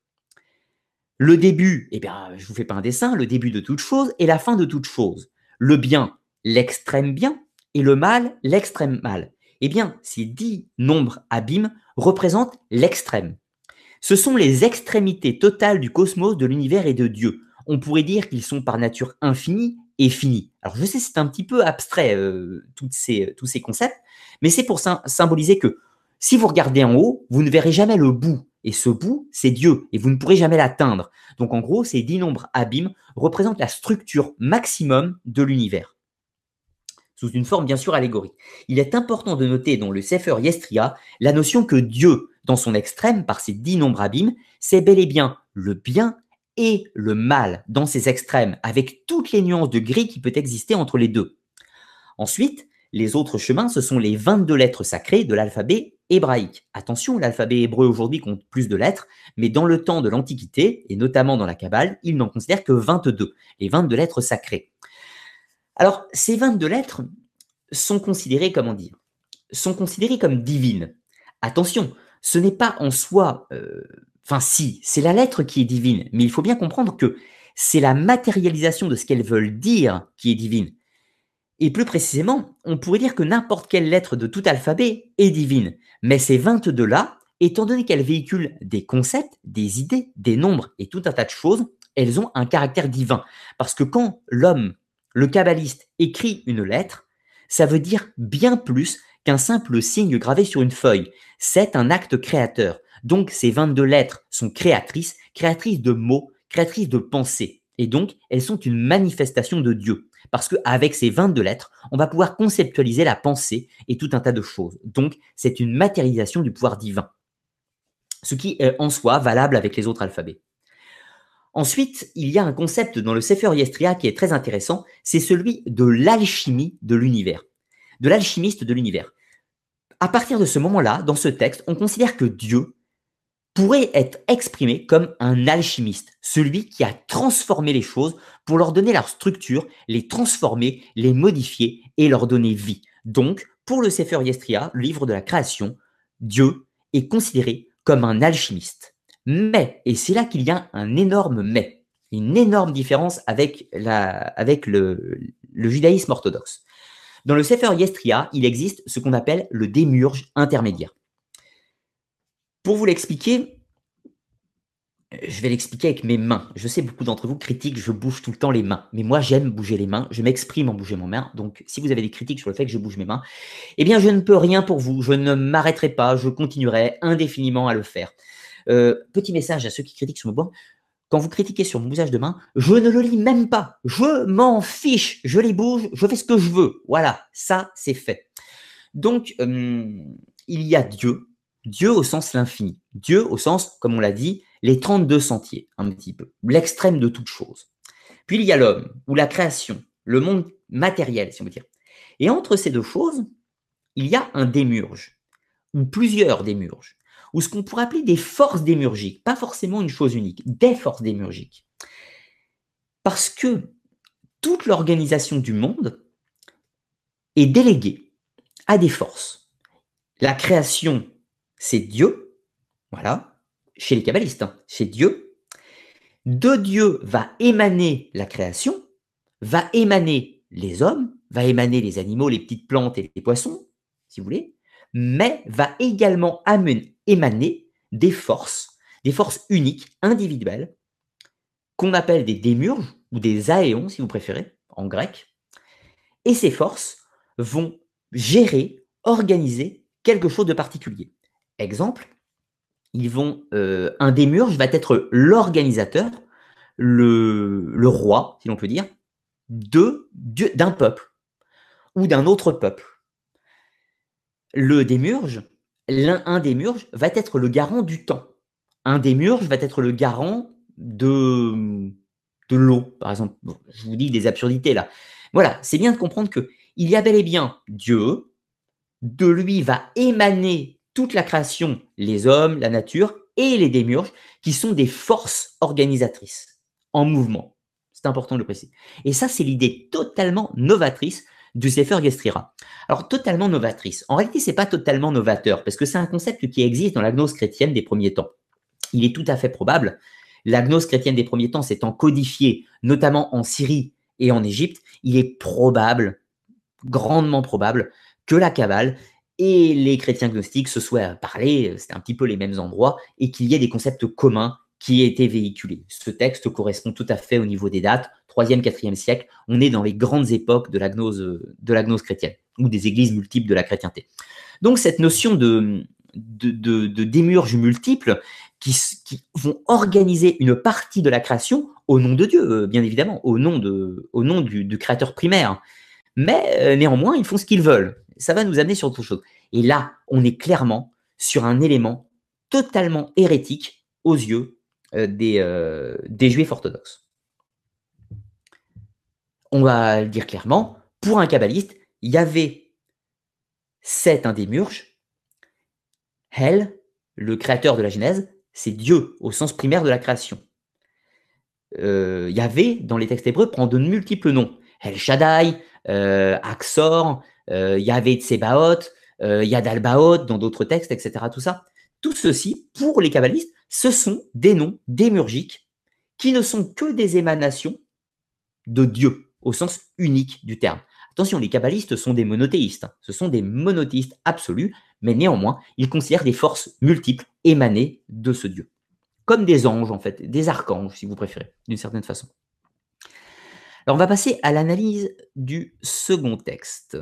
Le début, eh bien, je ne vous fais pas un dessin, le début de toute chose et la fin de toute chose. Le bien, l'extrême bien, et le mal, l'extrême mal. Eh bien, ces dix nombres abîmes représentent l'extrême. Ce sont les extrémités totales du cosmos, de l'univers et de Dieu. On pourrait dire qu'ils sont par nature infinis et finis. Alors, je sais, c'est un petit peu abstrait, euh, toutes ces, tous ces concepts, mais c'est pour symboliser que si vous regardez en haut, vous ne verrez jamais le bout. Et ce bout, c'est Dieu, et vous ne pourrez jamais l'atteindre. Donc en gros, ces dix nombres abîmes représentent la structure maximum de l'univers, sous une forme bien sûr allégorique. Il est important de noter dans le Sefer Yestria la notion que Dieu, dans son extrême, par ces dix nombres abîmes, c'est bel et bien le bien et le mal dans ses extrêmes, avec toutes les nuances de gris qui peut exister entre les deux. Ensuite, les autres chemins, ce sont les vingt-deux lettres sacrées de l'alphabet hébraïque. Attention, l'alphabet hébreu aujourd'hui compte plus de lettres, mais dans le temps de l'Antiquité, et notamment dans la Kabbale, il n'en considère que vingt-deux, les vingt-deux lettres sacrées. Alors, ces vingt-deux lettres sont considérées, comment dire, sont considérées comme divines. Attention, ce n'est pas en soi, euh, enfin si, c'est la lettre qui est divine, mais il faut bien comprendre que c'est la matérialisation de ce qu'elles veulent dire qui est divine. Et plus précisément, on pourrait dire que n'importe quelle lettre de tout alphabet est divine. Mais ces vingt-deux-là, étant donné qu'elles véhiculent des concepts, des idées, des nombres et tout un tas de choses, elles ont un caractère divin. Parce que quand l'homme, le kabbaliste, écrit une lettre, ça veut dire bien plus qu'un simple signe gravé sur une feuille. C'est un acte créateur. Donc ces vingt-deux lettres sont créatrices, créatrices de mots, créatrices de pensées. Et donc, elles sont une manifestation de Dieu. Parce qu'avec ces vingt-deux lettres, on va pouvoir conceptualiser la pensée et tout un tas de choses. Donc, c'est une matérialisation du pouvoir divin. Ce qui est en soi valable avec les autres alphabets. Ensuite, il y a un concept dans le Sefer Yestria qui est très intéressant, c'est celui de l'alchimie de l'univers, de l'alchimiste de l'univers. À partir de ce moment-là, dans ce texte, on considère que Dieu pourrait être exprimé comme un alchimiste, celui qui a transformé les choses pour leur donner leur structure, les transformer, les modifier et leur donner vie. Donc, pour le Sefer Yestria, le livre de la création, Dieu est considéré comme un alchimiste. Mais, et c'est là qu'il y a un énorme mais, une énorme différence avec, la, avec le, le judaïsme orthodoxe. Dans le Sefer Yestria, il existe ce qu'on appelle le démiurge intermédiaire. Pour vous l'expliquer, je vais l'expliquer avec mes mains. Je sais, beaucoup d'entre vous critiquent, je bouge tout le temps les mains. Mais moi, j'aime bouger les mains, je m'exprime en bougeant mes mains. Donc, si vous avez des critiques sur le fait que je bouge mes mains, eh bien, je ne peux rien pour vous. Je ne m'arrêterai pas, je continuerai indéfiniment à le faire. Euh, petit message à ceux qui critiquent sur mon bois. Quand vous critiquez sur mon bousage de main, je ne le lis même pas. Je m'en fiche. Je les bouge, je fais ce que je veux. Voilà, ça, c'est fait. Donc, euh, il y a Dieu. Dieu au sens l'infini. Dieu au sens, comme on l'a dit, les trente-deux sentiers, un petit peu. L'extrême de toute chose. Puis il y a l'homme, ou la création, le monde matériel, si on veut dire. Et entre ces deux choses, il y a un démiurge, ou plusieurs démiurges, ou ce qu'on pourrait appeler des forces démiurgiques, pas forcément une chose unique, des forces démiurgiques. Parce que toute l'organisation du monde est déléguée à des forces. La création, c'est Dieu, voilà, chez les kabbalistes, hein, c'est Dieu. De Dieu va émaner la création, va émaner les hommes, va émaner les animaux, les petites plantes et les poissons, si vous voulez, mais va également amener, émaner des forces, des forces uniques, individuelles, qu'on appelle des démiurges ou des aéons, si vous préférez, en grec. Et ces forces vont gérer, organiser quelque chose de particulier. Exemple, ils vont, euh, un démiurge va être l'organisateur, le, le roi, si l'on peut dire, de, d'un peuple ou d'un autre peuple. Le démiurge, l'un un démiurge va être le garant du temps. Un démiurge va être le garant de, de l'eau, par exemple. Bon, je vous dis des absurdités là. Voilà, c'est bien de comprendre que il y a bel et bien Dieu, de lui va émaner toute la création, les hommes, la nature et les démiurges, qui sont des forces organisatrices en mouvement. C'est important de le préciser. Et ça, c'est l'idée totalement novatrice du Sefer Yestria. Alors, totalement novatrice. En réalité, c'est pas totalement novateur, parce que c'est un concept qui existe dans la gnose chrétienne des premiers temps. Il est tout à fait probable, la gnose chrétienne des premiers temps s'étant codifiée, notamment en Syrie et en Égypte, il est probable, grandement probable, que la Kabbale et les chrétiens gnostiques se soient parlé, c'était un petit peu les mêmes endroits, et qu'il y ait des concepts communs qui aient été véhiculés. Ce texte correspond tout à fait au niveau des dates, troisième, quatrième siècle, on est dans les grandes époques de la gnose, de la gnose chrétienne, ou des églises multiples de la chrétienté. Donc cette notion de, de, de, de démiurges multiples qui, qui vont organiser une partie de la création au nom de Dieu, bien évidemment, au nom, de, au nom du, du créateur primaire. Mais euh, néanmoins, ils font ce qu'ils veulent. Ça va nous amener sur autre chose. Et là, on est clairement sur un élément totalement hérétique aux yeux euh, des, euh, des juifs orthodoxes. On va le dire clairement, pour un kabbaliste, il y avait Seth, un démiurge, Hel, le créateur de la Genèse, c'est Dieu au sens primaire de la création. Euh, Yahvé, dans les textes hébreux, prend de multiples noms. El Shaddai, euh, Axor, euh, Yahvé Tsebaoth, euh, Yad Albaoth, dans d'autres textes, et cetera. Tout ça. Tout ceci, pour les kabbalistes, ce sont des noms démiurgiques qui ne sont que des émanations de Dieu, au sens unique du terme. Attention, les kabbalistes sont des monothéistes, hein. Ce sont des monothéistes absolus, mais néanmoins, ils considèrent des forces multiples émanées de ce Dieu. Comme des anges, en fait, des archanges, si vous préférez, d'une certaine façon. Alors, on va passer à l'analyse du second texte.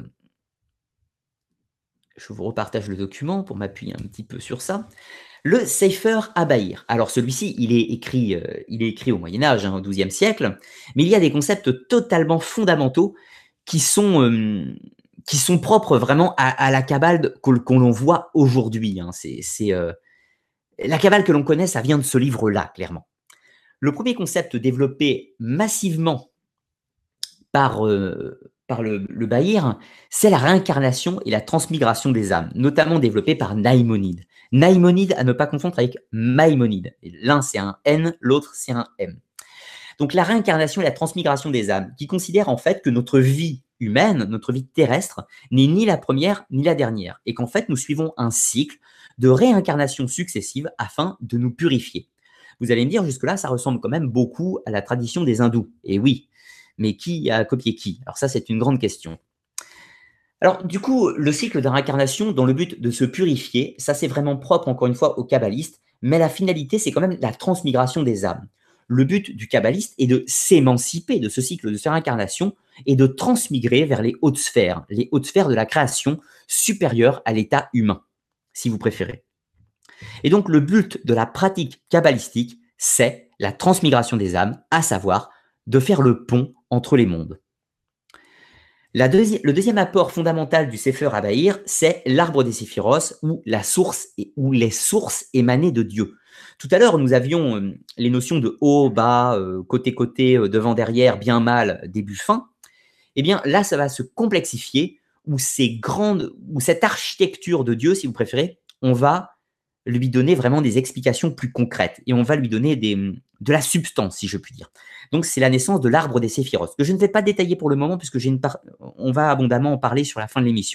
Je vous repartage le document pour m'appuyer un petit peu sur ça. Le Sefer Abaïr. Alors celui-ci, il est écrit, euh, il est écrit au Moyen-Âge, hein, au douzième siècle, mais il y a des concepts totalement fondamentaux qui sont, euh, qui sont propres vraiment à, à la Kabbale qu'on qu'on voit aujourd'hui. Hein. C'est, c'est, euh, la Kabbale que l'on connaît, ça vient de ce livre-là, clairement. Le premier concept développé massivement par, euh, par le, le Bahir, c'est la réincarnation et la transmigration des âmes, notamment développée par Naïmonide. Naïmonide à ne pas confondre avec Maïmonide. L'un c'est un N, l'autre c'est un M. Donc la réincarnation et la transmigration des âmes, qui considèrent en fait que notre vie humaine, notre vie terrestre, n'est ni la première ni la dernière, et qu'en fait nous suivons un cycle de réincarnation successive afin de nous purifier. Vous allez me dire, jusque-là, ça ressemble quand même beaucoup à la tradition des hindous. Et oui, mais qui a copié qui? Alors ça, c'est une grande question. Alors, du coup, le cycle de réincarnation dans le but de se purifier, ça c'est vraiment propre, encore une fois, aux kabbalistes, mais la finalité, c'est quand même la transmigration des âmes. Le but du kabbaliste est de s'émanciper de ce cycle de réincarnation et de transmigrer vers les hautes sphères, les hautes sphères de la création supérieures à l'état humain, si vous préférez. Et donc, le but de la pratique kabbalistique, c'est la transmigration des âmes, à savoir de faire le pont entre les mondes. La deuxi- le deuxième apport fondamental du Sefer Abaïr, c'est l'arbre des séphiros, ou la source, et, ou les sources émanées de Dieu. Tout à l'heure, nous avions euh, les notions de haut, bas, euh, côté, côté, euh, devant, derrière, bien, mal, début, fin. Eh bien, là, ça va se complexifier, où ces grandes, où cette architecture de Dieu, si vous préférez, on va lui donner vraiment des explications plus concrètes, et on va lui donner des, de la substance, si je puis dire. Donc, c'est la naissance de l'arbre des séphiros, que je ne vais pas détailler pour le moment, puisque j'ai une par... on va abondamment en parler sur la fin de l'émission.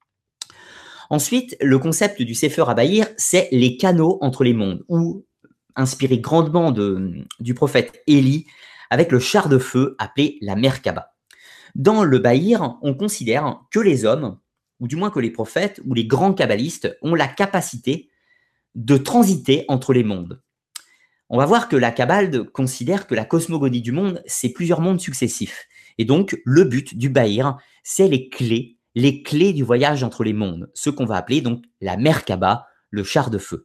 Ensuite, le concept du Sefer Abaïr, c'est les canaux entre les mondes, ou inspiré grandement de, du prophète Élie, avec le char de feu appelé la Merkaba. Dans le Bahir, on considère que les hommes, ou du moins que les prophètes, ou les grands kabbalistes, ont la capacité de transiter entre les mondes. On va voir que la Kabbale considère que la cosmogonie du monde, c'est plusieurs mondes successifs. Et donc, le but du Bahir, c'est les clés, les clés du voyage entre les mondes, ce qu'on va appeler donc la Merkaba, le char de feu.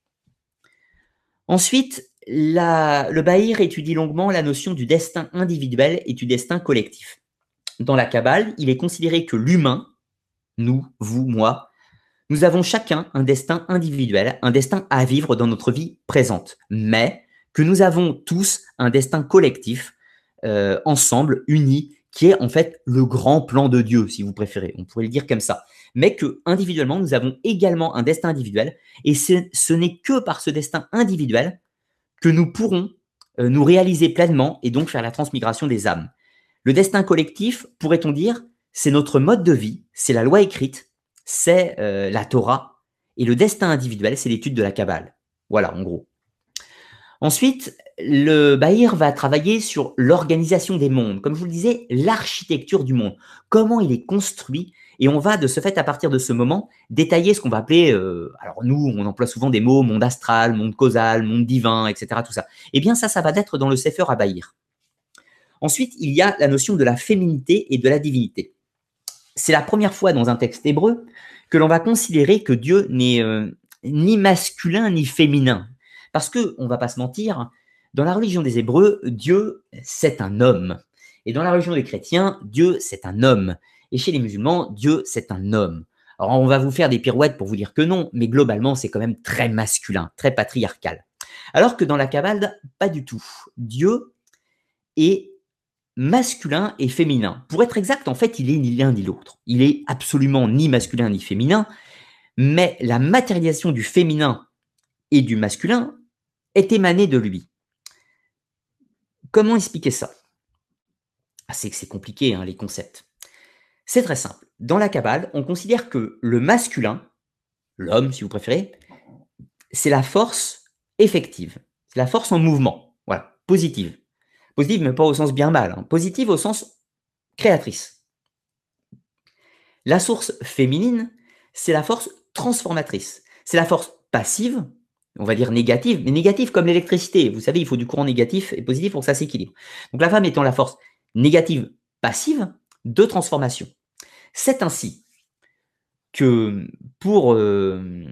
Ensuite, la, le Bahir étudie longuement la notion du destin individuel et du destin collectif. Dans la Kabbale, il est considéré que l'humain, nous, vous, moi, nous avons chacun un destin individuel, un destin à vivre dans notre vie présente, mais que nous avons tous un destin collectif, euh, ensemble, unis, qui est en fait le grand plan de Dieu, si vous préférez. On pourrait le dire comme ça. Mais que individuellement, nous avons également un destin individuel, et ce n'est que par ce destin individuel que nous pourrons euh, nous réaliser pleinement et donc faire la transmigration des âmes. Le destin collectif, pourrait-on dire, c'est notre mode de vie, c'est la loi écrite, c'est euh, la Torah, et le destin individuel, c'est l'étude de la Kabbale. Voilà, en gros. Ensuite, le Bahir va travailler sur l'organisation des mondes, comme je vous le disais, l'architecture du monde, comment il est construit, et on va de ce fait, à partir de ce moment, détailler ce qu'on va appeler, euh, alors nous, on emploie souvent des mots, monde astral, monde causal, monde divin, et cetera, tout ça. Eh bien ça, ça va être dans le Sefer Abaïr. Ensuite, il y a la notion de la féminité et de la divinité. C'est la première fois dans un texte hébreu que l'on va considérer que Dieu n'est euh, ni masculin ni féminin. Parce que, on ne va pas se mentir, dans la religion des Hébreux, Dieu, c'est un homme. Et dans la religion des chrétiens, Dieu, c'est un homme. Et chez les musulmans, Dieu, c'est un homme. Alors, on va vous faire des pirouettes pour vous dire que non, mais globalement, c'est quand même très masculin, très patriarcal. Alors que dans la Kabbale, pas du tout. Dieu est masculin et féminin. Pour être exact, en fait, il est ni l'un ni l'autre. Il est absolument ni masculin ni féminin, mais la matérialisation du féminin et du masculin est émanée de lui. Comment expliquer ça? Ah, c'est que c'est compliqué, hein, les concepts. C'est très simple. Dans la Kabbale, on considère que le masculin, l'homme si vous préférez, c'est la force effective, c'est la force en mouvement. Voilà. positive. Positive, mais pas au sens bien mal, hein. Positive au sens créatrice. La source féminine, c'est la force transformatrice. C'est la force passive, on va dire négative, mais négative comme l'électricité. Vous savez, il faut du courant négatif et positif pour que ça s'équilibre. Donc la femme étant la force négative passive de transformation. C'est ainsi que pour, euh,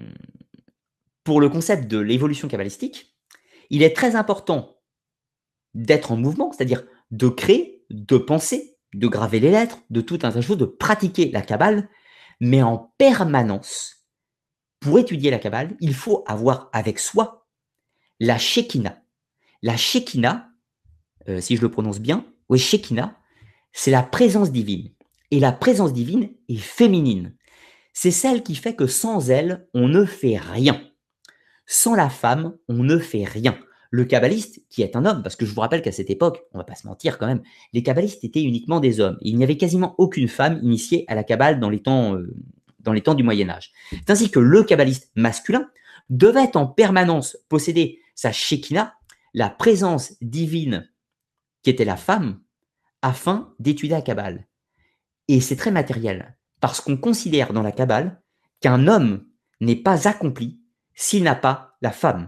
pour le concept de l'évolution kabbalistique, il est très important d'être en mouvement, c'est-à-dire de créer, de penser, de graver les lettres, de tout un tas de choses, de pratiquer la Kabbale, mais en permanence, pour étudier la Kabbale, il faut avoir avec soi la Shekinah. La Shekinah, euh, si je le prononce bien, oui, Shekinah, c'est la présence divine. Et la présence divine est féminine. C'est celle qui fait que sans elle, on ne fait rien. Sans la femme, on ne fait rien. Le kabbaliste, qui est un homme, parce que je vous rappelle qu'à cette époque, on va pas se mentir quand même, les kabbalistes étaient uniquement des hommes. Il n'y avait quasiment aucune femme initiée à la Kabbale dans les temps, euh, dans les temps du Moyen-Âge. C'est ainsi que le kabbaliste masculin devait en permanence posséder sa Shekinah, la présence divine qui était la femme, afin d'étudier la Kabbale. Et c'est très matériel, parce qu'on considère dans la Kabbale qu'un homme n'est pas accompli s'il n'a pas la femme.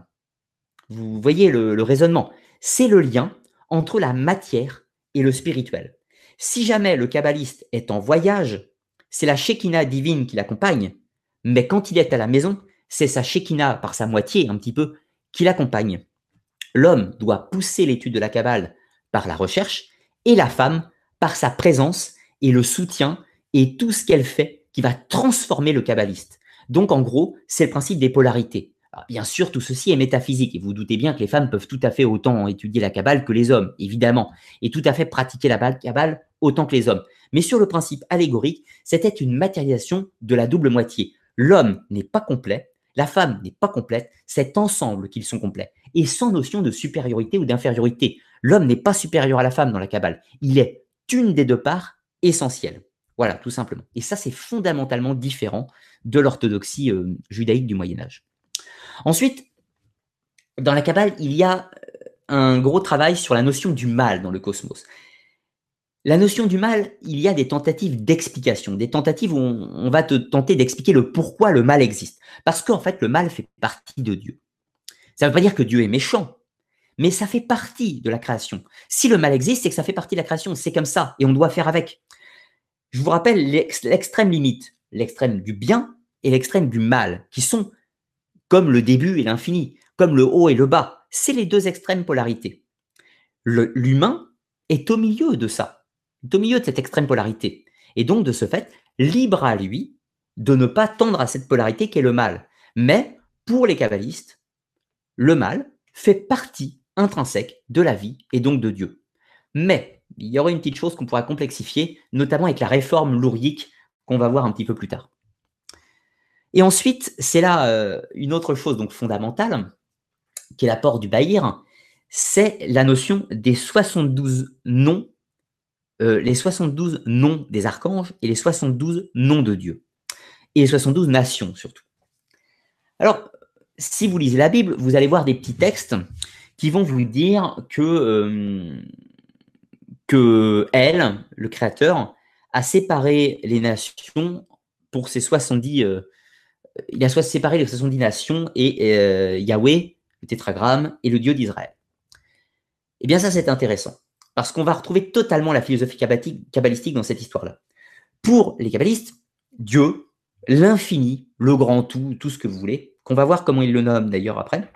Vous voyez le, le raisonnement. C'est le lien entre la matière et le spirituel. Si jamais le kabbaliste est en voyage, c'est la Shekinah divine qui l'accompagne, mais quand il est à la maison, c'est sa Shekinah par sa moitié, un petit peu, qui l'accompagne. L'homme doit pousser l'étude de la Kabbale par la recherche, et la femme par sa présence et le soutien et tout ce qu'elle fait qui va transformer le kabbaliste. Donc en gros, c'est le principe des polarités. Alors, bien sûr, tout ceci est métaphysique, et vous, vous doutez bien que les femmes peuvent tout à fait autant étudier la Kabbale que les hommes, évidemment, et tout à fait pratiquer la Kabbale autant que les hommes. Mais sur le principe allégorique, c'était une matérialisation de la double moitié. L'homme n'est pas complet, la femme n'est pas complète, c'est ensemble qu'ils sont complets, et sans notion de supériorité ou d'infériorité. L'homme n'est pas supérieur à la femme dans la Kabbale, il est une des deux parts essentielles. Voilà, tout simplement. Et ça, c'est fondamentalement différent de l'orthodoxie euh, judaïque du Moyen-Âge. Ensuite, dans la Kabbale, il y a un gros travail sur la notion du mal dans le cosmos. La notion du mal, il y a des tentatives d'explication, des tentatives où on, on va te tenter d'expliquer le pourquoi le mal existe. Parce qu'en fait, le mal fait partie de Dieu. Ça ne veut pas dire que Dieu est méchant, mais ça fait partie de la création. Si le mal existe, c'est que ça fait partie de la création, c'est comme ça, et on doit faire avec. Je vous rappelle l'extrême limite, l'extrême du bien et l'extrême du mal, qui sont comme le début et l'infini, comme le haut et le bas. C'est les deux extrêmes polarités. L'humain est au milieu de ça, est au milieu de cette extrême polarité. Et donc, de ce fait, libre à lui de ne pas tendre à cette polarité qu'est le mal. Mais, pour les kabbalistes, le mal fait partie intrinsèque de la vie et donc de Dieu. Mais, il y aurait une petite chose qu'on pourra complexifier, notamment avec la réforme lourique qu'on va voir un petit peu plus tard. Et ensuite, c'est là euh, une autre chose donc fondamentale, qui est l'apport du Bahir, c'est la notion des soixante-douze noms, euh, les soixante-douze noms des archanges et les soixante-douze noms de Dieu. Et les soixante-douze nations surtout. Alors, si vous lisez la Bible, vous allez voir des petits textes qui vont vous dire que, euh, que elle, le Créateur, a séparé les nations pour ses soixante-dix... Euh, il a soit séparé les soixante-dix nations et euh, Yahweh, le tétragramme, et le Dieu d'Israël. Eh bien, ça, c'est intéressant, parce qu'on va retrouver totalement la philosophie kabbalistique dans cette histoire-là. Pour les kabbalistes, Dieu, l'infini, le grand tout, tout ce que vous voulez, qu'on va voir comment il le nomme d'ailleurs après,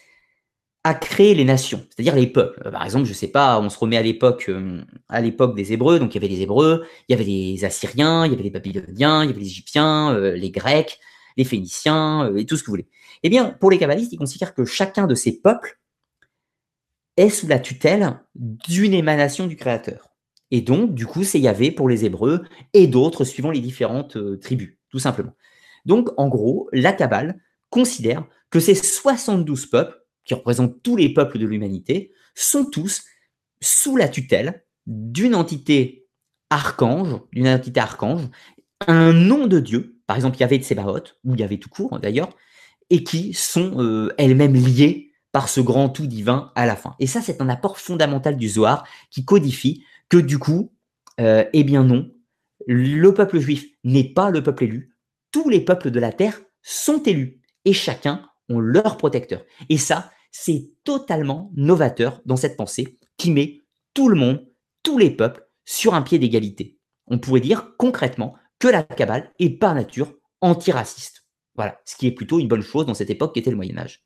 a créé les nations, c'est-à-dire les peuples. Par exemple, je ne sais pas, on se remet à l'époque euh, à l'époque des Hébreux, donc il y avait les Hébreux, il y avait les Assyriens, il y avait les Babyloniens, il y avait les Égyptiens, euh, les Grecs, les Phéniciens, euh, et tout ce que vous voulez. Eh bien, pour les kabbalistes, ils considèrent que chacun de ces peuples est sous la tutelle d'une émanation du Créateur. Et donc, du coup, c'est Yahvé pour les Hébreux et d'autres suivant les différentes euh, tribus, tout simplement. Donc, en gros, la Kabbale considère que ces soixante-douze peuples, qui représentent tous les peuples de l'humanité, sont tous sous la tutelle d'une entité archange, d'une entité archange, un nom de Dieu, par exemple Yahvé de Sébaoth, ou Yahvé tout court d'ailleurs, et qui sont euh, elles-mêmes liées par ce grand tout divin à la fin. Et ça, c'est un apport fondamental du Zohar qui codifie que du coup, euh, eh bien non, le peuple juif n'est pas le peuple élu. Tous les peuples de la terre sont élus et chacun ont leur protecteur. Et ça, c'est totalement novateur dans cette pensée qui met tout le monde, tous les peuples, sur un pied d'égalité. On pourrait dire concrètement que la Kabbale est par nature antiraciste. Voilà, ce qui est plutôt une bonne chose dans cette époque qui était le Moyen-Âge.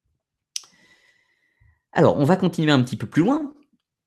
Alors, on va continuer un petit peu plus loin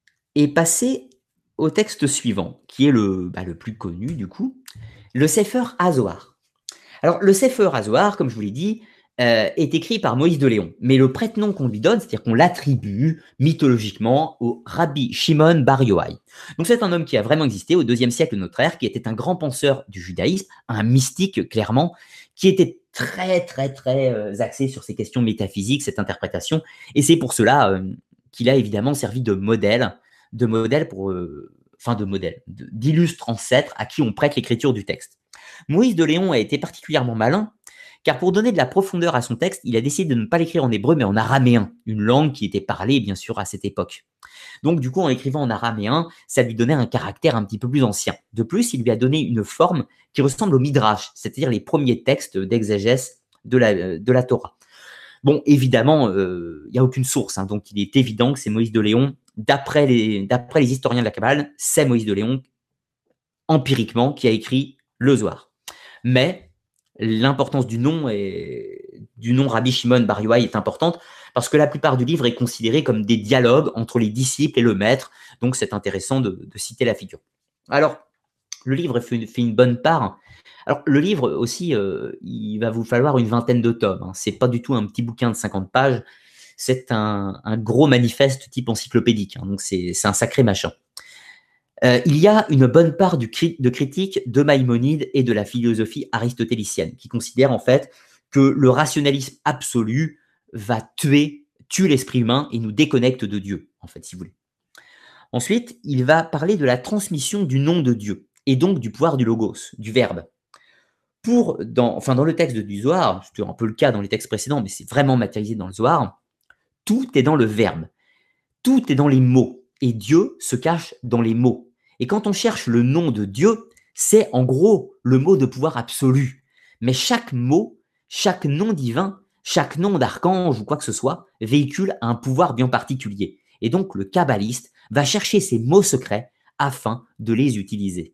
et passer au texte suivant, qui est le, bah, le plus connu du coup, le Sefer HaZohar. Alors, le Sefer HaZohar, comme je vous l'ai dit, euh, est écrit par Moïse de Léon, mais le prête-nom qu'on lui donne, c'est-à-dire qu'on l'attribue mythologiquement au Rabbi Shimon Bar Yochai. Donc, c'est un homme qui a vraiment existé au deuxième siècle de notre ère, qui était un grand penseur du judaïsme, un mystique clairement, qui était très, très, très euh, axé sur ces questions métaphysiques, cette interprétation, et c'est pour cela euh, qu'il a évidemment servi de modèle, de modèle pour, euh, enfin de modèle, d'illustre ancêtre à qui on prête l'écriture du texte. Moïse de Léon a été particulièrement malin, car pour donner de la profondeur à son texte, il a décidé de ne pas l'écrire en hébreu, mais en araméen, une langue qui était parlée, bien sûr, à cette époque. Donc, du coup, en écrivant en araméen, ça lui donnait un caractère un petit peu plus ancien. De plus, il lui a donné une forme qui ressemble au Midrash, c'est-à-dire les premiers textes d'exégèse de la, de la Torah. Bon, évidemment, euh, il n'y a aucune source, hein, donc il est évident que c'est Moïse de Léon. D'après les, d'après les historiens de la Kabbale, c'est Moïse de Léon, empiriquement, qui a écrit le Zohar. Mais l'importance du nom et du nom Rabbi Shimon Bar Yochai est importante parce que la plupart du livre est considéré comme des dialogues entre les disciples et le maître. Donc, c'est intéressant de, de citer la figure. Alors, le livre fait une, fait une bonne part. Alors, le livre aussi, euh, il va vous falloir une vingtaine de tomes. Hein. C'est pas du tout un petit bouquin de cinquante pages. C'est un, un gros manifeste type encyclopédique. Hein. Donc, c'est un sacré machin. Euh, il y a une bonne part du cri de critique de Maïmonide et de la philosophie aristotélicienne, qui considère en fait que le rationalisme absolu va tuer, tuer l'esprit humain et nous déconnecte de Dieu, en fait, si vous voulez. Ensuite, il va parler de la transmission du nom de Dieu, et donc du pouvoir du logos, du verbe. Pour, dans, enfin, dans le texte du Zohar, c'était un peu le cas dans les textes précédents, mais c'est vraiment matérialisé dans le Zohar, tout est dans le verbe, tout est dans les mots, et Dieu se cache dans les mots. Et quand on cherche le nom de Dieu, c'est en gros le mot de pouvoir absolu. Mais chaque mot, chaque nom divin, chaque nom d'archange ou quoi que ce soit, véhicule un pouvoir bien particulier. Et donc le kabbaliste va chercher ces mots secrets afin de les utiliser.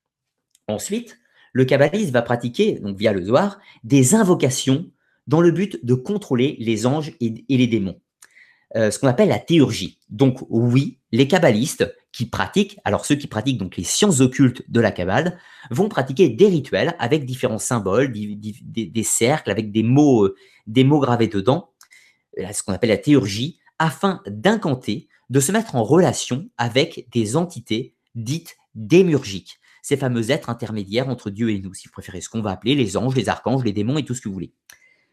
Ensuite, le kabbaliste va pratiquer, donc via le Zohar, des invocations dans le but de contrôler les anges et, et les démons. Euh, ce qu'on appelle la théurgie. Donc oui, les kabbalistes qui pratiquent, alors ceux qui pratiquent donc les sciences occultes de la Kabbale, vont pratiquer des rituels avec différents symboles, des, des, des cercles avec des mots, euh, des mots gravés dedans, ce qu'on appelle la théurgie, afin d'incanter, de se mettre en relation avec des entités dites démurgiques, ces fameux êtres intermédiaires entre Dieu et nous, si vous préférez, ce qu'on va appeler les anges, les archanges, les démons et tout ce que vous voulez.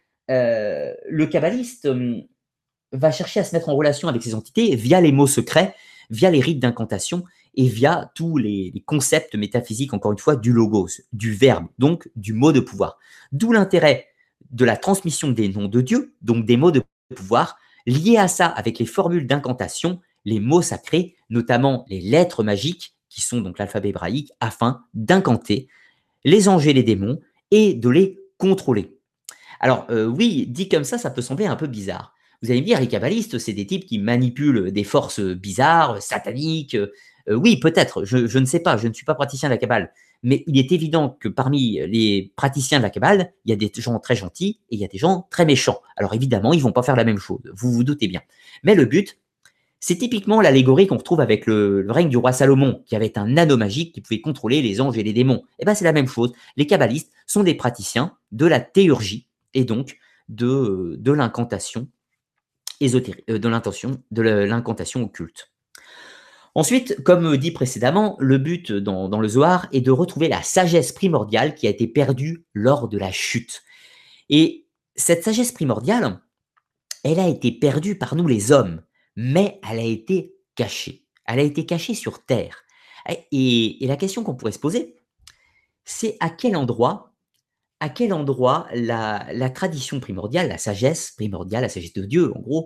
Euh, le kabbaliste euh, va chercher à se mettre en relation avec ces entités via les mots secrets, via les rites d'incantation et via tous les, les concepts métaphysiques, encore une fois, du logos, du verbe, donc du mot de pouvoir. D'où l'intérêt de la transmission des noms de Dieu, donc des mots de pouvoir, liés à ça avec les formules d'incantation, les mots sacrés, notamment les lettres magiques, qui sont donc l'alphabet hébraïque, afin d'incanter les anges et les démons et de les contrôler. Alors euh, oui, dit comme ça, ça peut sembler un peu bizarre. Vous allez me dire, les kabbalistes, c'est des types qui manipulent des forces bizarres, sataniques. Euh, oui, peut-être, je, je ne sais pas, je ne suis pas praticien de la Kabbale. Mais il est évident que parmi les praticiens de la Kabbale, il y a des gens très gentils et il y a des gens très méchants. Alors évidemment, ils ne vont pas faire la même chose, vous vous doutez bien. Mais le but, c'est typiquement l'allégorie qu'on retrouve avec le, le règne du roi Salomon, qui avait un anneau magique qui pouvait contrôler les anges et les démons. Et bien c'est la même chose. Les kabbalistes sont des praticiens de la théurgie et donc de, de l'incantation ésotérique, de l'intention, de l'incantation occulte. Ensuite, comme dit précédemment, le but dans, dans le Zohar est de retrouver la sagesse primordiale qui a été perdue lors de la chute. Et cette sagesse primordiale, elle a été perdue par nous les hommes, mais elle a été cachée. Elle a été cachée sur Terre. Et, et la question qu'on pourrait se poser, c'est à quel endroit, à quel endroit la, la tradition primordiale, la sagesse primordiale, la sagesse de Dieu en gros,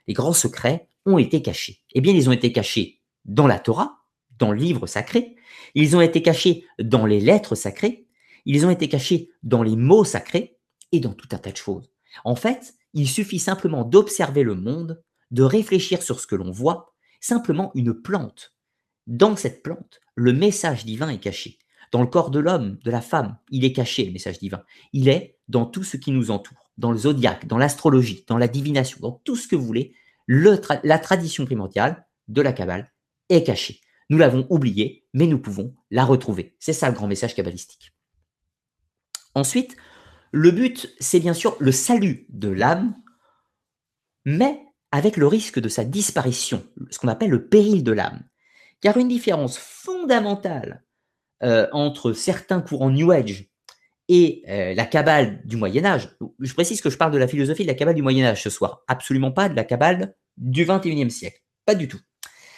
les grands secrets ont été cachés. Eh bien, ils ont été cachés dans la Torah, dans le livre sacré, ils ont été cachés dans les lettres sacrées, ils ont été cachés dans les mots sacrés et dans tout un tas de choses. En fait, il suffit simplement d'observer le monde, de réfléchir sur ce que l'on voit, simplement une plante. Dans cette plante, le message divin est caché. Dans le corps de l'homme, de la femme, il est caché, le message divin. Il est dans tout ce qui nous entoure, dans le zodiaque, dans l'astrologie, dans la divination, dans tout ce que vous voulez. Le tra- la tradition primordiale de la Kabbale est cachée. Nous l'avons oubliée, mais nous pouvons la retrouver. C'est ça le grand message kabbalistique. Ensuite, le but, c'est bien sûr le salut de l'âme, mais avec le risque de sa disparition, ce qu'on appelle le péril de l'âme. Car une différence fondamentale euh, entre certains courants New Age et euh, la Kabbale du Moyen-Âge, je précise que je parle de la philosophie de la Kabbale du Moyen-Âge ce soir, absolument pas de la Kabbale du vingt et unième siècle, pas du tout.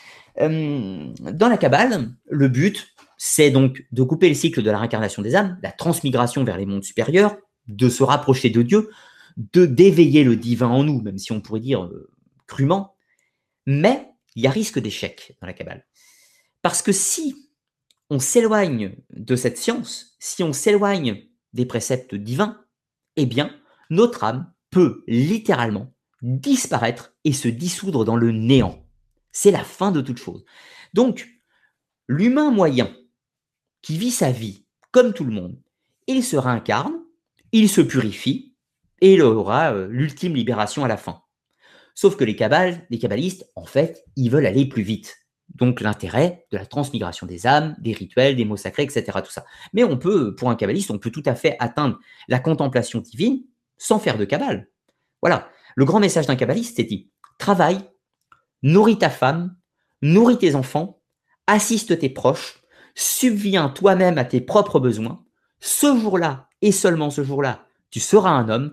Euh, dans la Kabbale, le but, c'est donc de couper le cycle de la réincarnation des âmes, la transmigration vers les mondes supérieurs, de se rapprocher de Dieu, de d'éveiller le divin en nous, même si on pourrait dire euh, crûment, mais il y a risque d'échec dans la Kabbale. Parce que si on s'éloigne de cette science, si on s'éloigne des préceptes divins, eh bien, notre âme peut littéralement disparaître et se dissoudre dans le néant. C'est la fin de toute chose. Donc, l'humain moyen qui vit sa vie comme tout le monde, il se réincarne, il se purifie et il aura euh, l'ultime libération à la fin. Sauf que les kabbales, les kabbalistes, en fait, ils veulent aller plus vite. Donc l'intérêt de la transmigration des âmes, des rituels, des mots sacrés, et cetera. Tout ça. Mais on peut, pour un kabbaliste, on peut tout à fait atteindre la contemplation divine sans faire de kabbale. Voilà. Le grand message d'un kabbaliste, c'est dit travaille, nourris ta femme, nourris tes enfants, assiste tes proches, subviens toi-même à tes propres besoins. Ce jour-là, et seulement ce jour-là, tu seras un homme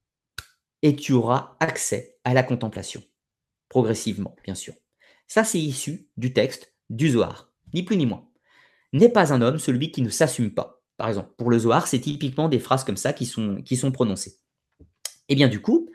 et tu auras accès à la contemplation. Progressivement, bien sûr. Ça, c'est issu du texte du Zohar, ni plus ni moins. N'est pas un homme celui qui ne s'assume pas. Par exemple, pour le Zohar, c'est typiquement des phrases comme ça qui sont, qui sont prononcées. Et bien du coup,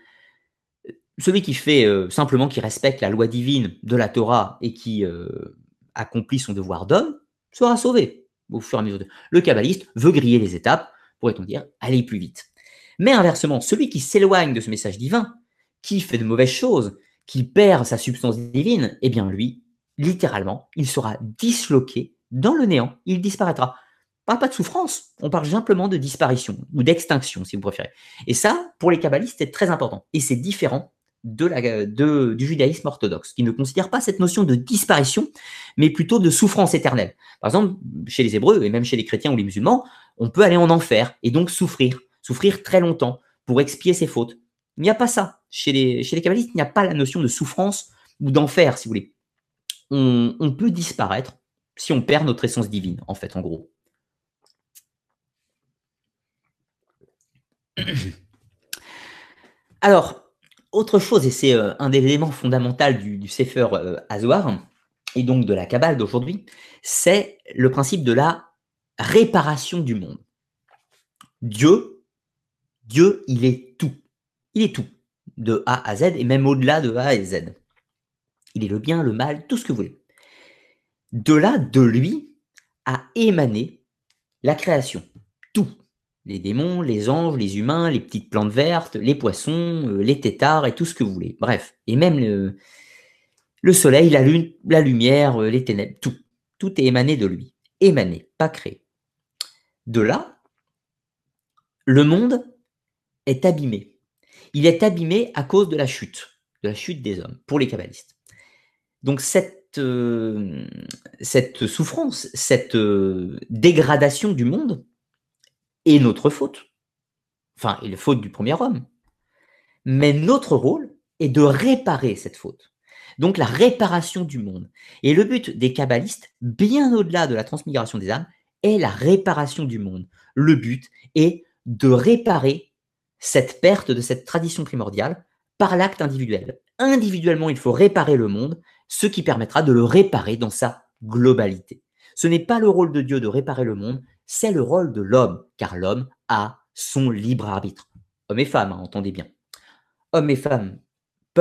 celui qui fait euh, simplement, qui respecte la loi divine de la Torah et qui euh, accomplit son devoir d'homme, sera sauvé au fur et à mesure. De... Le kabbaliste veut griller les étapes, pourrait-on dire, aller plus vite. Mais inversement, celui qui s'éloigne de ce message divin, qui fait de mauvaises choses, qui perd sa substance divine, eh bien lui, littéralement, il sera disloqué dans le néant, il disparaîtra. On parle pas de souffrance, on parle simplement de disparition, ou d'extinction, si vous préférez. Et ça, pour les kabbalistes, c'est très important. Et c'est différent de la, de, du judaïsme orthodoxe, qui ne considère pas cette notion de disparition, mais plutôt de souffrance éternelle. Par exemple, chez les Hébreux, et même chez les chrétiens ou les musulmans, on peut aller en enfer, et donc souffrir, souffrir très longtemps, pour expier ses fautes. Il n'y a pas ça. Chez les, chez les kabbalistes, il n'y a pas la notion de souffrance ou d'enfer, si vous voulez. On, on peut disparaître si on perd notre essence divine, en fait, en gros. Alors, autre chose, et c'est euh, un des éléments fondamentaux du, du Sefer euh, Hazohar, et donc de la Kabbale d'aujourd'hui, c'est le principe de la réparation du monde. Dieu, Dieu, il est tout. Il est tout, de A à Z, et même au-delà de A à Z. Il est le bien, le mal, tout ce que vous voulez. De là, de lui, a émané la création. Tout. Les démons, les anges, les humains, les petites plantes vertes, les poissons, euh, les têtards et tout ce que vous voulez. Bref. Et même le, le soleil, la lune, la lumière, euh, les ténèbres, tout. Tout est émané de lui. Émané, pas créé. De là, le monde est abîmé. Il est abîmé à cause de la chute, de la chute des hommes, pour les kabbalistes. Donc cette, euh, cette souffrance, cette euh, dégradation du monde est notre faute. Enfin, est la faute du premier homme. Mais notre rôle est de réparer cette faute. Donc la réparation du monde. Et le but des kabbalistes, bien au-delà de la transmigration des âmes, est la réparation du monde. Le but est de réparer cette perte de cette tradition primordiale par l'acte individuel. Individuellement, il faut réparer le monde, ce qui permettra de le réparer dans sa globalité. Ce n'est pas le rôle de Dieu de réparer le monde, c'est le rôle de l'homme, car l'homme a son libre arbitre. Hommes et femmes, hein, entendez bien. Hommes et femmes peuvent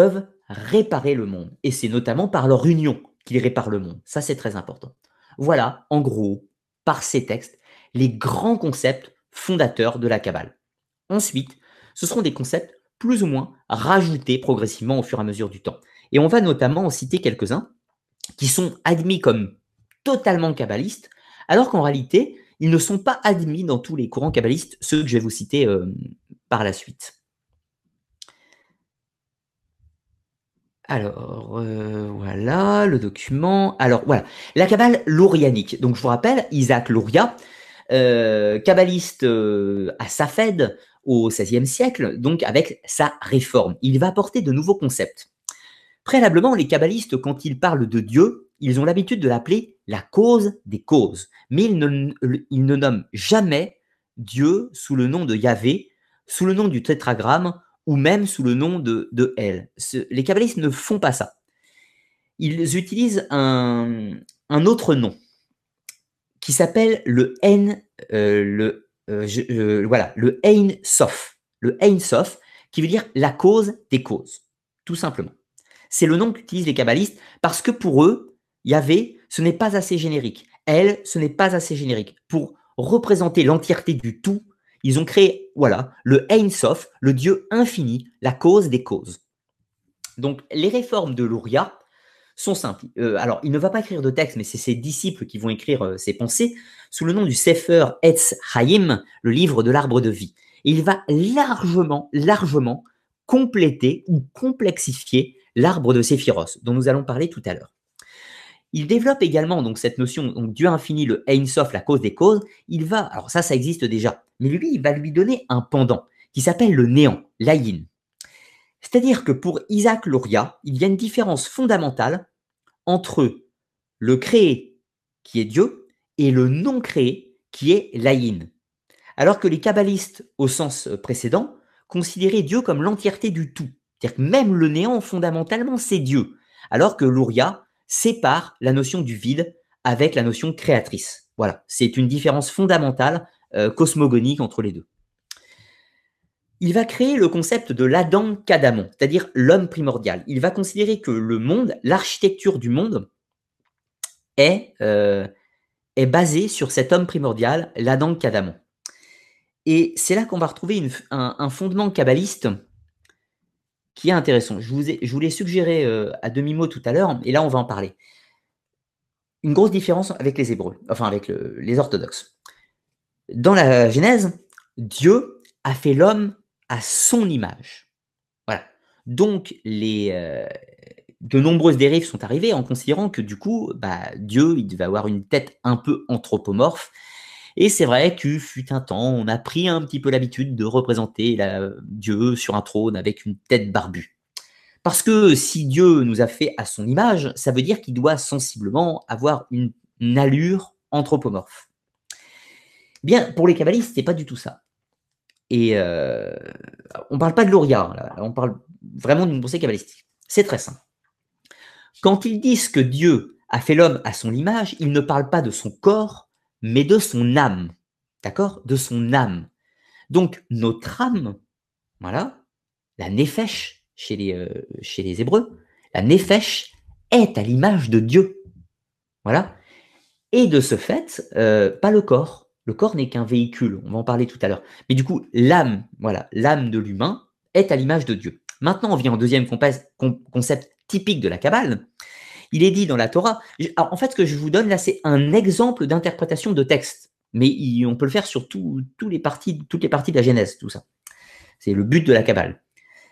réparer le monde. Et c'est notamment par leur union qu'ils réparent le monde. Ça, c'est très important. Voilà, en gros, par ces textes, les grands concepts fondateurs de la Kabbale. Ensuite, ce seront des concepts plus ou moins rajoutés progressivement au fur et à mesure du temps. Et on va notamment en citer quelques-uns qui sont admis comme totalement kabbalistes, alors qu'en réalité, ils ne sont pas admis dans tous les courants kabbalistes, ceux que je vais vous citer euh, par la suite. Alors, euh, voilà le document. Alors, voilà, la Kabbale lourianique. Donc, je vous rappelle, Isaac Louria, euh, kabbaliste euh, à Safed au seizième siècle, donc avec sa réforme. Il va apporter de nouveaux concepts. Préalablement, les kabbalistes, quand ils parlent de Dieu, ils ont l'habitude de l'appeler la cause des causes. Mais ils ne, ils ne nomment jamais Dieu sous le nom de Yahvé, sous le nom du tétragramme ou même sous le nom de, de El. Ce, les kabbalistes ne font pas ça. Ils utilisent un, un autre nom qui s'appelle le Ein, euh, le, euh, je, euh, voilà, le Ein Sof. Le Ein Sof, qui veut dire la cause des causes, tout simplement. C'est le nom qu'utilisent les kabbalistes parce que pour eux, Yahvé, ce n'est pas assez générique. El, ce n'est pas assez générique. Pour représenter l'entièreté du tout, ils ont créé, voilà, le Ein Sof, le Dieu infini, la cause des causes. Donc, les réformes de Louria sont simples. Euh, alors, il ne va pas écrire de texte, mais c'est ses disciples qui vont écrire euh, ses pensées sous le nom du Sefer Etz Chaim, le livre de l'arbre de vie. Et il va largement, largement compléter ou complexifier l'arbre de Séphiros, dont nous allons parler tout à l'heure. Il développe également donc cette notion, donc Dieu infini, le Ein Sof, la cause des causes. Il va, alors ça, ça existe déjà, mais lui, il va lui donner un pendant qui s'appelle le néant, l'Aïn. C'est-à-dire que pour Isaac Louria, il y a une différence fondamentale entre le créé, qui est Dieu, et le non créé, qui est l'Aïn. Alors que les kabbalistes, au sens précédent, considéraient Dieu comme l'entièreté du tout. C'est-à-dire que même le néant, fondamentalement, c'est Dieu. Alors que Louria sépare la notion du vide avec la notion créatrice. Voilà, c'est une différence fondamentale euh, cosmogonique entre les deux. Il va créer le concept de l'Adam Kadamon, c'est-à-dire l'homme primordial. Il va considérer que le monde, l'architecture du monde, est, euh, est basée sur cet homme primordial, l'Adam Kadamon. Et c'est là qu'on va retrouver une, un, un fondement kabbaliste qui est intéressant. Je vous, ai, je vous l'ai suggéré euh, à demi-mot tout à l'heure, et là on va en parler. Une grosse différence avec les Hébreux, enfin avec le, les orthodoxes. Dans la Genèse, Dieu a fait l'homme à son image. Voilà. Donc, les, euh, de nombreuses dérives sont arrivées en considérant que du coup, bah, Dieu, il devait avoir une tête un peu anthropomorphe. Et c'est vrai qu'il fut un temps, on a pris un petit peu l'habitude de représenter la, Dieu sur un trône avec une tête barbue. Parce que si Dieu nous a fait à son image, ça veut dire qu'il doit sensiblement avoir une, une allure anthropomorphe. Bien, pour les kabbalistes, c'est pas du tout ça. Et euh, on ne parle pas de Louria, là, on parle vraiment d'une pensée kabbalistique. C'est très simple. Quand ils disent que Dieu a fait l'homme à son image, ils ne parlent pas de son corps, mais de son âme. D'accord? De son âme. Donc, notre âme, voilà, la nefesh chez les, euh, chez les Hébreux, la nefesh est à l'image de Dieu. Voilà. Et de ce fait, euh, pas le corps. Le corps n'est qu'un véhicule, on va en parler tout à l'heure. Mais du coup, l'âme, voilà, l'âme de l'humain est à l'image de Dieu. Maintenant, on vient au deuxième concept typique de la Kabbale. Il est dit dans la Torah, alors en fait, ce que je vous donne là, c'est un exemple d'interprétation de texte. Mais il, on peut le faire sur tout, tout les parties, toutes les parties de la Genèse, tout ça. C'est le but de la Kabbale.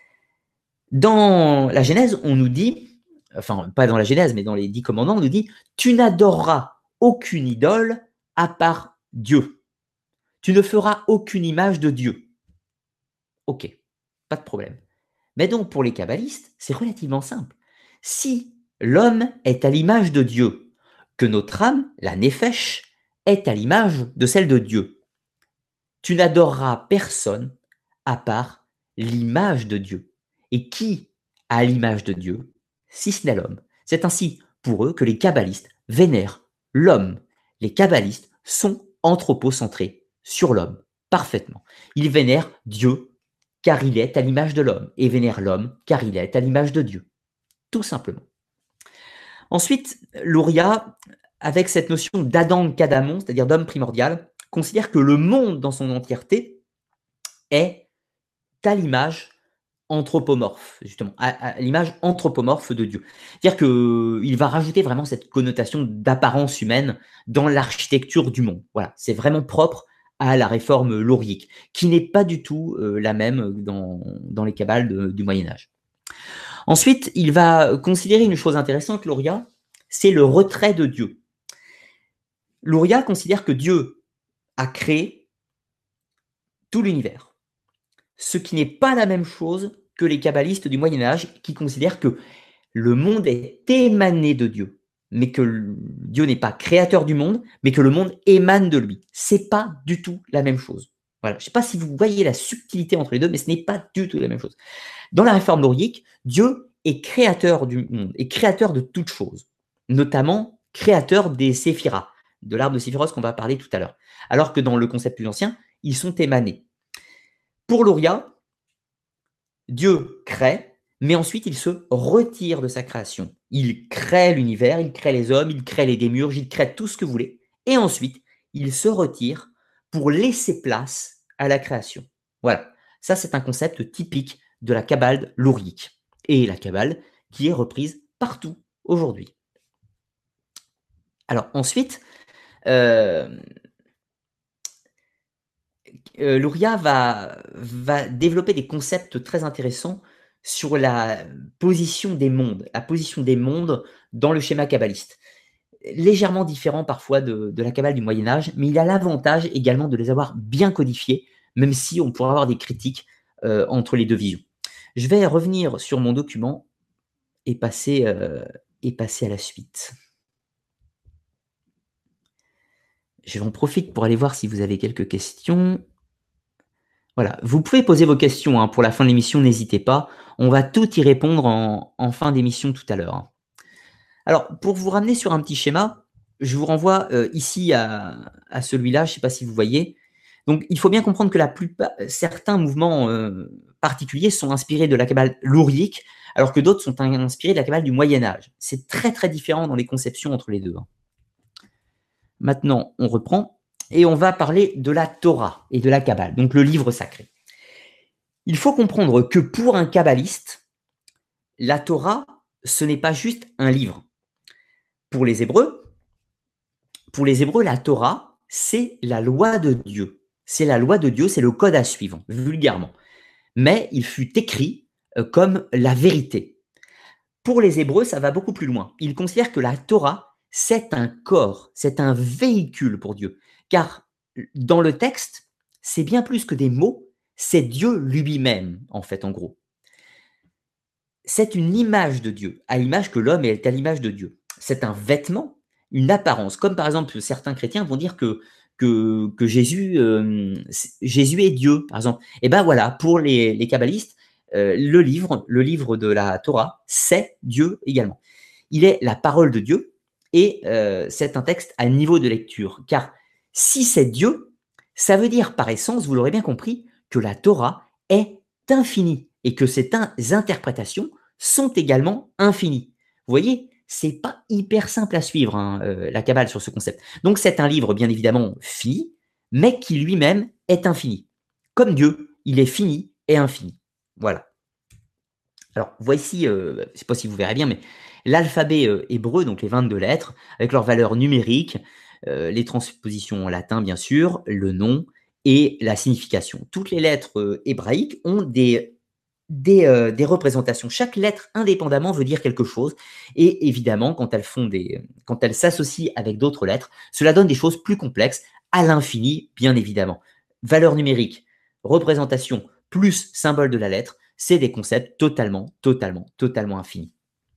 Dans la Genèse, on nous dit, enfin, pas dans la Genèse, mais dans les dix commandements, on nous dit « Tu n'adoreras aucune idole à part Dieu. Tu ne feras aucune image de Dieu. » Ok, pas de problème. Mais donc, pour les kabbalistes, c'est relativement simple. Si l'homme est à l'image de Dieu, que notre âme, la nefesh, est à l'image de celle de Dieu, tu n'adoreras personne à part l'image de Dieu. Et qui a l'image de Dieu, si ce n'est l'homme? C'est ainsi, pour eux, que les kabbalistes vénèrent l'homme. Les kabbalistes sont anthropocentrés sur l'homme, parfaitement. Ils vénèrent Dieu car il est à l'image de l'homme, et vénèrent l'homme car il est à l'image de Dieu. tout simplement. Ensuite, Luria, avec cette notion d'Adam Kadamon, c'est-à-dire d'homme primordial, considère que le monde dans son entièreté est à l'image anthropomorphe, justement, à, à l'image anthropomorphe de Dieu. C'est-à-dire qu'il va rajouter vraiment cette connotation d'apparence humaine dans l'architecture du monde. Voilà, c'est vraiment propre à la réforme laurique, qui n'est pas du tout euh, la même dans, dans les kabbales de- du Moyen-Âge. Ensuite, il va considérer une chose intéressante, Luria, c'est le retrait de Dieu. Luria considère que Dieu a créé tout l'univers, ce qui n'est pas la même chose que les kabbalistes du Moyen-Âge qui considèrent que le monde est émané de Dieu, mais que le- Dieu n'est pas créateur du monde, mais que le monde émane de lui. C'est pas du tout la même chose. Voilà. Je ne sais pas si vous voyez la subtilité entre les deux, mais ce n'est pas du tout la même chose. Dans la réforme laurique, Dieu est créateur du monde, est créateur de toutes choses, notamment créateur des séphiras, de l'arbre de Séphiros qu'on va parler tout à l'heure. Alors que dans le concept plus ancien, ils sont émanés. Pour Luria, Dieu crée, mais ensuite il se retire de sa création. Il crée l'univers, il crée les hommes, il crée les démiurges, il crée tout ce que vous voulez, et ensuite il se retire pour laisser place à la création. Voilà, ça c'est un concept typique de la Kabbale laurique, et la Kabbale qui est reprise partout aujourd'hui. Alors ensuite, euh, euh, Luria va, va développer des concepts très intéressants sur la position des mondes, la position des mondes dans le schéma kabbaliste. Légèrement différent parfois de, de la Kabbale du Moyen-Âge, mais il a l'avantage également de les avoir bien codifiés, même si on pourrait avoir des critiques euh, entre les deux visions. Je vais revenir sur mon document et passer, euh, et passer à la suite. Je en profite pour aller voir si vous avez quelques questions. Voilà, vous pouvez poser vos questions hein, pour la fin de l'émission, n'hésitez pas. On va tout y répondre en, en fin d'émission tout à l'heure. hein. Alors, pour vous ramener sur un petit schéma, je vous renvoie euh, ici à, à celui-là, je ne sais pas si vous voyez. Donc, il faut bien comprendre que la plupart, certains mouvements euh, particuliers sont inspirés de la Kabbale laurique, alors que d'autres sont inspirés de la Kabbale du Moyen-Âge. C'est très, très différent dans les conceptions entre les deux. hein. Maintenant, on reprend et on va parler de la Torah et de la Kabbale, donc le livre sacré. Il faut comprendre que pour un kabbaliste, la Torah, ce n'est pas juste un livre. Pour les Hébreux, pour les Hébreux, la Torah, c'est la loi de Dieu. C'est la loi de Dieu, c'est le code à suivre, vulgairement. Mais il fut écrit euh, comme la vérité. Pour les Hébreux, ça va beaucoup plus loin. Ils considèrent que la Torah, c'est un corps, c'est un véhicule pour Dieu. Car dans le texte, c'est bien plus que des mots, c'est Dieu lui-même, en fait, en gros. C'est une image de Dieu, à l'image que l'homme est à l'image de Dieu. C'est un vêtement, une apparence. Comme par exemple, certains chrétiens vont dire que, que, que Jésus, euh, Jésus est Dieu, par exemple. Et bien voilà, pour les, les kabbalistes, euh, le livre, le livre de la Torah, c'est Dieu également. Il est la parole de Dieu et euh, c'est un texte à niveau de lecture. Car si c'est Dieu, ça veut dire par essence, vous l'aurez bien compris, que la Torah est infinie et que ces interprétations sont également infinies. Vous voyez, c'est pas hyper simple à suivre, hein, euh, la Kabbale sur ce concept. Donc c'est un livre bien évidemment fini, mais qui lui-même est infini. Comme Dieu, il est fini et infini. Voilà. Alors voici, euh, je ne sais pas si vous verrez bien, mais l'alphabet euh, hébreu, donc les vingt-deux lettres, avec leurs valeurs numériques, euh, les transpositions en latin bien sûr, le nom et la signification. Toutes les lettres euh, hébraïques ont des des, euh, des représentations. Chaque lettre indépendamment veut dire quelque chose. Et évidemment, quand elles font des, quand elles s'associent avec d'autres lettres, cela donne des choses plus complexes à l'infini, bien évidemment. Valeur numérique, représentation plus symbole de la lettre, c'est des concepts totalement, totalement, totalement infinis.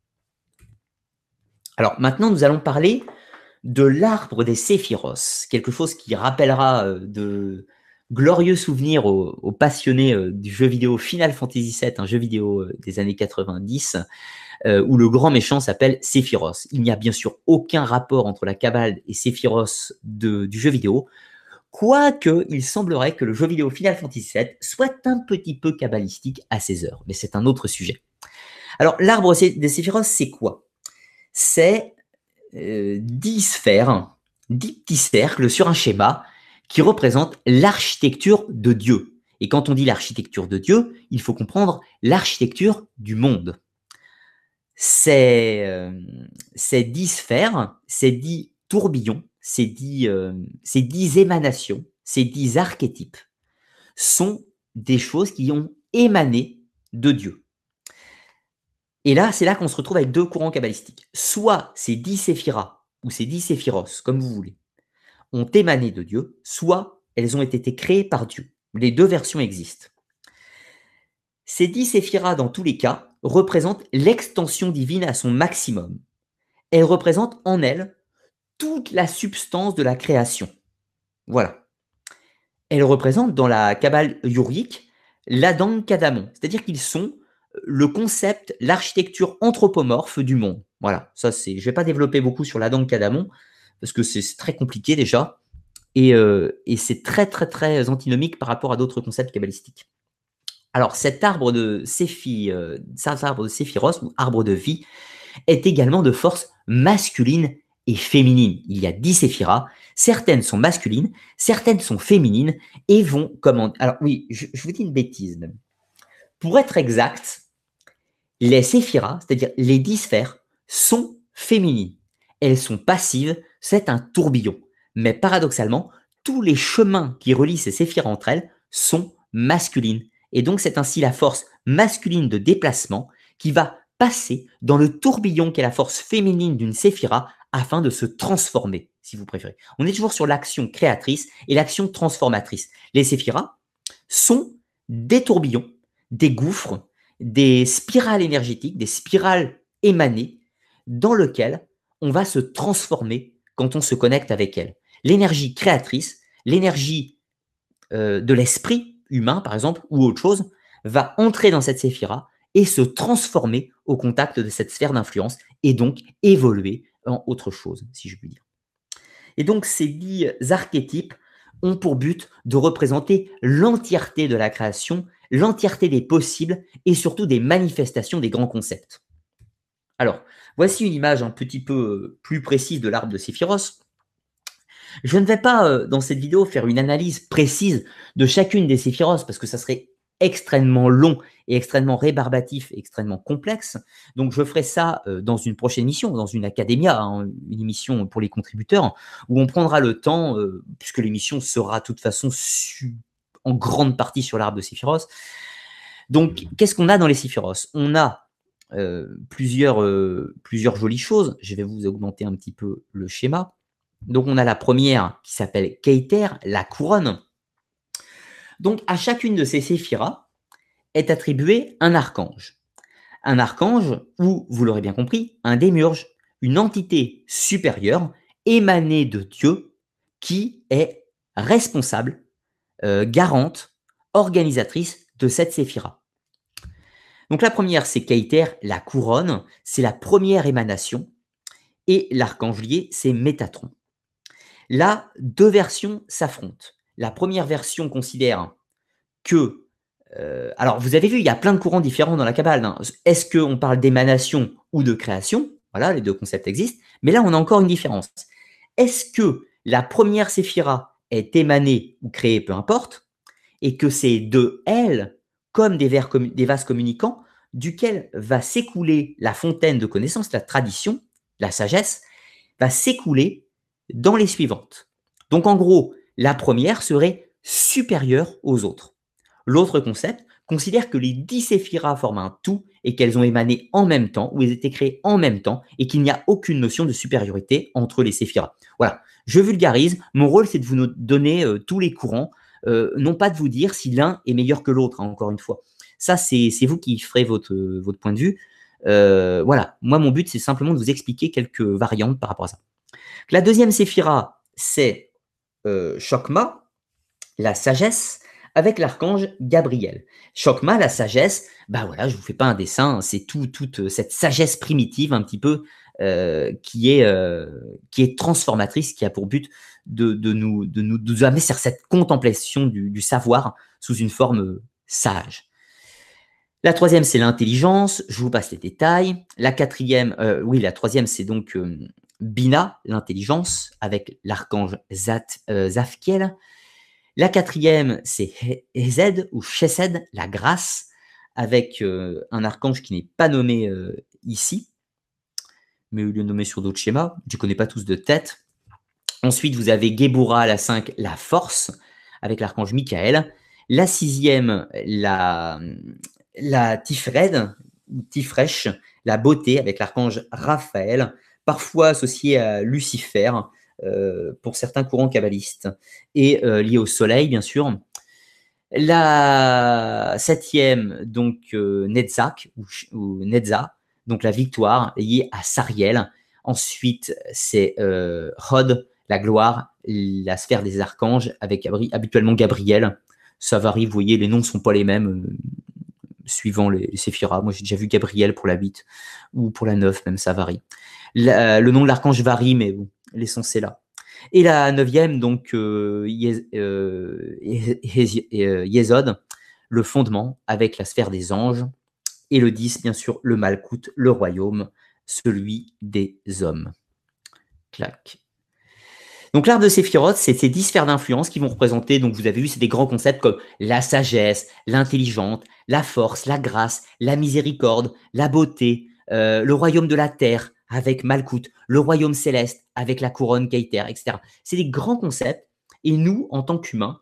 Alors maintenant, nous allons parler de l'arbre des séphiros, quelque chose qui rappellera euh, de glorieux souvenirs aux, aux passionnés euh, du jeu vidéo Final Fantasy sept, un jeu vidéo euh, des années quatre-vingt-dix, euh, où le grand méchant s'appelle Sephiroth. Il n'y a bien sûr aucun rapport entre la Kabbale et Sephiroth de, du jeu vidéo, quoique il semblerait que le jeu vidéo Final Fantasy sept soit un petit peu kabbalistique à ses heures, mais c'est un autre sujet. Alors, l'arbre sé- des séphiros, c'est quoi? C'est euh, dix sphères, dix petits cercles sur un schéma qui représentent l'architecture de Dieu. Et quand on dit l'architecture de Dieu, il faut comprendre l'architecture du monde. Ces, euh, ces dix sphères, ces dix tourbillons, ces dix, euh, ces dix émanations, ces dix archétypes sont des choses qui ont émané de Dieu. Et là, c'est là qu'on se retrouve avec deux courants kabbalistiques. Soit ces dix séphiras, ou ces dix séphiros, comme vous voulez, ont émané de Dieu, soit elles ont été créées par Dieu. Les deux versions existent. Ces dix séphiras, dans tous les cas, représentent l'extension divine à son maximum. Elles représentent en elles toute la substance de la création. Voilà. Elles représentent dans la Kabbale yurique l'Adam Kadamon, c'est-à-dire qu'ils sont le concept, l'architecture anthropomorphe du monde. Voilà, ça c'est. Je ne vais pas développer beaucoup sur l'Adam Kadamon parce que c'est très compliqué déjà et, euh, et c'est très très très antinomique par rapport à d'autres concepts kabbalistiques. Alors cet arbre de Séphi, euh, cet arbre de Séphiros ou arbre de vie est également de force masculine et féminine. Il y a dix séphiras, certaines sont masculines, certaines sont féminines et vont comment. Alors oui, je, je vous dis une bêtise même. Pour être exact, les séphiras, c'est-à-dire les dix sphères, sont féminines. Elles sont passives, c'est un tourbillon. Mais paradoxalement, tous les chemins qui relient ces séphiras entre elles sont masculines. Et donc c'est ainsi la force masculine de déplacement qui va passer dans le tourbillon qu'est la force féminine d'une séphira afin de se transformer, si vous préférez. On est toujours sur l'action créatrice et l'action transformatrice. Les séphiras sont des tourbillons, des gouffres, des spirales énergétiques, des spirales émanées dans lesquelles on va se transformer quand on se connecte avec elles. L'énergie créatrice, l'énergie euh, de l'esprit humain, par exemple, ou autre chose, va entrer dans cette séphira et se transformer au contact de cette sphère d'influence et donc évoluer en autre chose, si je puis dire. Et donc, ces dix archétypes ont pour but de représenter l'entièreté de la création, l'entièreté des possibles et surtout des manifestations des grands concepts. Alors, voici une image un petit peu plus précise de l'arbre de Séphiros. Je ne vais pas, dans cette vidéo, faire une analyse précise de chacune des séphiros parce que ça serait extrêmement long et extrêmement rébarbatif et extrêmement complexe. Donc, je ferai ça dans une prochaine émission, dans une académia, hein, une émission pour les contributeurs, où on prendra le temps, euh, puisque l'émission sera de toute façon su en grande partie sur l'arbre de Séphiros. Donc, qu'est-ce qu'on a dans les séphiros? On a euh, plusieurs, euh, plusieurs jolies choses. Je vais vous augmenter un petit peu le schéma. Donc, on a la première qui s'appelle Keiter, la couronne. Donc, à chacune de ces séphiras est attribué un archange. Un archange ou, vous l'aurez bien compris, un démiurge, une entité supérieure émanée de Dieu qui est responsable, euh, garante, organisatrice de cette séphira. Donc, la première, c'est Keiter, la couronne, c'est la première émanation, et l'archange lié, c'est Métatron. Là, deux versions s'affrontent. La première version considère que... Euh, alors, vous avez vu, il y a plein de courants différents dans la Kabbale. Hein. Est-ce qu'on parle d'émanation ou de création? Voilà, les deux concepts existent. Mais là, on a encore une différence. Est-ce que la première séphira est émanée ou créée, peu importe, et que c'est de elle, comme des, vers, des vases communicants, duquel va s'écouler la fontaine de connaissances, la tradition, la sagesse, va s'écouler dans les suivantes. Donc en gros, la première serait supérieure aux autres. L'autre concept considère que les dix séphiras forment un tout et qu'elles ont émané en même temps, ou elles étaient créées en même temps, et qu'il n'y a aucune notion de supériorité entre les séphiras. Voilà, je vulgarise. Mon rôle, c'est de vous donner euh, tous les courants, euh, non pas de vous dire si l'un est meilleur que l'autre, hein, encore une fois. Ça, c'est vous qui ferez votre, votre point de vue. Euh, voilà, moi, mon but, c'est simplement de vous expliquer quelques variantes par rapport à ça. La deuxième séphira, c'est euh, Chokma, la sagesse, avec l'archange Gabriel. Chokma, la sagesse, bah voilà, je vous fais pas un dessin, c'est tout, toute cette sagesse primitive un petit peu euh, qui, est, euh, qui est transformatrice, qui a pour but de, de, nous, de, nous, de nous amener sur cette contemplation du, du savoir sous une forme sage. La troisième, c'est l'intelligence. Je vous passe les détails. La quatrième, euh, oui, la troisième, c'est donc euh, Bina, l'intelligence, avec l'archange Zat, euh, Zafkiel. La quatrième, c'est Hezed ou Chesed, la grâce, avec euh, un archange qui n'est pas nommé euh, ici, mais il est nommé sur d'autres schémas. Je ne connais pas tous de tête. Ensuite, vous avez Gebura, la cinq, la force, avec l'archange Michael. La sixième, la, la Tifred, Tifresh, la beauté, avec l'archange Raphaël, parfois associé à Lucifer, euh, pour certains courants kabbalistes, et euh, lié au soleil, bien sûr. La septième, donc euh, Netzach, ou, ou Netza, donc la victoire, liée à Sariel. Ensuite, c'est euh, Hod, la gloire, la sphère des archanges, avec habituellement Gabriel. Ça varie, vous voyez, les noms ne sont pas les mêmes, euh, suivant les, les séphiras. Moi, j'ai déjà vu Gabriel pour la huit, ou pour la neuf, même, ça varie. La, le nom de l'archange varie, mais bon, l'essence est là. Et la neuvième, donc, euh, Yez, euh, Yezod, le fondement, avec la sphère des anges. Et le dix, bien sûr, le Malkout, le royaume, celui des hommes. Clac. Donc l'arbre de Séphiroth, c'est ces dix sphères d'influence qui vont représenter, donc vous avez vu, c'est des grands concepts comme la sagesse, l'intelligence, la force, la grâce, la miséricorde, la beauté, euh, le royaume de la terre avec Malkout, le royaume céleste avec la couronne Keiter, et cetera. C'est des grands concepts et nous, en tant qu'humains,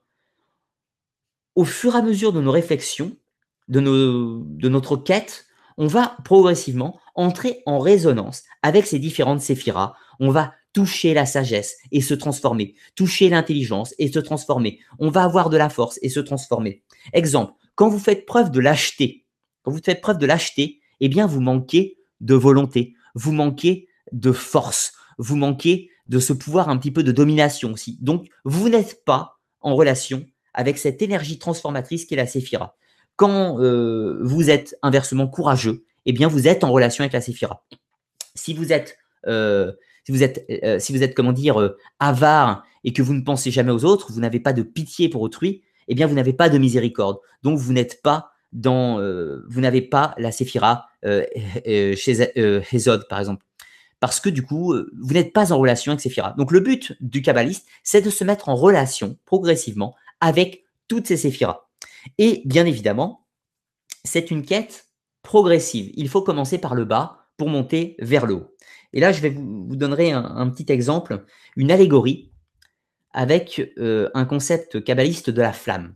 au fur et à mesure de nos réflexions, de, nos, de notre quête, on va progressivement entrer en résonance avec ces différentes séphiras. On va toucher la sagesse et se transformer, toucher l'intelligence et se transformer. On va avoir de la force et se transformer. Exemple, quand vous faites preuve de lâcheté, quand vous faites preuve de lâcheté, eh bien, vous manquez de volonté, vous manquez de force, vous manquez de ce pouvoir un petit peu de domination aussi. Donc, vous n'êtes pas en relation avec cette énergie transformatrice qui est la séphira. Quand euh, vous êtes inversement courageux, eh bien, vous êtes en relation avec la séphira. Si vous êtes, euh, si vous êtes, euh, si vous êtes, comment dire, euh, avare et que vous ne pensez jamais aux autres, vous n'avez pas de pitié pour autrui, eh bien, vous n'avez pas de miséricorde. Donc, vous n'êtes pas dans, euh, vous n'avez pas la séphira euh, euh, chez euh, Hezod, par exemple. Parce que du coup, euh, vous n'êtes pas en relation avec Séphira. Donc, le but du kabbaliste, c'est de se mettre en relation progressivement avec toutes ces séphiras. Et bien évidemment, c'est une quête progressive. Il faut commencer par le bas pour monter vers le haut. Et là, je vais vous, vous donner un, un petit exemple, une allégorie avec euh, un concept kabbaliste de la flamme.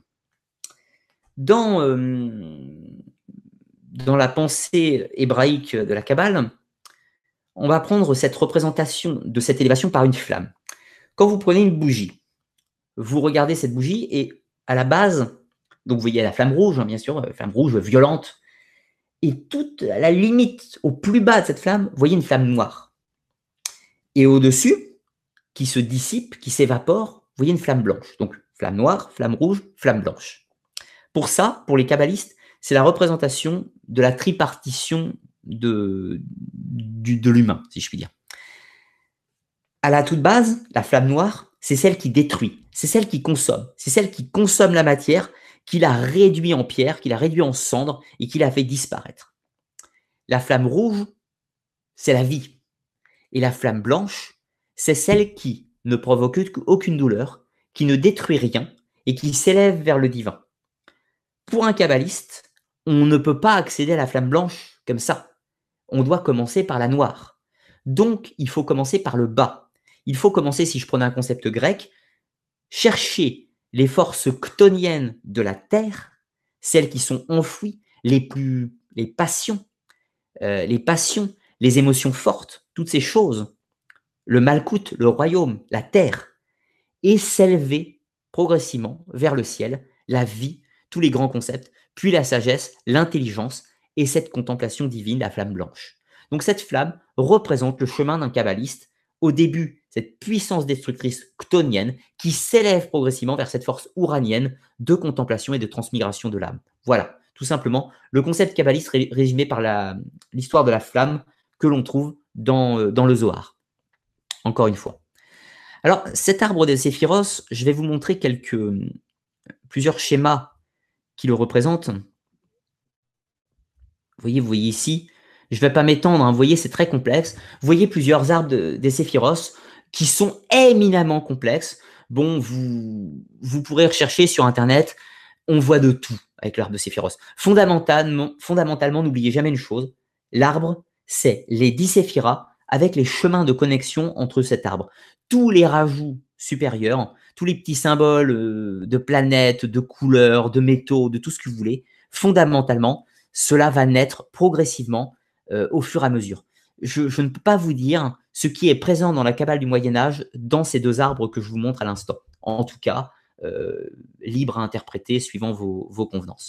Dans, euh, dans la pensée hébraïque de la Kabbale, on va prendre cette représentation de cette élévation par une flamme. Quand vous prenez une bougie, vous regardez cette bougie et à la base, donc vous voyez la flamme rouge, hein, bien sûr, euh, flamme rouge violente, et toute à la limite, au plus bas de cette flamme, vous voyez une flamme noire. Et au-dessus, qui se dissipe, qui s'évapore, vous voyez une flamme blanche. Donc flamme noire, flamme rouge, flamme blanche. Pour ça, pour les kabbalistes, c'est la représentation de la tripartition de, du, de l'humain, si je puis dire. À la toute base, la flamme noire, c'est celle qui détruit, c'est celle qui consomme, c'est celle qui consomme la matière, qui la réduit en pierre, qui la réduit en cendre et qui la fait disparaître. La flamme rouge, c'est la vie. Et la flamme blanche, c'est celle qui ne provoque aucune douleur, qui ne détruit rien et qui s'élève vers le divin. Pour un kabbaliste, on ne peut pas accéder à la flamme blanche comme ça. On doit commencer par la noire. Donc, il faut commencer par le bas. Il faut commencer, si je prenais un concept grec, chercher les forces chtoniennes de la terre, celles qui sont enfouies, les plus, les passions, euh, les passions, les émotions fortes, toutes ces choses, le malkout, le royaume, la terre, et s'élever progressivement vers le ciel, la vie, tous les grands concepts, puis la sagesse, l'intelligence et cette contemplation divine, la flamme blanche. Donc cette flamme représente le chemin d'un kabbaliste. Au début, cette puissance destructrice chtonienne qui s'élève progressivement vers cette force ouranienne de contemplation et de transmigration de l'âme. Voilà, tout simplement, le concept kabbaliste résumé par l'histoire de la flamme que l'on trouve dans, dans le Zohar. Encore une fois. Alors, cet arbre des séphiros, je vais vous montrer quelques, plusieurs schémas qui le représentent. Vous voyez, vous voyez ici, je ne vais pas m'étendre, hein, vous voyez, c'est très complexe. Vous voyez plusieurs arbres de- des séphiros qui sont éminemment complexes. Bon, vous, vous pourrez rechercher sur Internet, on voit de tout avec l'arbre de séphiros. Fondamentalement, fondamentalement n'oubliez jamais une chose, l'arbre, c'est les dix séphiras avec les chemins de connexion entre cet arbre. Tous les rajouts supérieurs, tous les petits symboles euh, de planètes, de couleurs, de métaux, de tout ce que vous voulez, fondamentalement, cela va naître progressivement euh, au fur et à mesure. Je, je ne peux pas vous dire ce qui est présent dans la Kabbale du Moyen-Âge dans ces deux arbres que je vous montre à l'instant. En tout cas, euh, libre à interpréter suivant vos, vos convenances.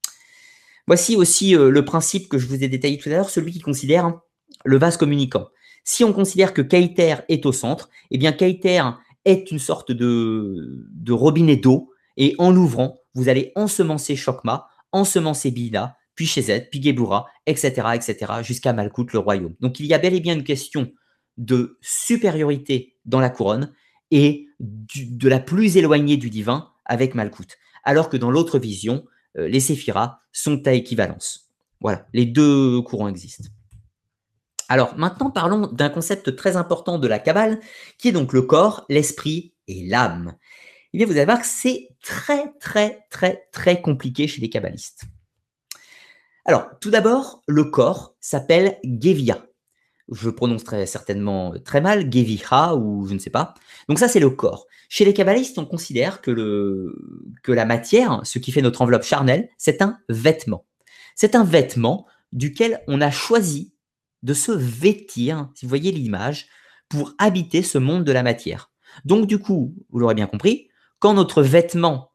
Voici aussi euh, le principe que je vous ai détaillé tout à l'heure, celui qui considère le vase communicant. Si on considère que Keter est au centre, eh bien Keter est une sorte de, de robinet d'eau, et en l'ouvrant, vous allez ensemencer Chokma, ensemencer Bina, puis Shezet, puis Gebura, et cetera, et cetera, jusqu'à Malkout, le royaume. Donc il y a bel et bien une question de supériorité dans la couronne et du, de la plus éloignée du divin avec Malkout. Alors que dans l'autre vision, euh, les séphiras sont à équivalence. Voilà, les deux courants existent. Alors maintenant, parlons d'un concept très important de la Kabbale, qui est donc le corps, l'esprit et l'âme. Eh bien, vous allez voir que c'est très, très, très, très compliqué chez les kabbalistes. Alors, tout d'abord, le corps s'appelle Gevia. Je prononce très certainement très mal, Geviha ou je ne sais pas. Donc ça, c'est le corps. Chez les kabbalistes, on considère que, le, que la matière, ce qui fait notre enveloppe charnelle, c'est un vêtement. C'est un vêtement duquel on a choisi de se vêtir, si vous voyez l'image, pour habiter ce monde de la matière. Donc du coup, vous l'aurez bien compris, quand notre vêtement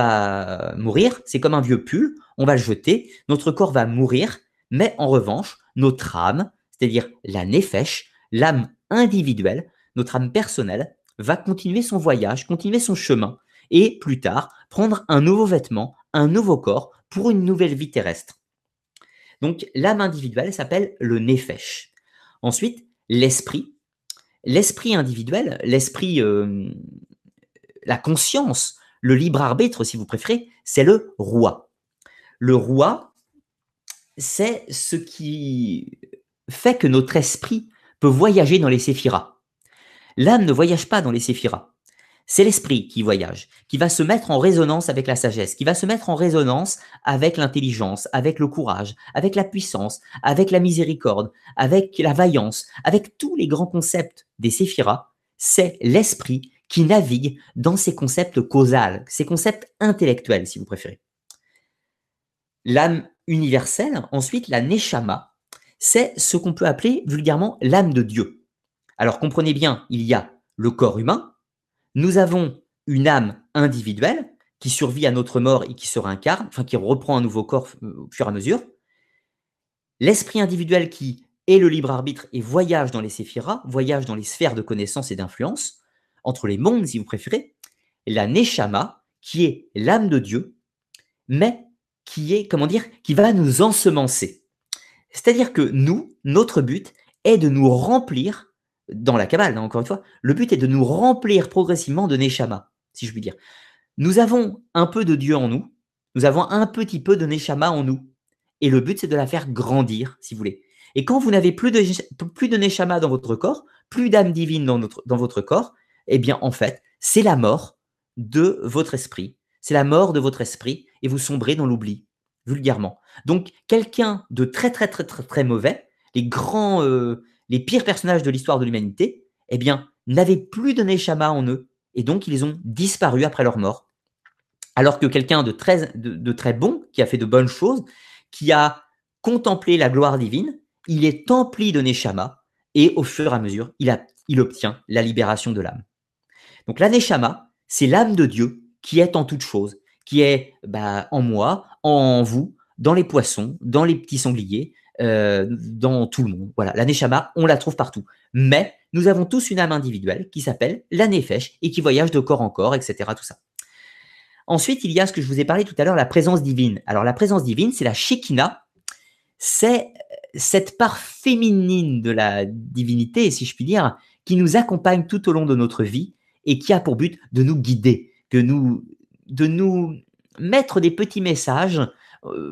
va mourir, c'est comme un vieux pull, on va le jeter, notre corps va mourir, mais en revanche, notre âme, c'est-à-dire la nefesh, l'âme individuelle, notre âme personnelle, va continuer son voyage, continuer son chemin, et plus tard, prendre un nouveau vêtement, un nouveau corps, pour une nouvelle vie terrestre. Donc, l'âme individuelle s'appelle le nefesh. Ensuite, l'esprit. L'esprit individuel, l'esprit, euh, la conscience, le libre arbitre, si vous préférez, c'est le roi. Le roi, c'est ce qui fait que notre esprit peut voyager dans les séphiras. L'âme ne voyage pas dans les séphiras. C'est l'esprit qui voyage, qui va se mettre en résonance avec la sagesse, qui va se mettre en résonance avec l'intelligence, avec le courage, avec la puissance, avec la miséricorde, avec la vaillance, avec tous les grands concepts des séphiras. C'est l'esprit qui navigue dans ces concepts causals, ces concepts intellectuels, si vous préférez. L'âme universelle, ensuite, la neshama, c'est ce qu'on peut appeler vulgairement l'âme de Dieu. Alors comprenez bien, il y a le corps humain, nous avons une âme individuelle qui survit à notre mort et qui se réincarne, enfin qui reprend un nouveau corps au fur et à mesure. L'esprit individuel qui est le libre arbitre et voyage dans les séphiras, voyage dans les sphères de connaissance et d'influence, entre les mondes si vous préférez. La neshama qui est l'âme de Dieu, mais qui est, comment dire, qui va nous ensemencer. C'est-à-dire que nous, notre but est de nous remplir, dans la Kabbale, hein, encore une fois, le but est de nous remplir progressivement de Neshama, si je puis dire. Nous avons un peu de Dieu en nous, nous avons un petit peu de Neshama en nous, et le but c'est de la faire grandir, si vous voulez. Et quand vous n'avez plus de, plus de Neshama dans votre corps, plus d'âme divine dans, notre, dans votre corps, eh bien en fait, c'est la mort de votre esprit, c'est la mort de votre esprit, et vous sombrez dans l'oubli, vulgairement. Donc, quelqu'un de très, très, très, très, très mauvais, les grands, euh, les pires personnages de l'histoire de l'humanité, eh bien, n'avaient plus de Neshama en eux, et donc ils ont disparu après leur mort. Alors que quelqu'un de très, de, de très bon, qui a fait de bonnes choses, qui a contemplé la gloire divine, il est empli de Neshama, et au fur et à mesure, il, a, il obtient la libération de l'âme. Donc la Neshama, c'est l'âme de Dieu qui est en toute chose, qui est bah, en moi, en vous, dans les poissons, dans les petits sangliers, euh, dans tout le monde. Voilà, la Neshama, on la trouve partout. Mais nous avons tous une âme individuelle qui s'appelle la Nefesh et qui voyage de corps en corps, et cetera. Tout ça. Ensuite, il y a ce que je vous ai parlé tout à l'heure, la présence divine. Alors la présence divine, c'est la Shekinah, c'est cette part féminine de la divinité, si je puis dire, qui nous accompagne tout au long de notre vie et qui a pour but de nous guider, de nous, de nous mettre des petits messages. Euh,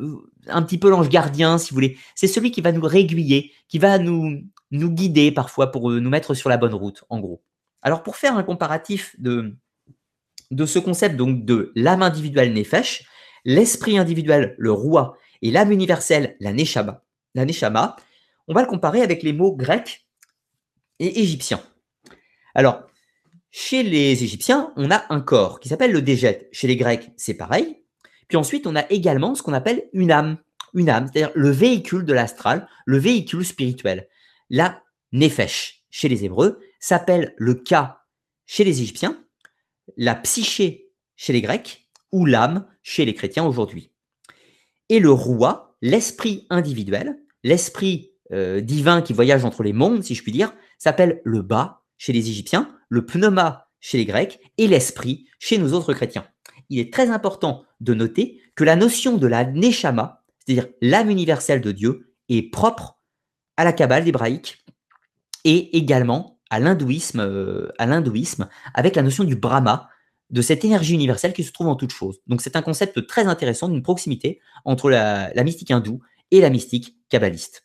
un petit peu l'ange gardien, si vous voulez. C'est celui qui va nous réguiller, qui va nous, nous guider parfois pour nous mettre sur la bonne route, en gros. Alors, pour faire un comparatif de, de ce concept donc de l'âme individuelle Nefesh, l'esprit individuel, le roi, et l'âme universelle, la Neshama, la Neshama, on va le comparer avec les mots grecs et égyptiens. Alors, chez les Égyptiens, on a un corps qui s'appelle le Dégète. Chez les Grecs, c'est pareil. Puis ensuite, on a également ce qu'on appelle une âme. Une âme, c'est-à-dire le véhicule de l'astral, le véhicule spirituel. La Nefesh, chez les Hébreux, s'appelle le Ka chez les Égyptiens, la psyché chez les Grecs ou l'âme chez les chrétiens aujourd'hui. Et le roi, l'esprit individuel, l'esprit euh, divin qui voyage entre les mondes, si je puis dire, s'appelle le Ba chez les Égyptiens, le Pneuma chez les Grecs et l'esprit chez nous autres chrétiens. Il est très important de noter que la notion de la Neshama, c'est-à-dire l'âme universelle de Dieu, est propre à la Kabbale hébraïque et également à l'hindouisme, euh, à l'hindouisme avec la notion du Brahma, de cette énergie universelle qui se trouve en toute chose. Donc c'est un concept très intéressant d'une proximité entre la, la mystique hindoue et la mystique kabbaliste.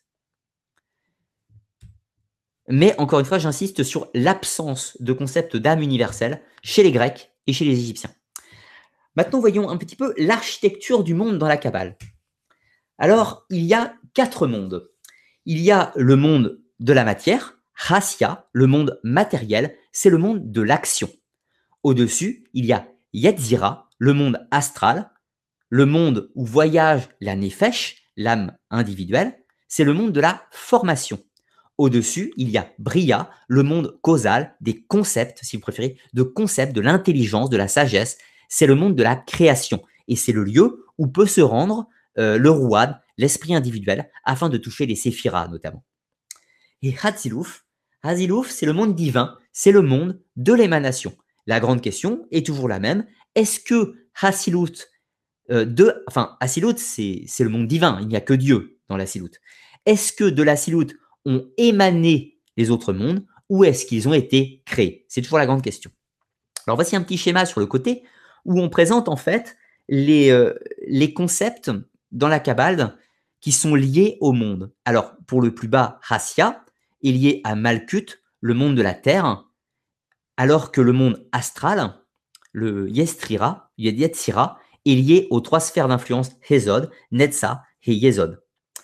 Mais encore une fois, j'insiste sur l'absence de concept d'âme universelle chez les Grecs et chez les Égyptiens. Maintenant, voyons un petit peu l'architecture du monde dans la Kabbale. Alors, il y a quatre mondes. Il y a le monde de la matière, Hassia, le monde matériel, c'est le monde de l'action. Au-dessus, il y a Yetzira, le monde astral, le monde où voyage la Nefesh, l'âme individuelle, c'est le monde de la formation. Au-dessus, il y a Bria, le monde causal, des concepts, si vous préférez, de concepts, de l'intelligence, de la sagesse, c'est le monde de la création. Et c'est le lieu où peut se rendre euh, le Rouad, l'esprit individuel, afin de toucher les séphiras notamment. Et Hatzilouf, Hatzilouf, c'est le monde divin, c'est le monde de l'émanation. La grande question est toujours la même. Est-ce que Hassilut, euh, de, enfin, Hassilut, c'est le monde divin, il n'y a que Dieu dans l'Hassilut. Est-ce que de l'Hassilut ont émané les autres mondes ou est-ce qu'ils ont été créés? C'est toujours la grande question. Alors voici un petit schéma sur le côté où on présente en fait les, euh, les concepts dans la Kabbale qui sont liés au monde. Alors pour le plus bas, Hassia est lié à Malkut, le monde de la terre, alors que le monde astral, le Yestrira, Yetzira, est lié aux trois sphères d'influence Hezod, Netza et Yezod.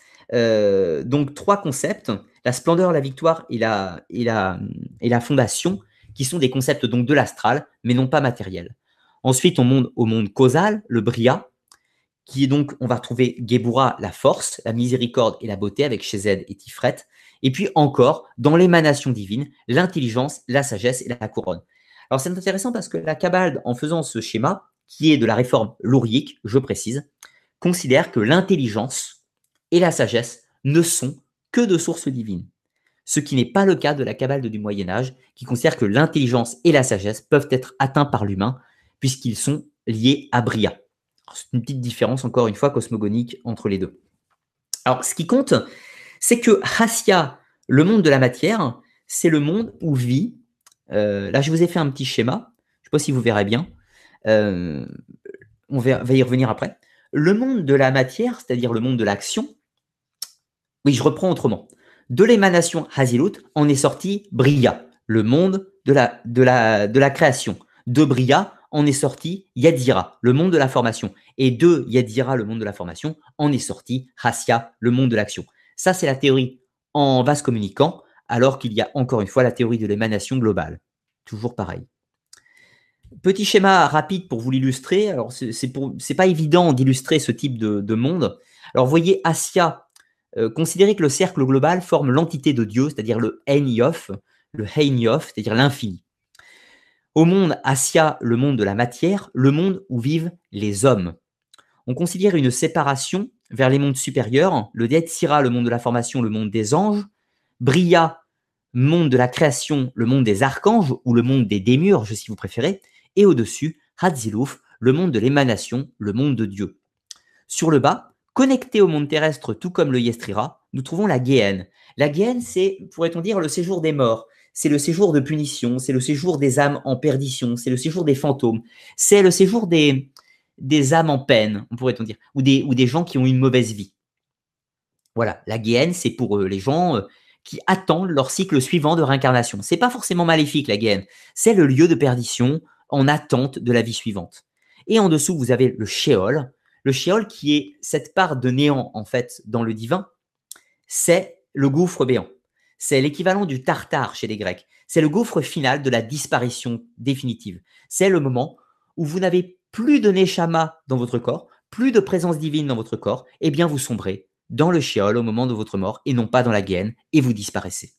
Euh, donc trois concepts, la splendeur, la victoire et la, et la, et la fondation, qui sont des concepts donc de l'astral, mais non pas matériels. Ensuite, on monte au monde causal, le Bria, qui est donc, on va retrouver Gebura, la force, la miséricorde et la beauté avec Shezed et Tifret. Et puis encore, dans l'émanation divine, l'intelligence, la sagesse et la couronne. Alors c'est intéressant parce que la Kabbale, en faisant ce schéma, qui est de la réforme lourique, je précise, considère que l'intelligence et la sagesse ne sont que de sources divines. Ce qui n'est pas le cas de la Kabbale du Moyen-Âge, qui considère que l'intelligence et la sagesse peuvent être atteints par l'humain, puisqu'ils sont liés à Bria. C'est une petite différence, encore une fois, cosmogonique entre les deux. Alors, ce qui compte, c'est que Hassia, le monde de la matière, c'est le monde où vit, euh, là je vous ai fait un petit schéma, je ne sais pas si vous verrez bien, euh, on va, va y revenir après. Le monde de la matière, c'est-à-dire le monde de l'action, oui, je reprends autrement. De l'émanation Hazilut en est sorti Bria, le monde de la, de la, de la création. De Bria en est sorti Yetzira, le monde de la formation. Et de Yetzira, le monde de la formation, en est sorti Hassia, le monde de l'action. Ça, c'est la théorie en vase communicant, alors qu'il y a encore une fois la théorie de l'émanation globale. Toujours pareil. Petit schéma rapide pour vous l'illustrer. Alors, c'est c'est pas évident d'illustrer ce type de, de monde. Alors, vous voyez Hassia, euh, considérez que le cercle global forme l'entité de Dieu, c'est-à-dire le Ein Yof, le Hein Yof, c'est-à-dire l'infini. Au monde Hassia, le monde de la matière, le monde où vivent les hommes. On considère une séparation vers les mondes supérieurs, le Yetzira, le monde de la formation, le monde des anges, Bria, monde de la création, le monde des archanges, ou le monde des démiurges, si vous préférez, et au-dessus, Hatzilouf, le monde de l'émanation, le monde de Dieu. Sur le bas, connecté au monde terrestre, tout comme le Yestrira, nous trouvons la Géhenne. La Géhenne, c'est, pourrait-on dire, le séjour des morts. C'est le séjour de punition, c'est le séjour des âmes en perdition, c'est le séjour des fantômes, c'est le séjour des, des âmes en peine, on pourrait-on dire, ou des, ou des gens qui ont une mauvaise vie. Voilà, la Guéhenne, c'est pour euh, les gens euh, qui attendent leur cycle suivant de réincarnation. C'est pas forcément maléfique, la Guéhenne. C'est le lieu de perdition en attente de la vie suivante. Et en dessous, vous avez le Sheol. Le Sheol qui est cette part de néant, en fait, dans le divin, c'est le gouffre béant. C'est l'équivalent du Tartare chez les Grecs. C'est le gouffre final de la disparition définitive. C'est le moment où vous n'avez plus de Neshama dans votre corps, plus de présence divine dans votre corps, et bien vous sombrez dans le Sheol au moment de votre mort et non pas dans la Guéhenne, et vous disparaissez.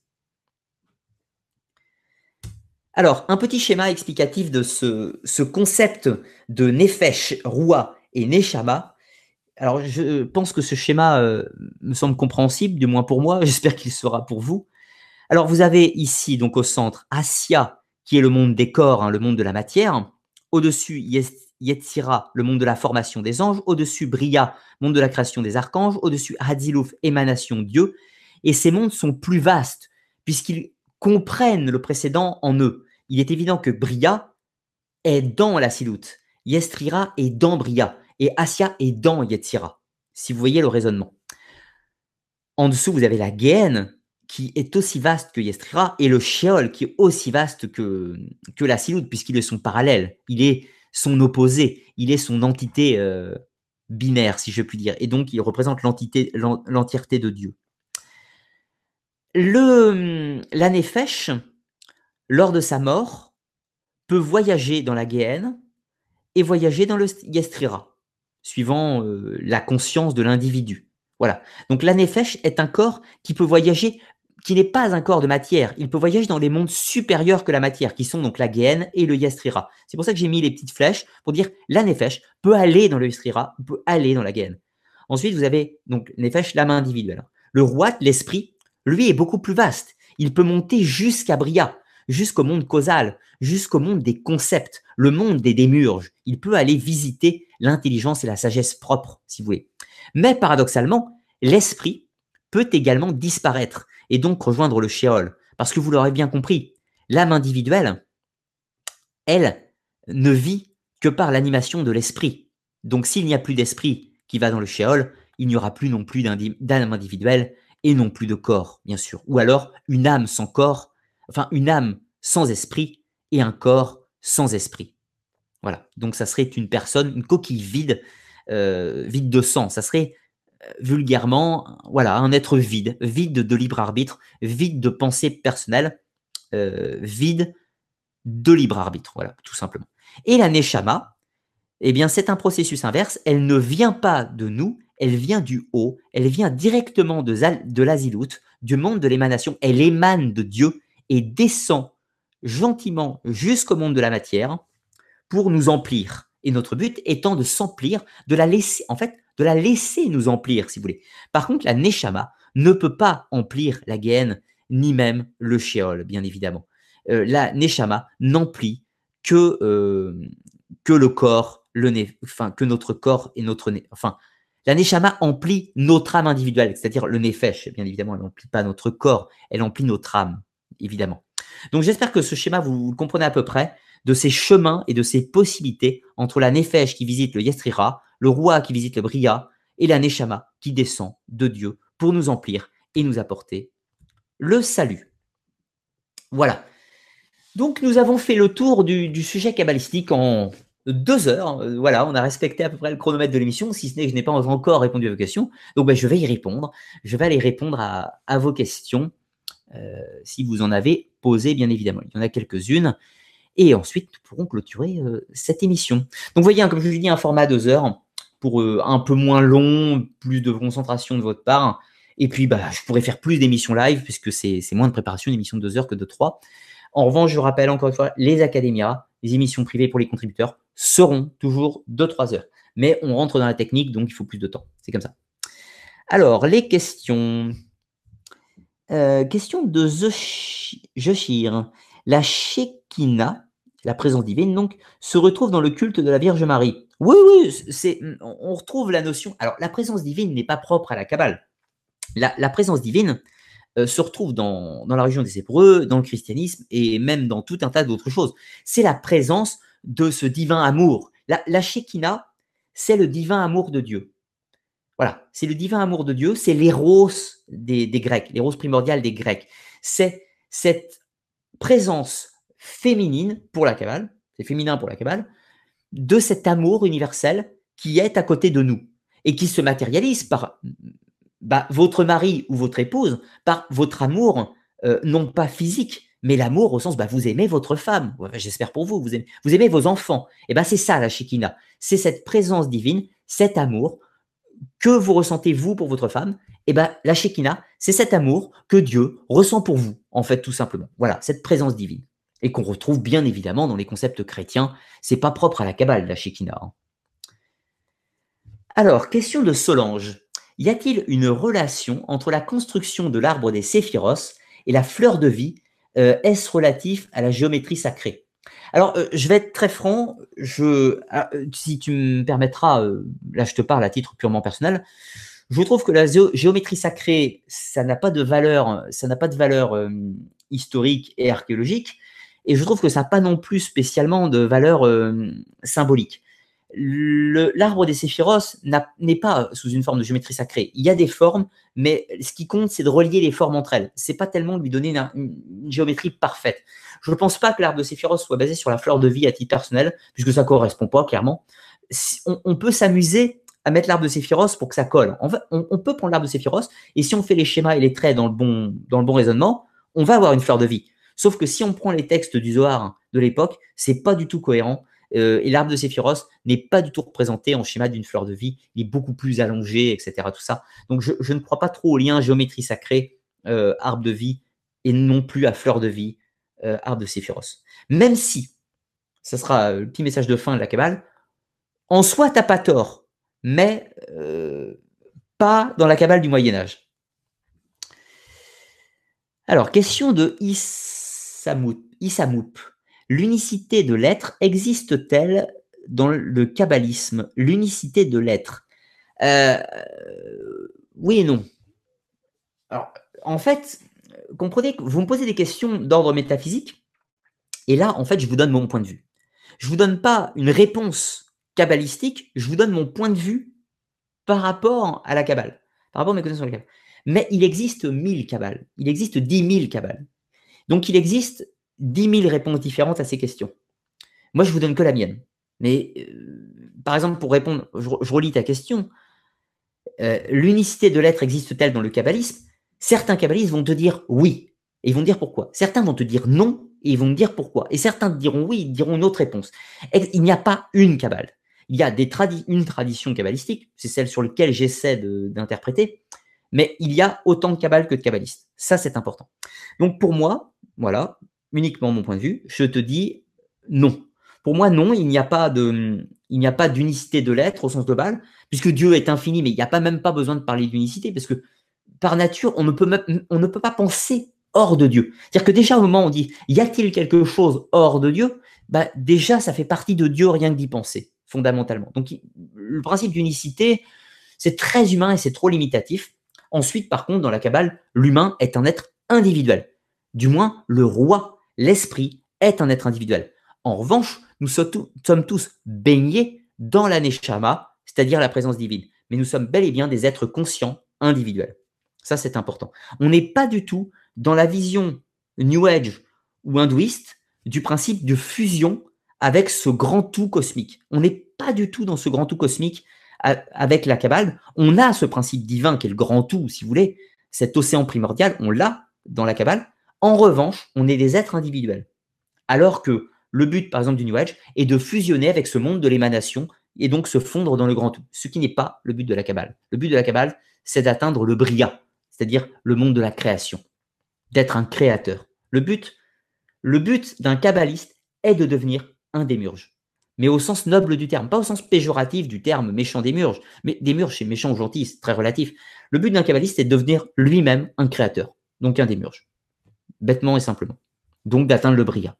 Alors, un petit schéma explicatif de ce, ce concept de Nefesh, Roua et Neshama. Alors, je pense que ce schéma euh, me semble compréhensible, du moins pour moi, j'espère qu'il sera pour vous. Alors, vous avez ici, donc au centre, Assia, qui est le monde des corps, hein, le monde de la matière. Au-dessus, Yetzira, le monde de la formation des anges. Au-dessus, Bria, monde de la création des archanges. Au-dessus, Hatzilouf, émanation Dieu. Et ces mondes sont plus vastes, puisqu'ils comprennent le précédent en eux. Il est évident que Bria est dans la Silout. Yestrira est dans Bria. Et Assia est dans Yetzira, si vous voyez le raisonnement. En dessous, vous avez la Guéhenne, qui est aussi vaste que Yestrira, et le Sheol, qui est aussi vaste que, que la Silout, puisqu'il est son parallèle, il est son opposé, il est son entité euh, binaire, si je puis dire, et donc il représente l'entité, l'entièreté de Dieu. Le, la Nefesh, lors de sa mort, peut voyager dans la Guéhenne et voyager dans le Yestrira, suivant euh, la conscience de l'individu. Voilà. Donc la Nefesh est un corps qui peut voyager, qui n'est pas un corps de matière. Il peut voyager dans les mondes supérieurs que la matière, qui sont donc la Guéhenne et le Yestrira. C'est pour ça que j'ai mis les petites flèches pour dire la Nefesh peut aller dans le Yestrira, peut aller dans la Guéhenne. Ensuite, vous avez donc Nefesh, l'âme individuelle. Le roi, l'esprit, lui est beaucoup plus vaste. Il peut monter jusqu'à Bria, jusqu'au monde causal, jusqu'au monde des concepts, le monde des démurges. Il peut aller visiter l'intelligence et la sagesse propre, si vous voulez. Mais paradoxalement, l'esprit peut également disparaître et donc rejoindre le Sheol. Parce que vous l'aurez bien compris, l'âme individuelle, elle, ne vit que par l'animation de l'esprit. Donc s'il n'y a plus d'esprit qui va dans le Sheol, il n'y aura plus non plus d'âme individuelle et non plus de corps, bien sûr. Ou alors une âme sans corps, enfin une âme sans esprit et un corps sans esprit. Voilà, donc ça serait une personne, une coquille vide, euh, vide de sang. Ça serait euh, vulgairement, voilà, un être vide, vide de libre arbitre, vide de pensée personnelle, euh, vide de libre arbitre, voilà, tout simplement. Et la Neshama, eh bien, c'est un processus inverse. Elle ne vient pas de nous, elle vient du haut, elle vient directement de, de l'Azilout, du monde de l'émanation. Elle émane de Dieu et descend gentiment jusqu'au monde de la matière pour nous emplir. Et notre but étant de s'emplir, de la laisser, en fait, de la laisser nous emplir, si vous voulez. Par contre, la Neshama ne peut pas emplir la Guéhenne, ni même le Sheol, bien évidemment. Euh, la Neshama n'emplit que, euh, que le corps, le nez, enfin, que notre corps et notre nez. Enfin, la Neshama emplit notre âme individuelle, c'est-à-dire le Nefesh, bien évidemment, elle n'emplit pas notre corps, elle emplit notre âme, évidemment. Donc, j'espère que ce schéma, vous, vous le comprenez à peu près, de ces chemins et de ces possibilités entre la Nefesh qui visite le Yestrira, le Roi qui visite le Bria, et la Neshama qui descend de Dieu pour nous emplir et nous apporter le salut. Voilà. Donc, nous avons fait le tour du, du sujet kabbalistique en deux heures. Voilà, on a respecté à peu près le chronomètre de l'émission, si ce n'est que je n'ai pas encore répondu à vos questions. Donc, ben, je vais y répondre. Je vais aller répondre à, à vos questions, euh, si vous en avez posé, bien évidemment. Il y en a quelques-unes. Et ensuite, nous pourrons clôturer euh, cette émission. Donc, vous voyez, hein, comme je vous ai dit, un format deux heures pour euh, un peu moins long, plus de concentration de votre part. Et puis, bah, je pourrais faire plus d'émissions live puisque c'est moins de préparation, d'émissions de deux heures que de trois. En revanche, je rappelle encore une fois, les académias, les émissions privées pour les contributeurs seront toujours de trois heures. Mais on rentre dans la technique, donc il faut plus de temps. C'est comme ça. Alors, les questions. Euh, question de Joshir. La Shekinah, la présence divine, donc, se retrouve dans le culte de la Vierge Marie. Oui, oui, c'est, on retrouve la notion. Alors, la présence divine n'est pas propre à la Kabbale. La, la présence divine euh, se retrouve dans, dans la religion des Hébreux, dans le christianisme et même dans tout un tas d'autres choses. C'est la présence de ce divin amour. La, la Shekinah, c'est le divin amour de Dieu. Voilà, c'est le divin amour de Dieu, c'est l'éros des, des Grecs, l'éros primordial des Grecs. C'est cette présence féminine pour la Kabbale, c'est féminin pour la Kabbale, de cet amour universel qui est à côté de nous et qui se matérialise par bah, votre mari ou votre épouse, par votre amour, euh, non pas physique, mais l'amour au sens, bah, vous aimez votre femme, j'espère pour vous, vous aimez, vous aimez vos enfants. Et ben c'est ça la Shekinah, c'est cette présence divine, cet amour que vous ressentez vous pour votre femme. Et ben la Shekinah, c'est cet amour que Dieu ressent pour vous, en fait, tout simplement. Voilà, cette présence divine. Et qu'on retrouve bien évidemment dans les concepts chrétiens. C'est pas propre à la Kabbale, la Shekinah. Hein. Alors, question de Solange. Y a-t-il une relation entre la construction de l'arbre des Séphiros et la fleur de vie? euh, Est-ce relatif à la géométrie sacrée? Alors, euh, je vais être très franc. Je, euh, si tu me permettras, euh, là je te parle à titre purement personnel. Je trouve que la géométrie sacrée, ça n'a pas de valeur, ça n'a pas de valeur euh, historique et archéologique, et je trouve que ça n'a pas non plus spécialement de valeur euh, symbolique. L'arbre des Séphiros n'est pas sous une forme de géométrie sacrée. Il y a des formes, mais ce qui compte, c'est de relier les formes entre elles. C'est pas tellement de lui donner une, une, une géométrie parfaite. Je ne pense pas que l'arbre de Séphiros soit basé sur la fleur de vie à titre personnel, puisque ça ne correspond pas, clairement. On, on peut s'amuser à mettre l'arbre de Séphiros pour que ça colle. On, va, on, on peut prendre l'arbre de Séphiros, et si on fait les schémas et les traits dans le bon, dans le bon raisonnement, on va avoir une fleur de vie. Sauf que si on prend les textes du Zohar de l'époque, c'est pas du tout cohérent. Euh, et l'arbre de Séphiros n'est pas du tout représenté en schéma d'une fleur de vie. Il est beaucoup plus allongé, et cetera. Tout ça. Donc, je, je ne crois pas trop au lien géométrie sacrée, euh, arbre de vie, et non plus à fleur de vie, euh, arbre de Séphiros. Même si, ça sera le petit message de fin de la Kabbale, en soi, tu n'as pas tort, mais euh, pas dans la Kabbale du Moyen-Âge. Alors, question de Issamoup. Issamoup. L'unicité de l'être existe-t-elle dans le kabbalisme? L'unicité de l'être euh, Oui et non. Alors, en fait, comprenez que vous me posez des questions d'ordre métaphysique, et là, en fait, je vous donne mon point de vue. Je ne vous donne pas une réponse kabbalistique, je vous donne mon point de vue par rapport à la Kabbale, par rapport à mes connaissances sur la Kabbale. Mais il existe mille Kabbales, il existe dix mille Kabbales. Donc, il existe dix mille réponses différentes à ces questions. Moi, je vous donne que la mienne. Mais, euh, par exemple, pour répondre, je, je relis ta question, euh, l'unicité de l'être existe-t-elle dans le kabbalisme? Certains kabbalistes vont te dire oui, et ils vont te dire pourquoi. Certains vont te dire non, et ils vont te dire pourquoi. Et certains te diront oui, ils diront une autre réponse. Il n'y a pas une kabbale. Il y a des tradi une tradition kabbalistique, c'est celle sur laquelle j'essaie d'interpréter, mais il y a autant de kabbales que de kabbalistes. Ça, c'est important. Donc, pour moi, voilà, uniquement mon point de vue, je te dis non. Pour moi, non, il n'y a pas de, il n'y a pas d'unicité de l'être au sens global, puisque Dieu est infini, mais il n'y a pas même pas besoin de parler d'unicité, parce que par nature, on ne peut même, on ne peut pas penser hors de Dieu. C'est-à-dire que déjà, au moment où on dit, y a-t-il quelque chose hors de Dieu? Bah, déjà, ça fait partie de Dieu, rien que d'y penser, fondamentalement. Donc, le principe d'unicité, c'est très humain et c'est trop limitatif. Ensuite, par contre, dans la Kabbale, l'humain est un être individuel. Du moins, le roi, l'esprit, est un être individuel. En revanche, nous sommes tous baignés dans la Neshama, c'est-à-dire la présence divine. Mais nous sommes bel et bien des êtres conscients, individuels. Ça, c'est important. On n'est pas du tout dans la vision New Age ou hindouiste du principe de fusion avec ce grand tout cosmique. On n'est pas du tout dans ce grand tout cosmique avec la Kabbale. On a ce principe divin qui est le grand tout, si vous voulez, cet océan primordial, on l'a dans la Kabbale. En revanche, on est des êtres individuels. Alors que le but, par exemple, du New Age est de fusionner avec ce monde de l'émanation et donc se fondre dans le grand tout, ce qui n'est pas le but de la Kabbale. Le but de la Kabbale, c'est d'atteindre le Bria, c'est-à-dire le monde de la création, d'être un créateur. Le but, le but d'un kabbaliste est de devenir un démiurge, mais au sens noble du terme, pas au sens péjoratif du terme méchant démiurge. Mais démiurge, c'est méchant ou gentil, c'est très relatif. Le but d'un kabbaliste, c'est de devenir lui-même un créateur, donc un démiurge, bêtement et simplement. Donc d'atteindre le Bria.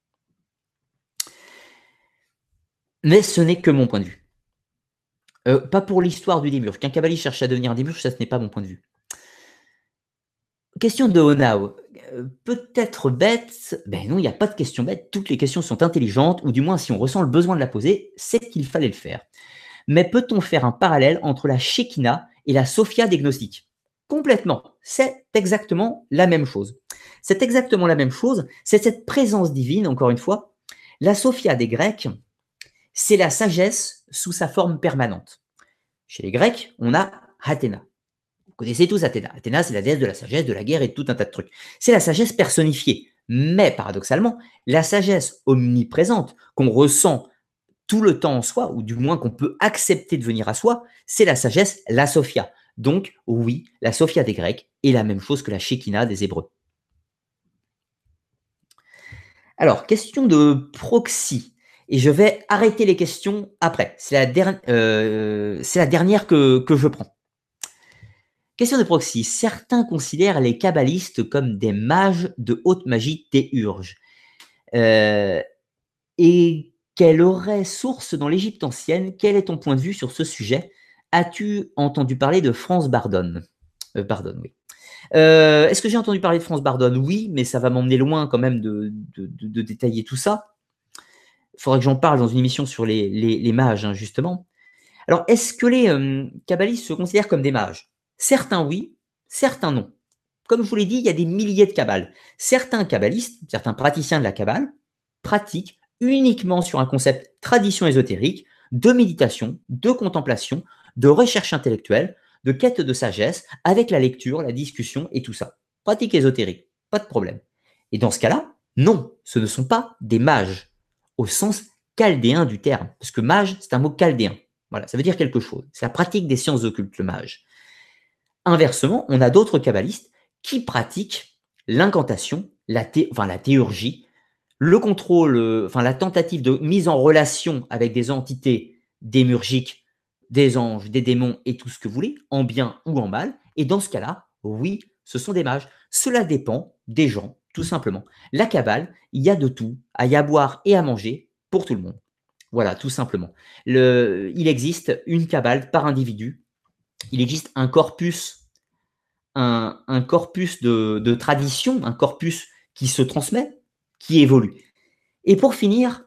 Mais ce n'est que mon point de vue. Euh, pas pour l'histoire du démiurge. Qu'un kabbaliste cherche à devenir un démiurge, ça ce n'est pas mon point de vue. Question de Onao. Euh, Peut-être bête. Ben non, il n'y a pas de question bête. Toutes les questions sont intelligentes, ou du moins, si on ressent le besoin de la poser, c'est qu'il fallait le faire. Mais peut-on faire un parallèle entre la Shekinah et la Sophia des gnostiques? Complètement. C'est exactement la même chose. C'est exactement la même chose. C'est cette présence divine, encore une fois. La Sophia des Grecs, c'est la sagesse sous sa forme permanente. Chez les Grecs, on a Athéna. Vous connaissez tous Athéna. Athéna, c'est la déesse de la sagesse, de la guerre et de tout un tas de trucs. C'est la sagesse personnifiée. Mais paradoxalement, la sagesse omniprésente qu'on ressent tout le temps en soi, ou du moins qu'on peut accepter de venir à soi, c'est la sagesse, la Sophia. Donc, oui, la Sophia des Grecs est la même chose que la Shekinah des Hébreux. Alors, question de proxy. Et je vais arrêter les questions après. C'est la, der euh, c'est la dernière que, que je prends. Question de proxy. Certains considèrent les kabbalistes comme des mages de haute magie théurge. Euh, et qu'elle aurait source dans l'Égypte ancienne. Quel est ton point de vue sur ce sujet? As-tu entendu parler de France Bardone? euh, Bardone, oui. Euh, Est-ce que j'ai entendu parler de France Bardone? Oui, mais ça va m'emmener loin quand même de, de, de, de détailler tout ça. Il faudrait que j'en parle dans une émission sur les, les, les mages, hein, justement. Alors, est-ce que les euh, kabbalistes se considèrent comme des mages? Certains oui, certains non. Comme je vous l'ai dit, il y a des milliers de kabbales. Certains kabbalistes, certains praticiens de la kabbale, pratiquent uniquement sur un concept tradition ésotérique, de méditation, de contemplation, de recherche intellectuelle, de quête de sagesse, avec la lecture, la discussion et tout ça. Pratique ésotérique, pas de problème. Et dans ce cas-là, non, ce ne sont pas des mages, au sens chaldéen du terme. Parce que mage, c'est un mot chaldéen. Voilà, ça veut dire quelque chose. C'est la pratique des sciences occultes, le mage. Inversement, on a d'autres kabbalistes qui pratiquent l'incantation, la, thé, enfin, la théurgie, le contrôle, enfin la tentative de mise en relation avec des entités démurgiques, des anges, des démons et tout ce que vous voulez, en bien ou en mal. Et dans ce cas-là, oui, ce sont des mages. Cela dépend des gens, tout simplement. La Kabbale, il y a de tout, à y à boire et à manger pour tout le monde. Voilà, tout simplement. Le, il existe une Kabbale par individu. Il existe un corpus, un, un corpus de, de tradition, un corpus qui se transmet, qui évolue. Et pour finir,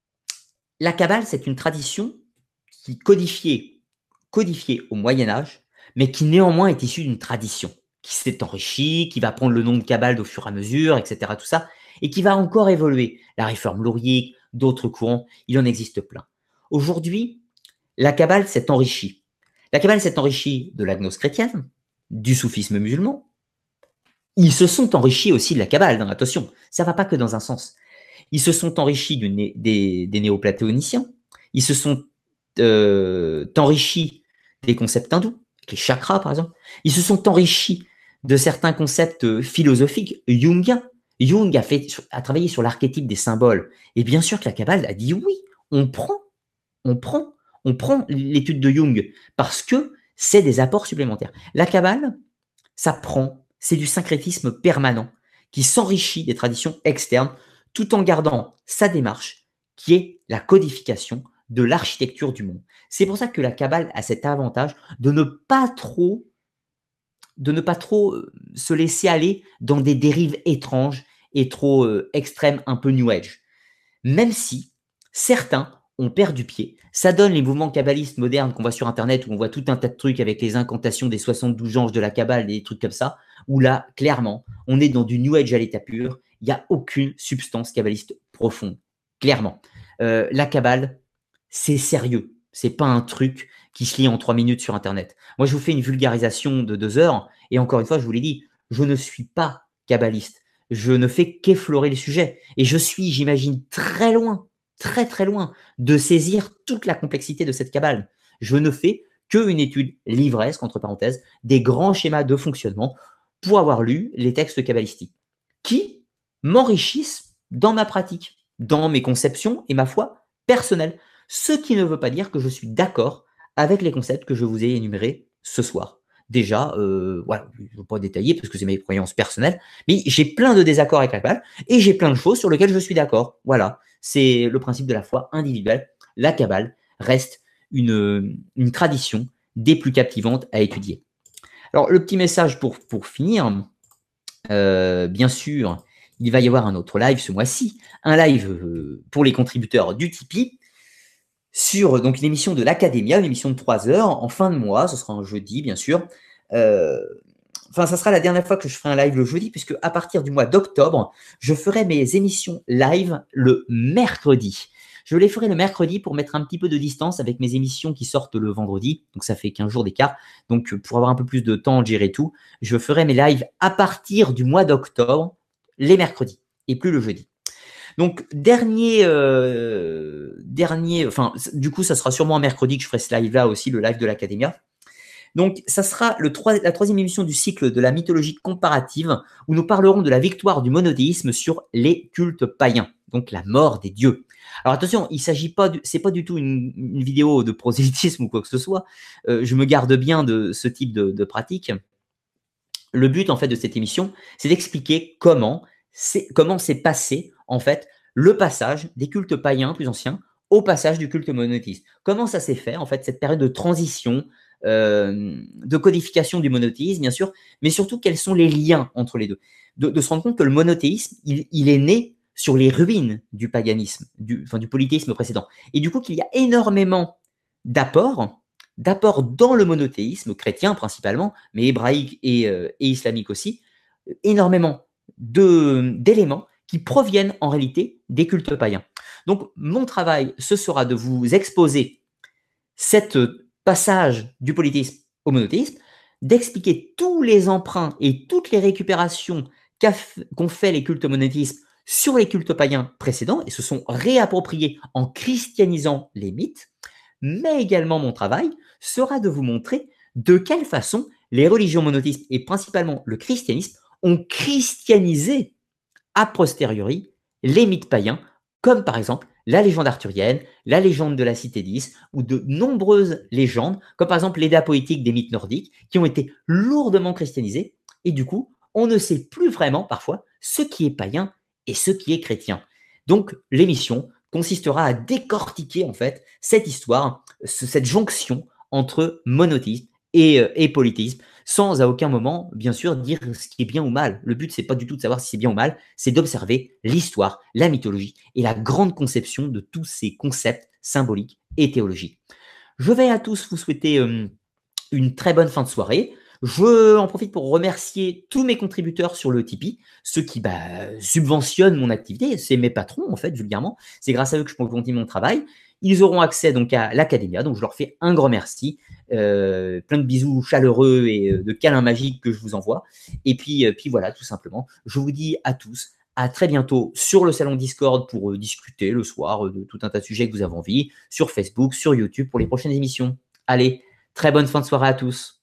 la Kabbale, c'est une tradition qui codifiée, codifiée au Moyen-Âge, mais qui néanmoins est issue d'une tradition, qui s'est enrichie, qui va prendre le nom de Kabbale au fur et à mesure, et cetera, tout ça, et qui va encore évoluer. La réforme lourique, d'autres courants, il en existe plein. Aujourd'hui, la Kabbale s'est enrichie. La Kabbale s'est enrichie de la gnose chrétienne, du soufisme musulman. Ils se sont enrichis aussi de la Kabbale, hein, attention, ça ne va pas que dans un sens. Ils se sont enrichis du né, des, des néoplatoniciens, ils se sont euh, enrichis des concepts hindous, les chakras par exemple, ils se sont enrichis de certains concepts philosophiques jungiens. Jung a, fait, a travaillé sur l'archétype des symboles, et bien sûr que la Kabbale a dit oui, on prend, on prend, on prend l'étude de Jung, parce que c'est des apports supplémentaires. La Kabbale, ça prend, c'est du syncrétisme permanent, qui s'enrichit des traditions externes, tout en gardant sa démarche, qui est la codification de l'architecture du monde. C'est pour ça que la Kabbale a cet avantage de ne pas trop, de ne pas trop se laisser aller dans des dérives étranges et trop euh, extrêmes, un peu New Age. Même si certains ont perdu pied, ça donne les mouvements kabbalistes modernes qu'on voit sur Internet, où on voit tout un tas de trucs avec les incantations des soixante-douze anges de la Kabbale, des trucs comme ça, où là, clairement, on est dans du New Age à l'état pur. Il n'y a aucune substance kabbaliste profonde, clairement. Euh, la Kabbale, c'est sérieux. C'est pas un truc qui se lit en trois minutes sur Internet. Moi, je vous fais une vulgarisation de deux heures, et encore une fois, je vous l'ai dit, je ne suis pas kabbaliste. Je ne fais qu'effleurer le sujet. Et je suis, j'imagine, très loin, très très loin de saisir toute la complexité de cette Kabbale. Je ne fais qu'une étude livresque, entre parenthèses, des grands schémas de fonctionnement pour avoir lu les textes kabbalistiques, qui m'enrichissent dans ma pratique, dans mes conceptions et ma foi personnelle. Ce qui ne veut pas dire que je suis d'accord avec les concepts que je vous ai énumérés ce soir. Déjà, euh, voilà, je ne veux pas détailler parce que c'est mes croyances personnelles, mais j'ai plein de désaccords avec la Kabbale et j'ai plein de choses sur lesquelles je suis d'accord. Voilà, c'est le principe de la foi individuelle. La Kabbale reste une, une tradition des plus captivantes à étudier. Alors, le petit message pour, pour finir, euh, bien sûr, il va y avoir un autre live ce mois-ci, un live euh, pour les contributeurs du Tipeee. sur donc une émission de l'Academia, une émission de trois heures en fin de mois. Ce sera un jeudi, bien sûr. Euh, Enfin, ça sera la dernière fois que je ferai un live le jeudi, puisque à partir du mois d'octobre, je ferai mes émissions live le mercredi. Je les ferai le mercredi pour mettre un petit peu de distance avec mes émissions qui sortent le vendredi. Donc, ça fait quinze jours d'écart. Donc, pour avoir un peu plus de temps de gérer tout, je ferai mes lives à partir du mois d'octobre, les mercredis, et plus le jeudi. Donc, dernier, euh, dernier, enfin, du coup, ça sera sûrement un mercredi que je ferai ce live-là aussi, le live de l'Academia. Donc, ça sera le trois, la troisième émission du cycle de la mythologie comparative, où nous parlerons de la victoire du monothéisme sur les cultes païens, donc la mort des dieux. Alors attention, il s'agit pas, c'est pas du tout une, une vidéo de prosélytisme ou quoi que ce soit. Euh, je me garde bien de ce type de, de pratique. Le but en fait de cette émission, c'est d'expliquer comment c'est comment s'est passé en fait le passage des cultes païens plus anciens au passage du culte monothéiste. Comment ça s'est fait en fait cette période de transition, euh, de codification du monothéisme bien sûr, mais surtout quels sont les liens entre les deux. De, de se rendre compte que le monothéisme, il, il est né sur les ruines du paganisme, du, enfin, du polythéisme précédent, et du coup qu'il y a énormément d'apports d'apports dans le monothéisme chrétien principalement, mais hébraïque et, euh, et islamique aussi, énormément de, d'éléments qui proviennent en réalité des cultes païens. Donc, mon travail, ce sera de vous exposer cet passage du polythéisme au monothéisme, d'expliquer tous les emprunts et toutes les récupérations qu'a f- qu'ont fait les cultes monothéismes sur les cultes païens précédents et se sont réappropriés en christianisant les mythes, mais également mon travail sera de vous montrer de quelle façon les religions monothéistes et principalement le christianisme ont christianisé a posteriori les mythes païens, comme par exemple la légende arthurienne, la légende de la cité d'Is, ou de nombreuses légendes, comme par exemple l'Éda poétique des mythes nordiques, qui ont été lourdement christianisées, et du coup, on ne sait plus vraiment parfois ce qui est païen et ce qui est chrétien. Donc, l'émission consistera à décortiquer en fait cette histoire, cette jonction entre monothéisme et, euh, et polythéisme, sans à aucun moment, bien sûr, dire ce qui est bien ou mal. Le but, c'est pas du tout de savoir si c'est bien ou mal, c'est d'observer l'histoire, la mythologie et la grande conception de tous ces concepts symboliques et théologiques. Je vais à tous vous souhaiter euh, une très bonne fin de soirée. Je en profite pour remercier tous mes contributeurs sur le Tipeee, ceux qui bah, subventionnent mon activité, c'est mes patrons en fait, vulgairement. C'est grâce à eux que je peux continuer mon travail. Ils auront accès donc à l'Academia, donc je leur fais un grand merci. Euh, plein de bisous chaleureux et euh, de câlins magiques que je vous envoie. Et puis, euh, puis voilà, tout simplement. Je vous dis à tous à très bientôt sur le salon Discord pour euh, discuter le soir euh, de tout un tas de sujets que vous avez envie, sur Facebook, sur YouTube pour les prochaines émissions. Allez, très bonne fin de soirée à tous.